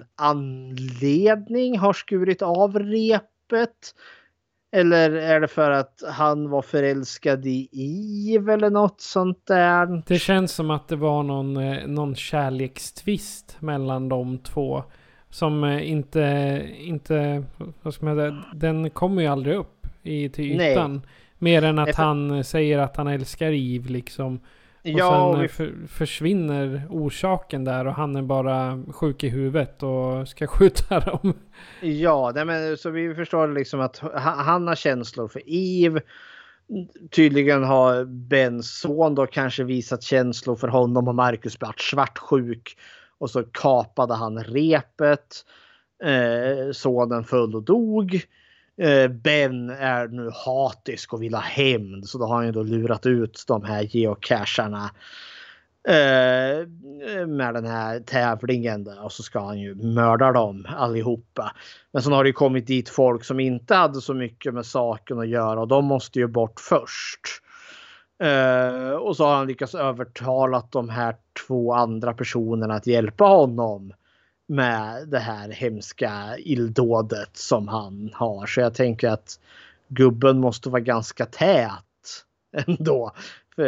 anledning har skurit av repet. Eller är det för att han var förälskad i Eve eller något sånt där? Det känns som att det var någon, någon kärlekstvist mellan de två. Som inte, inte vad ska man säga, den kommer ju aldrig upp i, till ytan. Nej. Mer än att han säger att han älskar Eve liksom. Och ja, sen vi... för, försvinner orsaken där och han är bara sjuk i huvudet och ska skjuta dem. Ja, nej men, så vi förstår liksom att han har känslor för Eve. Tydligen har Bens son då kanske visat känslor för honom och Marcus blev svartsjuk. Och så kapade han repet. Eh, sonen föll och dog. Eh, Ben är nu hatisk och vill ha hämnd. Så då har han ju då lurat ut de här geocacharna eh, med den här tävlingen där. Och så ska han ju mörda dem allihopa. Men så har det ju kommit dit folk som inte hade så mycket med saken att göra. Och de måste ju bort först. Uh, och så har han lyckats övertala de här två andra personerna att hjälpa honom med det här hemska illdådet som han har. Så jag tänker att gubben måste vara ganska tät ändå. För,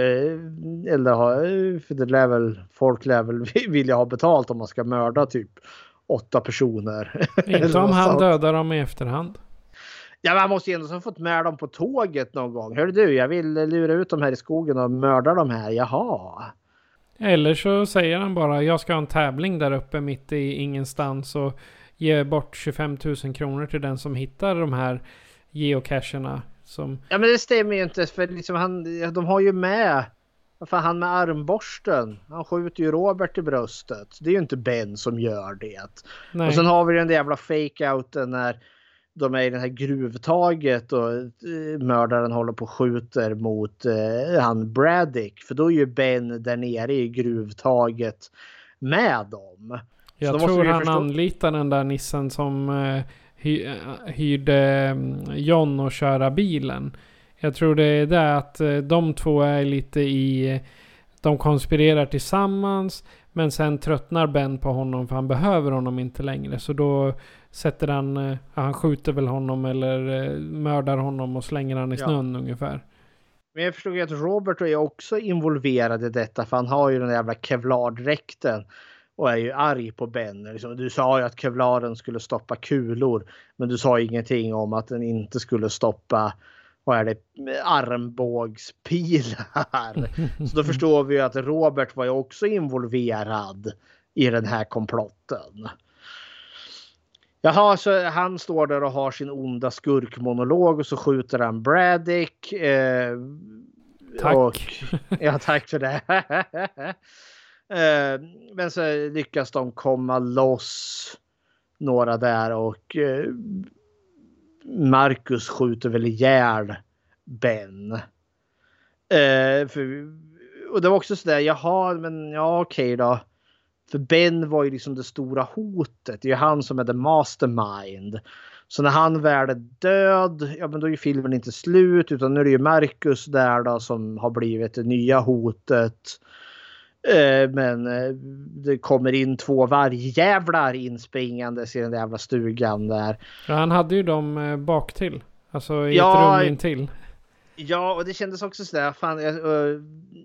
eller, för det lär väl, folk lär väl vilja ha betalt om man ska mörda typ åtta personer. Inte om han dödar dem i efterhand. Ja, man måste ju ändå ha fått med dem på tåget någon gång. Hör du, jag vill lura ut dem här i skogen och mörda dem här. Jaha. Eller så säger han bara, jag ska ha en tävling där uppe mitt i ingenstans och ge bort tjugofem tusen kronor till den som hittar de här geocacherna. Som... Ja, men det stämmer ju inte. För liksom han, de har ju med, för han med armborsten. Han skjuter ju Robert i bröstet. Det är ju inte Ben som gör det. Nej. Och sen har vi den där jävla fake-outen när de är i den här gruvtaget och eh, mördaren håller på och skjuter mot eh, han Braddock. För då är ju Ben där nere i gruvtaget med dem. Jag tror han förstå... anlitar den där nissen som eh, hy, hyrde John och köra bilen. Jag tror det är det att eh, de två är lite i... De konspirerar tillsammans. Men sen tröttnar Ben på honom för han behöver honom inte längre. Så då sätter han, ja, han skjuter väl honom eller mördar honom och slänger han i snön ja. ungefär. Men jag förstod ju att Robert är också involverad i detta. För han har ju den jävla kevlardräkten. Och är ju arg på Ben. Liksom, du sa ju att kevlaren skulle stoppa kulor. Men du sa ingenting om att den inte skulle stoppa... Vad är det? Armbågspilar. Så då förstår vi ju att Robert var ju också involverad i den här komplotten. Jaha, så han står där och har sin onda skurkmonolog och så skjuter han Braddock. Eh, tack. Och, ja, tack för det. eh, men så lyckas de komma loss några där och eh, Marcus skjuter väl ihjäl Ben. Eh, för, och det var också sådär, jaha, men ja okej då. För Ben var ju liksom det stora hotet. Det är ju han som är the mastermind. Så när han väl är död, ja men då är ju filmen inte slut. Utan nu är det ju Marcus där då som har blivit det nya hotet. Eh, men eh, det kommer in två vargjävlar inspringandes i den där jävla stugan där. Ja, han hade ju dem eh, bak till. Alltså i ja, ett rum in till. Ja, och det kändes också sådär. Fan, jag, uh,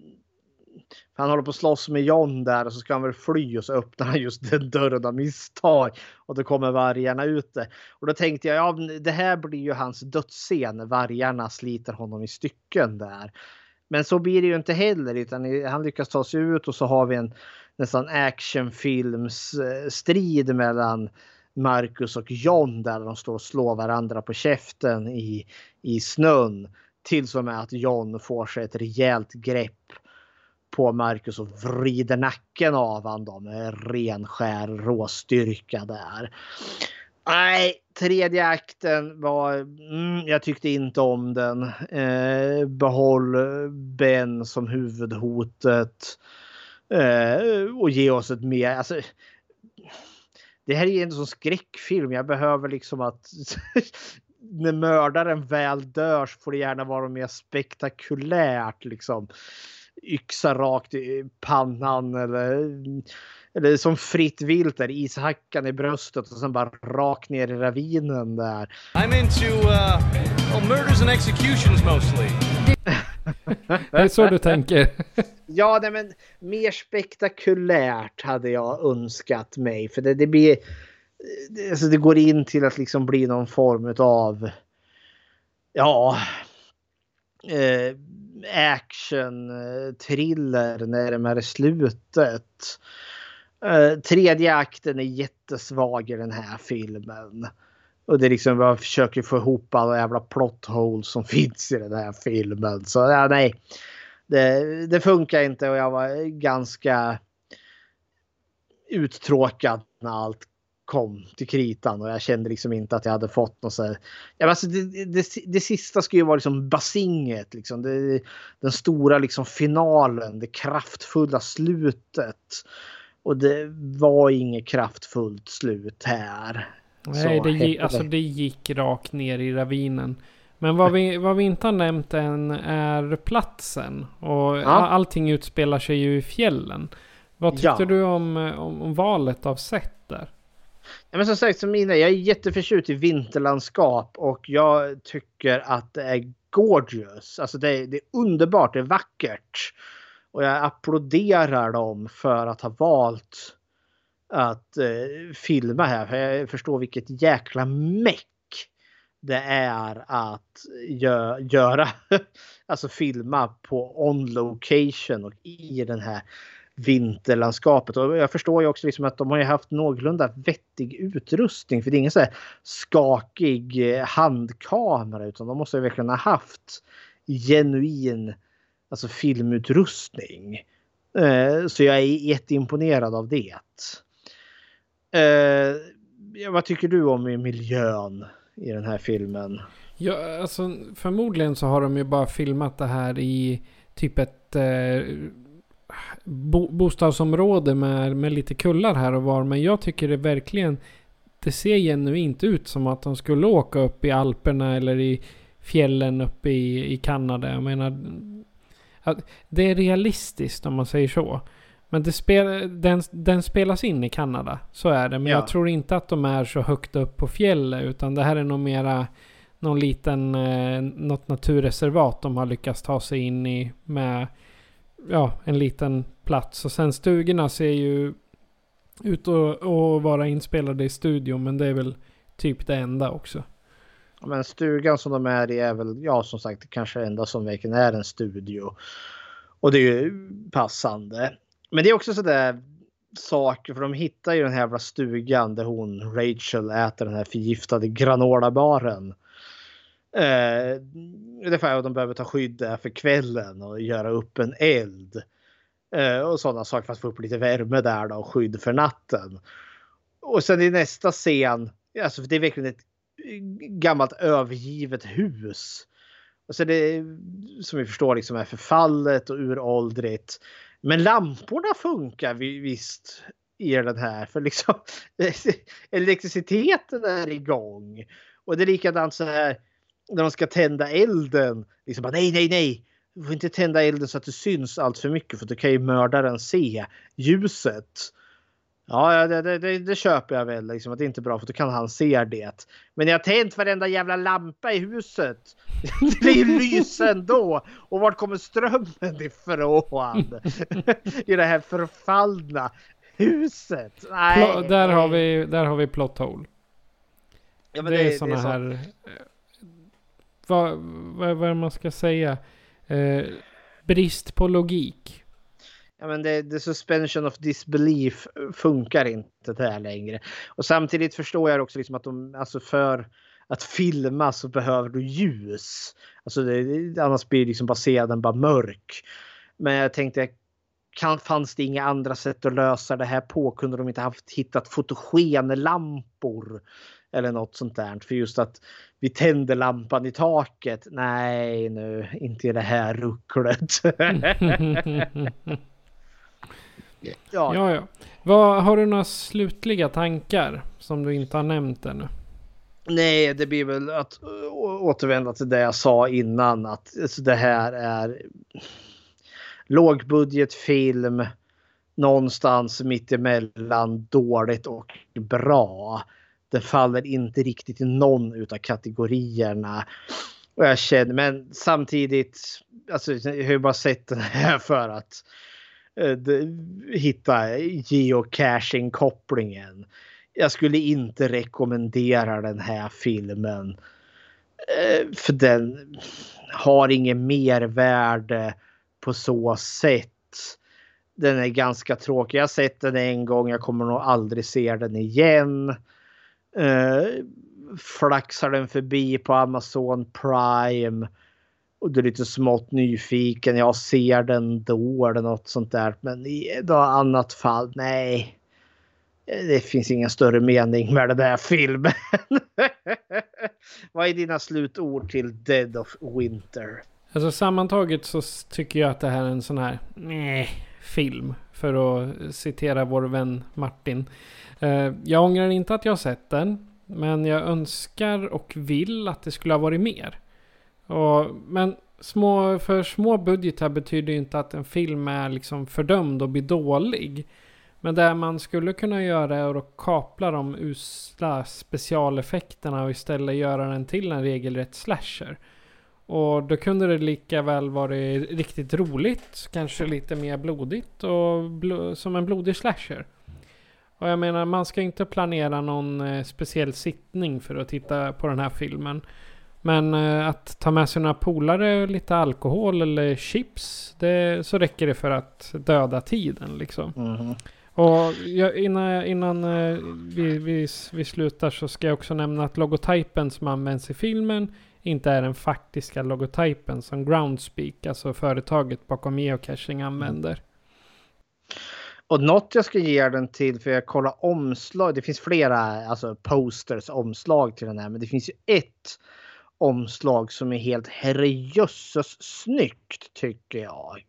han håller på att slåss med John där och så ska han väl fly och så öppnar han just den dörren av misstag och då kommer vargarna ute. Och då tänkte jag, ja det här blir ju hans dödsscen. Vargarna sliter honom i stycken där. Men så blir det ju inte heller utan han lyckas ta sig ut och så har vi en nästan actionfilms strid mellan Marcus och John där de står och slår varandra på käften i, i snön. Tills och med att John får sig ett rejält grepp på Marcus och vrider nacken av honom med renskär råstyrka där. Nej, tredje akten var... Mm, jag tyckte inte om den. Eh, behåll Ben som huvudhotet. Eh, och ge oss ett mer... Alltså, det här är ju en sån skräckfilm. Jag behöver liksom att... när mördaren väl dör så får det gärna vara mer spektakulärt liksom. Yxa rakt i pannan eller, eller som fritt vilt där, ishackan i bröstet och sen bara rakt ner i ravinen där. I'm into uh, well, murders and executions mostly. Det är så du tänker. Ja, nej, men mer spektakulärt hade jag önskat mig för det, det blir alltså det går in till att liksom bli någon form av ja eh, action thriller närmare slutet. Eh, tredje akten är jättesvag i den här filmen. Och det är liksom jag försöker få ihop alla jävla plot holes som finns i den här filmen. Så ja, nej. Det, det funkar inte och jag var ganska uttråkad när allt kom till kritan och jag kände liksom inte att jag hade fått något så här. Ja, alltså det, det, det sista skulle ju vara liksom basinget liksom. Det, den stora liksom finalen, det kraftfulla slutet och det var inget kraftfullt slut här. Nej, så, det gick, alltså det gick rakt ner i ravinen. Men vad vi, vad vi inte har nämnt än är platsen och ja. Allting utspelar sig ju i fjällen. Vad tyckte ja. du om, om, om valet av sätt där? Ja, men som sagt, som mina, jag är jätteförtjust i vinterlandskap och jag tycker att det är gorgeous. Alltså det är, det är underbart, det är vackert. Och jag applåderar dem för att ha valt att eh, filma här. För jag förstår vilket jäkla meck det är att gö- göra. Alltså filma på on location och i den här vinterlandskapet. Och jag förstår ju också liksom att de har ju haft någorlunda vettig utrustning. För det är ingen så här skakig handkamera utan de måste ju verkligen ha haft genuin alltså filmutrustning. Eh, så jag är jätteimponerad av det. Eh, vad tycker du om miljön i den här filmen? Ja, alltså förmodligen så har de ju bara filmat det här i typ ett eh, bo- bostadsområde med, med lite kullar här och var. Men jag tycker det verkligen, det ser genuint ut som att de skulle åka upp i Alperna eller i fjällen uppe i, i Kanada. Jag menar, att det är realistiskt om man säger så. Men det spel, den, den spelas in i Kanada, så är det. Men ja. Jag tror inte att de är så högt upp på fjället, utan det här är nog mera någon liten, eh, något naturreservat de har lyckats ta sig in i med ja, en liten plats. Och sen stugorna ser ju ut att, att vara inspelade i studio, men det är väl typ det enda också. Ja, men stugan som de är i är väl, ja som sagt, kanske det enda som verkligen är en studio. Och det är ju passande. Men det är också sådär saker, för de hittar ju den här jävla stugan där hon, Rachel, äter den här förgiftade granolabaren. Eh, därför att de behöver ta skydd där för kvällen och göra upp en eld. Eh, och sådana saker för att få upp lite värme där då, och skydd för natten. Och sen i nästa scen, alltså för det är verkligen ett gammalt övergivet hus. Och så det som vi förstår liksom är förfallet och uråldrigt. Men lamporna funkar visst i den här, för liksom elektriciteten är igång. Och det är likadant så här när de ska tända elden. Liksom bara, nej, nej, nej. Du får inte tända elden så att det syns allt för mycket, för då kan ju mördaren se ljuset. Ja, det, det, det köper jag väl. Liksom, att det är inte bra, för då kan han se det. Men jag har tänt varenda jävla lampa i huset. Det blir lys ändå. Och vart kommer strömmen ifrån? I det här förfallna huset. Nej. Pl- där, har vi, där har vi plot hole. Ja, det, det är såna här... Vad, vad, vad man ska säga? Eh, brist på logik. Ja, men det, det suspension of disbelief funkar inte där längre. Och samtidigt förstår jag också liksom att de, alltså för att filma så behöver du ljus. Alltså det, annars blir liksom bara scenen bara mörk. Men jag tänkte, kan, fanns det inga andra sätt att lösa det här på? Kunde de inte haft hittat fotogenlampor eller något sånt där? För just att vi tänder lampan i taket. Nej, nu inte i det här rucklet. Ja. ja, ja. Vad, har du några slutliga tankar som du inte har nämnt ännu? Nej, det blir väl att återvända till det jag sa innan. Att alltså, det här är lågbudgetfilm någonstans mitt emellan dåligt och bra. Det faller inte riktigt i någon utav kategorierna. Och jag känner, men samtidigt, alltså, jag har ju bara sett den här för att hitta geocaching-kopplingen. Jag skulle inte rekommendera den här filmen, för den har ingen mervärde på så sätt. Den är ganska tråkig. Jag har sett den en gång, jag kommer nog aldrig se den igen. Flaxar den förbi på Amazon Prime och du är lite smått nyfiken, jag ser den då eller något sånt där. Men i ett annat fall, nej. Det finns ingen större mening med den där filmen. Vad är dina slutord till Dead of Winter? Alltså sammantaget så tycker jag att det här är en sån här nej, film. För att citera vår vän Martin. Jag ångrar inte att jag har sett den. Men jag önskar och vill att det skulle ha varit mer. Och, men små, för små budgetar betyder ju inte att en film är liksom fördömd och blir dålig. Men det man skulle kunna göra är att kapla de usla specialeffekterna och istället göra den till en regelrätt slasher. Och då kunde det lika väl vara riktigt roligt, kanske lite mer blodigt och bl- som en blodig slasher. Och jag menar, man ska inte planera någon eh, speciell sittning för att titta på den här filmen. Men eh, att ta med sina polare lite alkohol eller chips, det, så räcker det för att döda tiden liksom. Mm. Och jag, innan, innan eh, vi, vi, vi slutar så ska jag också nämna att logotypen som används i filmen inte är den faktiska logotypen som Groundspeak, alltså företaget bakom geocaching, använder. Och något jag ska ge den till, för jag kollar omslag. Det finns flera alltså posters, omslag till den här. Men det finns ju ett omslag som är helt herrejösses snyggt tycker jag.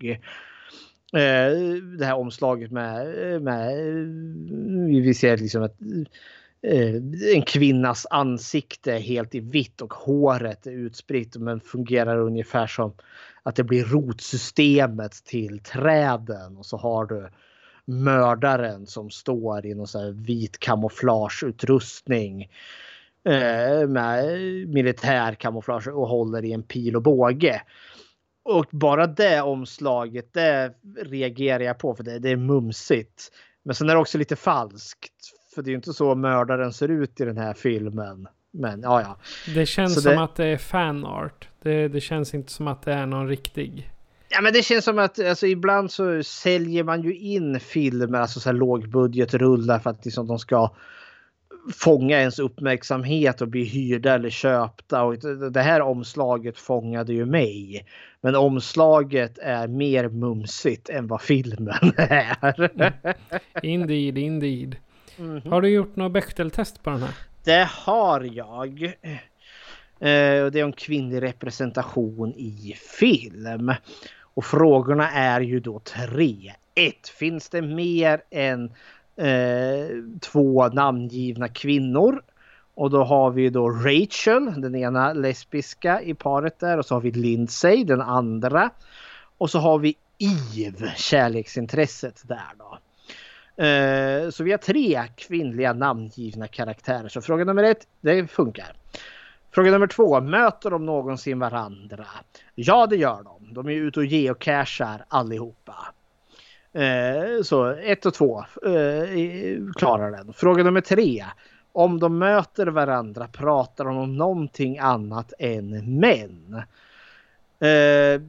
Eh, det här omslaget med, med vi ser liksom ett, eh, en kvinnas ansikte helt i vitt och håret är utspritt. Men fungerar ungefär som att det blir rotsystemet till träden. Och så har du mördaren som står i någon så här vit kamouflageutrustning. eh, med militärkamouflage och håller i en pil och båge. Och bara det omslaget, det reagerar jag på för det, det är mumsigt. Men sen är det också lite falskt. För det är ju inte så mördaren ser ut i den här filmen. Men ja, ja. Det känns så som det... att det är fanart. Det, det känns inte som att det är någon riktig. Ja, men det känns som att alltså, ibland så säljer man ju in filmer, alltså så här lågbudgetrullar för att liksom, de ska fånga ens uppmärksamhet och bli hyrda eller köpta. Och det här omslaget fångade ju mig. Men omslaget är mer mumsigt än vad filmen är. Mm. Indeed, indeed. Mm-hmm. Har du gjort något Bechdel-test på den här? Det har jag. Eh, och det är en kvinnlig representation i film. Och frågorna är ju då tre. Ett, finns det mer än eh, två namngivna kvinnor? Och då har vi då Rachel, den ena lesbiska i paret där. Och så har vi Lindsay, den andra. Och så har vi Eve, kärleksintresset där då. Uh, så vi har tre kvinnliga namngivna karaktärer. Så fråga nummer ett, det funkar. Fråga nummer två, möter de någonsin varandra? Ja, det gör de. De är ute och geocachar allihopa. Uh, så ett och två uh, klarar den. Fråga nummer tre, om de möter varandra pratar de om någonting annat än män? Uh,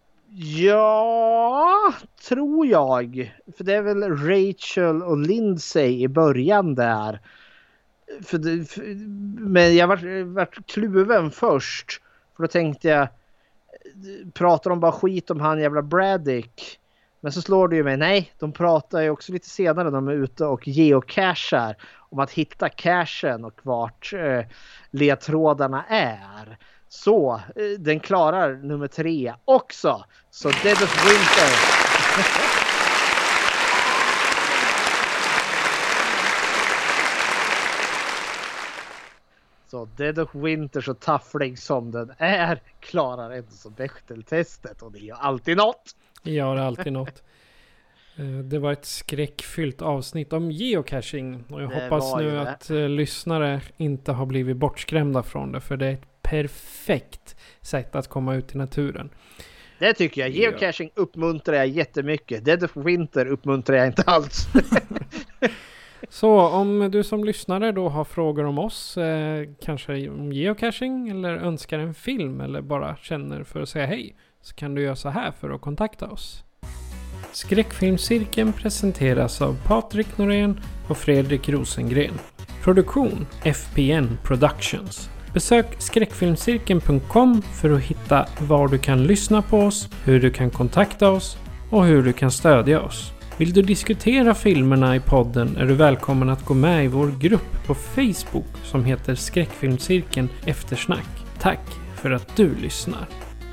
Ja, tror jag. För det är väl Rachel och Lindsay i början där. För det, för, men jag var, var kluven först. För då tänkte jag, pratar de bara skit om han jävla Braddock? Men så slår det ju mig, nej, de pratar ju också lite senare när de är ute och geocachar om att hitta cachen och vart eh, ledtrådarna är. Så, den klarar nummer tre också. Så Dead of Winter. Så Dead of Winter, så tafflig som den är, klarar ändå som Bechdel-testet. Och det är ju alltid något. Ja, det är alltid något. Det var ett skräckfyllt avsnitt om geocaching. Och jag det hoppas nu att uh, lyssnare inte har blivit bortskrämda från det. För det är ett perfekt sätt att komma ut i naturen. Det tycker jag. Geocaching ja. uppmuntrar jag jättemycket. Dead of Winter uppmuntrar jag inte alls. Så om du som lyssnare då har frågor om oss, eh, kanske om geocaching eller önskar en film eller bara känner för att säga hej, så kan du göra så här för att kontakta oss. Skräckfilmscirkeln presenteras av Patrik Norén och Fredrik Rosengren. Produktion F P N Productions. Besök skräckfilmscirkeln punkt com för att hitta var du kan lyssna på oss, hur du kan kontakta oss och hur du kan stödja oss. Vill du diskutera filmerna i podden är du välkommen att gå med i vår grupp på Facebook som heter Skräckfilmscirkeln Eftersnack. Tack för att du lyssnar.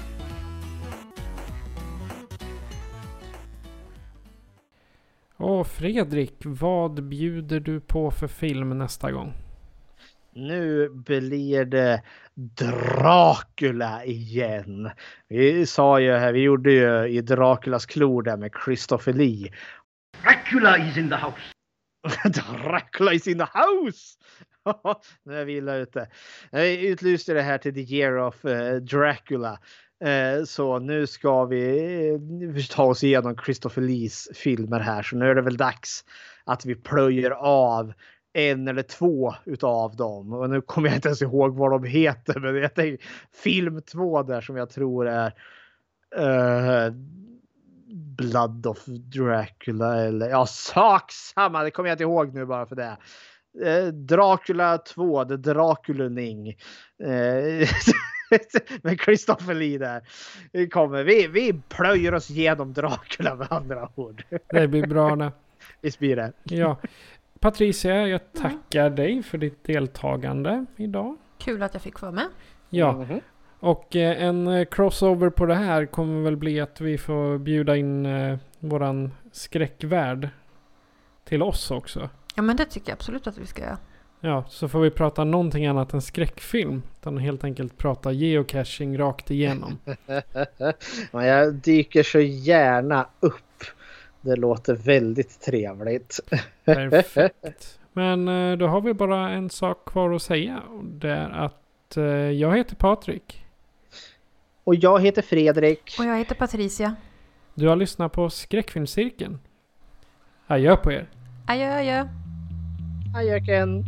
Och Fredrik, vad bjuder du på för film nästa gång? Nu blir det Dracula igen. Vi sa ju här, vi gjorde ju i Draculas klor där med Christopher Lee. Dracula is in the house. Dracula is in the house. Nu är vi illa ute. Vi utlyste det här till The Year of uh, Dracula. Uh, så nu ska vi uh, ta oss igenom Christopher Lees filmer här. Så nu är det väl dags att vi plöjer av en eller två utav dem. Och nu kommer jag inte ens ihåg vad de heter. Men jag tänker film två där som jag tror är uh, Blood of Dracula. Eller ja, sak samma. Det kommer jag inte ihåg nu bara för det. Uh, Dracula två, The Draculaning. Uh, med Christopher Lee där. Vi, kommer, vi, vi plöjer oss igenom Dracula med andra ord. Det blir bra nu. Visst blir det. Ja. Patricia, jag tackar mm. dig för ditt deltagande idag. Kul att jag fick vara med. Ja, mm-hmm. och eh, en crossover på det här kommer väl bli att vi får bjuda in eh, våran skräckvärld till oss också. Ja, men det tycker jag absolut att vi ska göra. Ja, så får vi prata någonting annat än skräckfilm. Utan helt enkelt prata geocaching rakt igenom. Men jag dyker så gärna upp. Det låter väldigt trevligt. Perfekt. Men eh, då har vi bara en sak kvar att säga. Och det är att eh, jag heter Patrik. Och jag heter Fredrik. Och jag heter Patricia. Du har lyssnat på Skräckfilmscirkeln. Adjö på er. Adjö, adjö. Adjöken.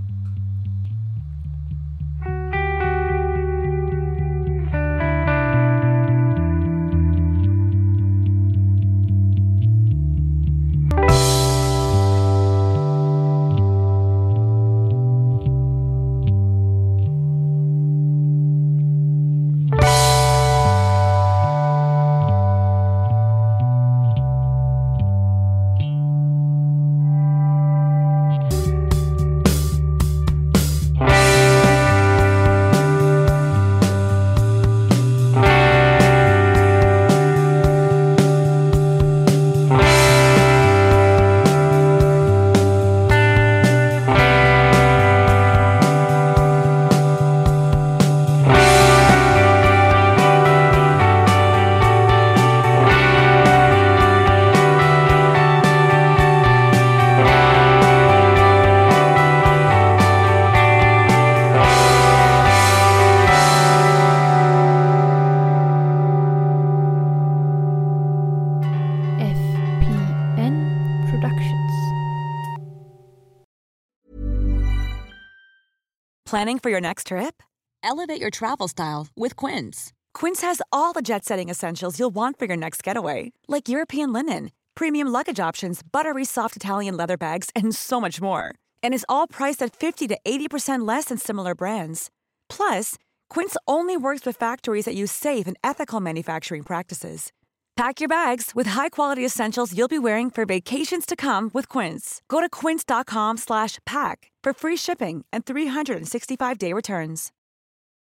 Planning for your next trip? Elevate your travel style with Quince. Quince has all the jet-setting essentials you'll want for your next getaway, like European linen, premium luggage options, buttery soft Italian leather bags, and so much more. And is all priced at fifty to eighty percent less than similar brands. Plus, Quince only works with factories that use safe and ethical manufacturing practices. Pack your bags with high-quality essentials you'll be wearing for vacations to come with Quince. Go to quince.com slash pack for free shipping and three sixty-five day returns.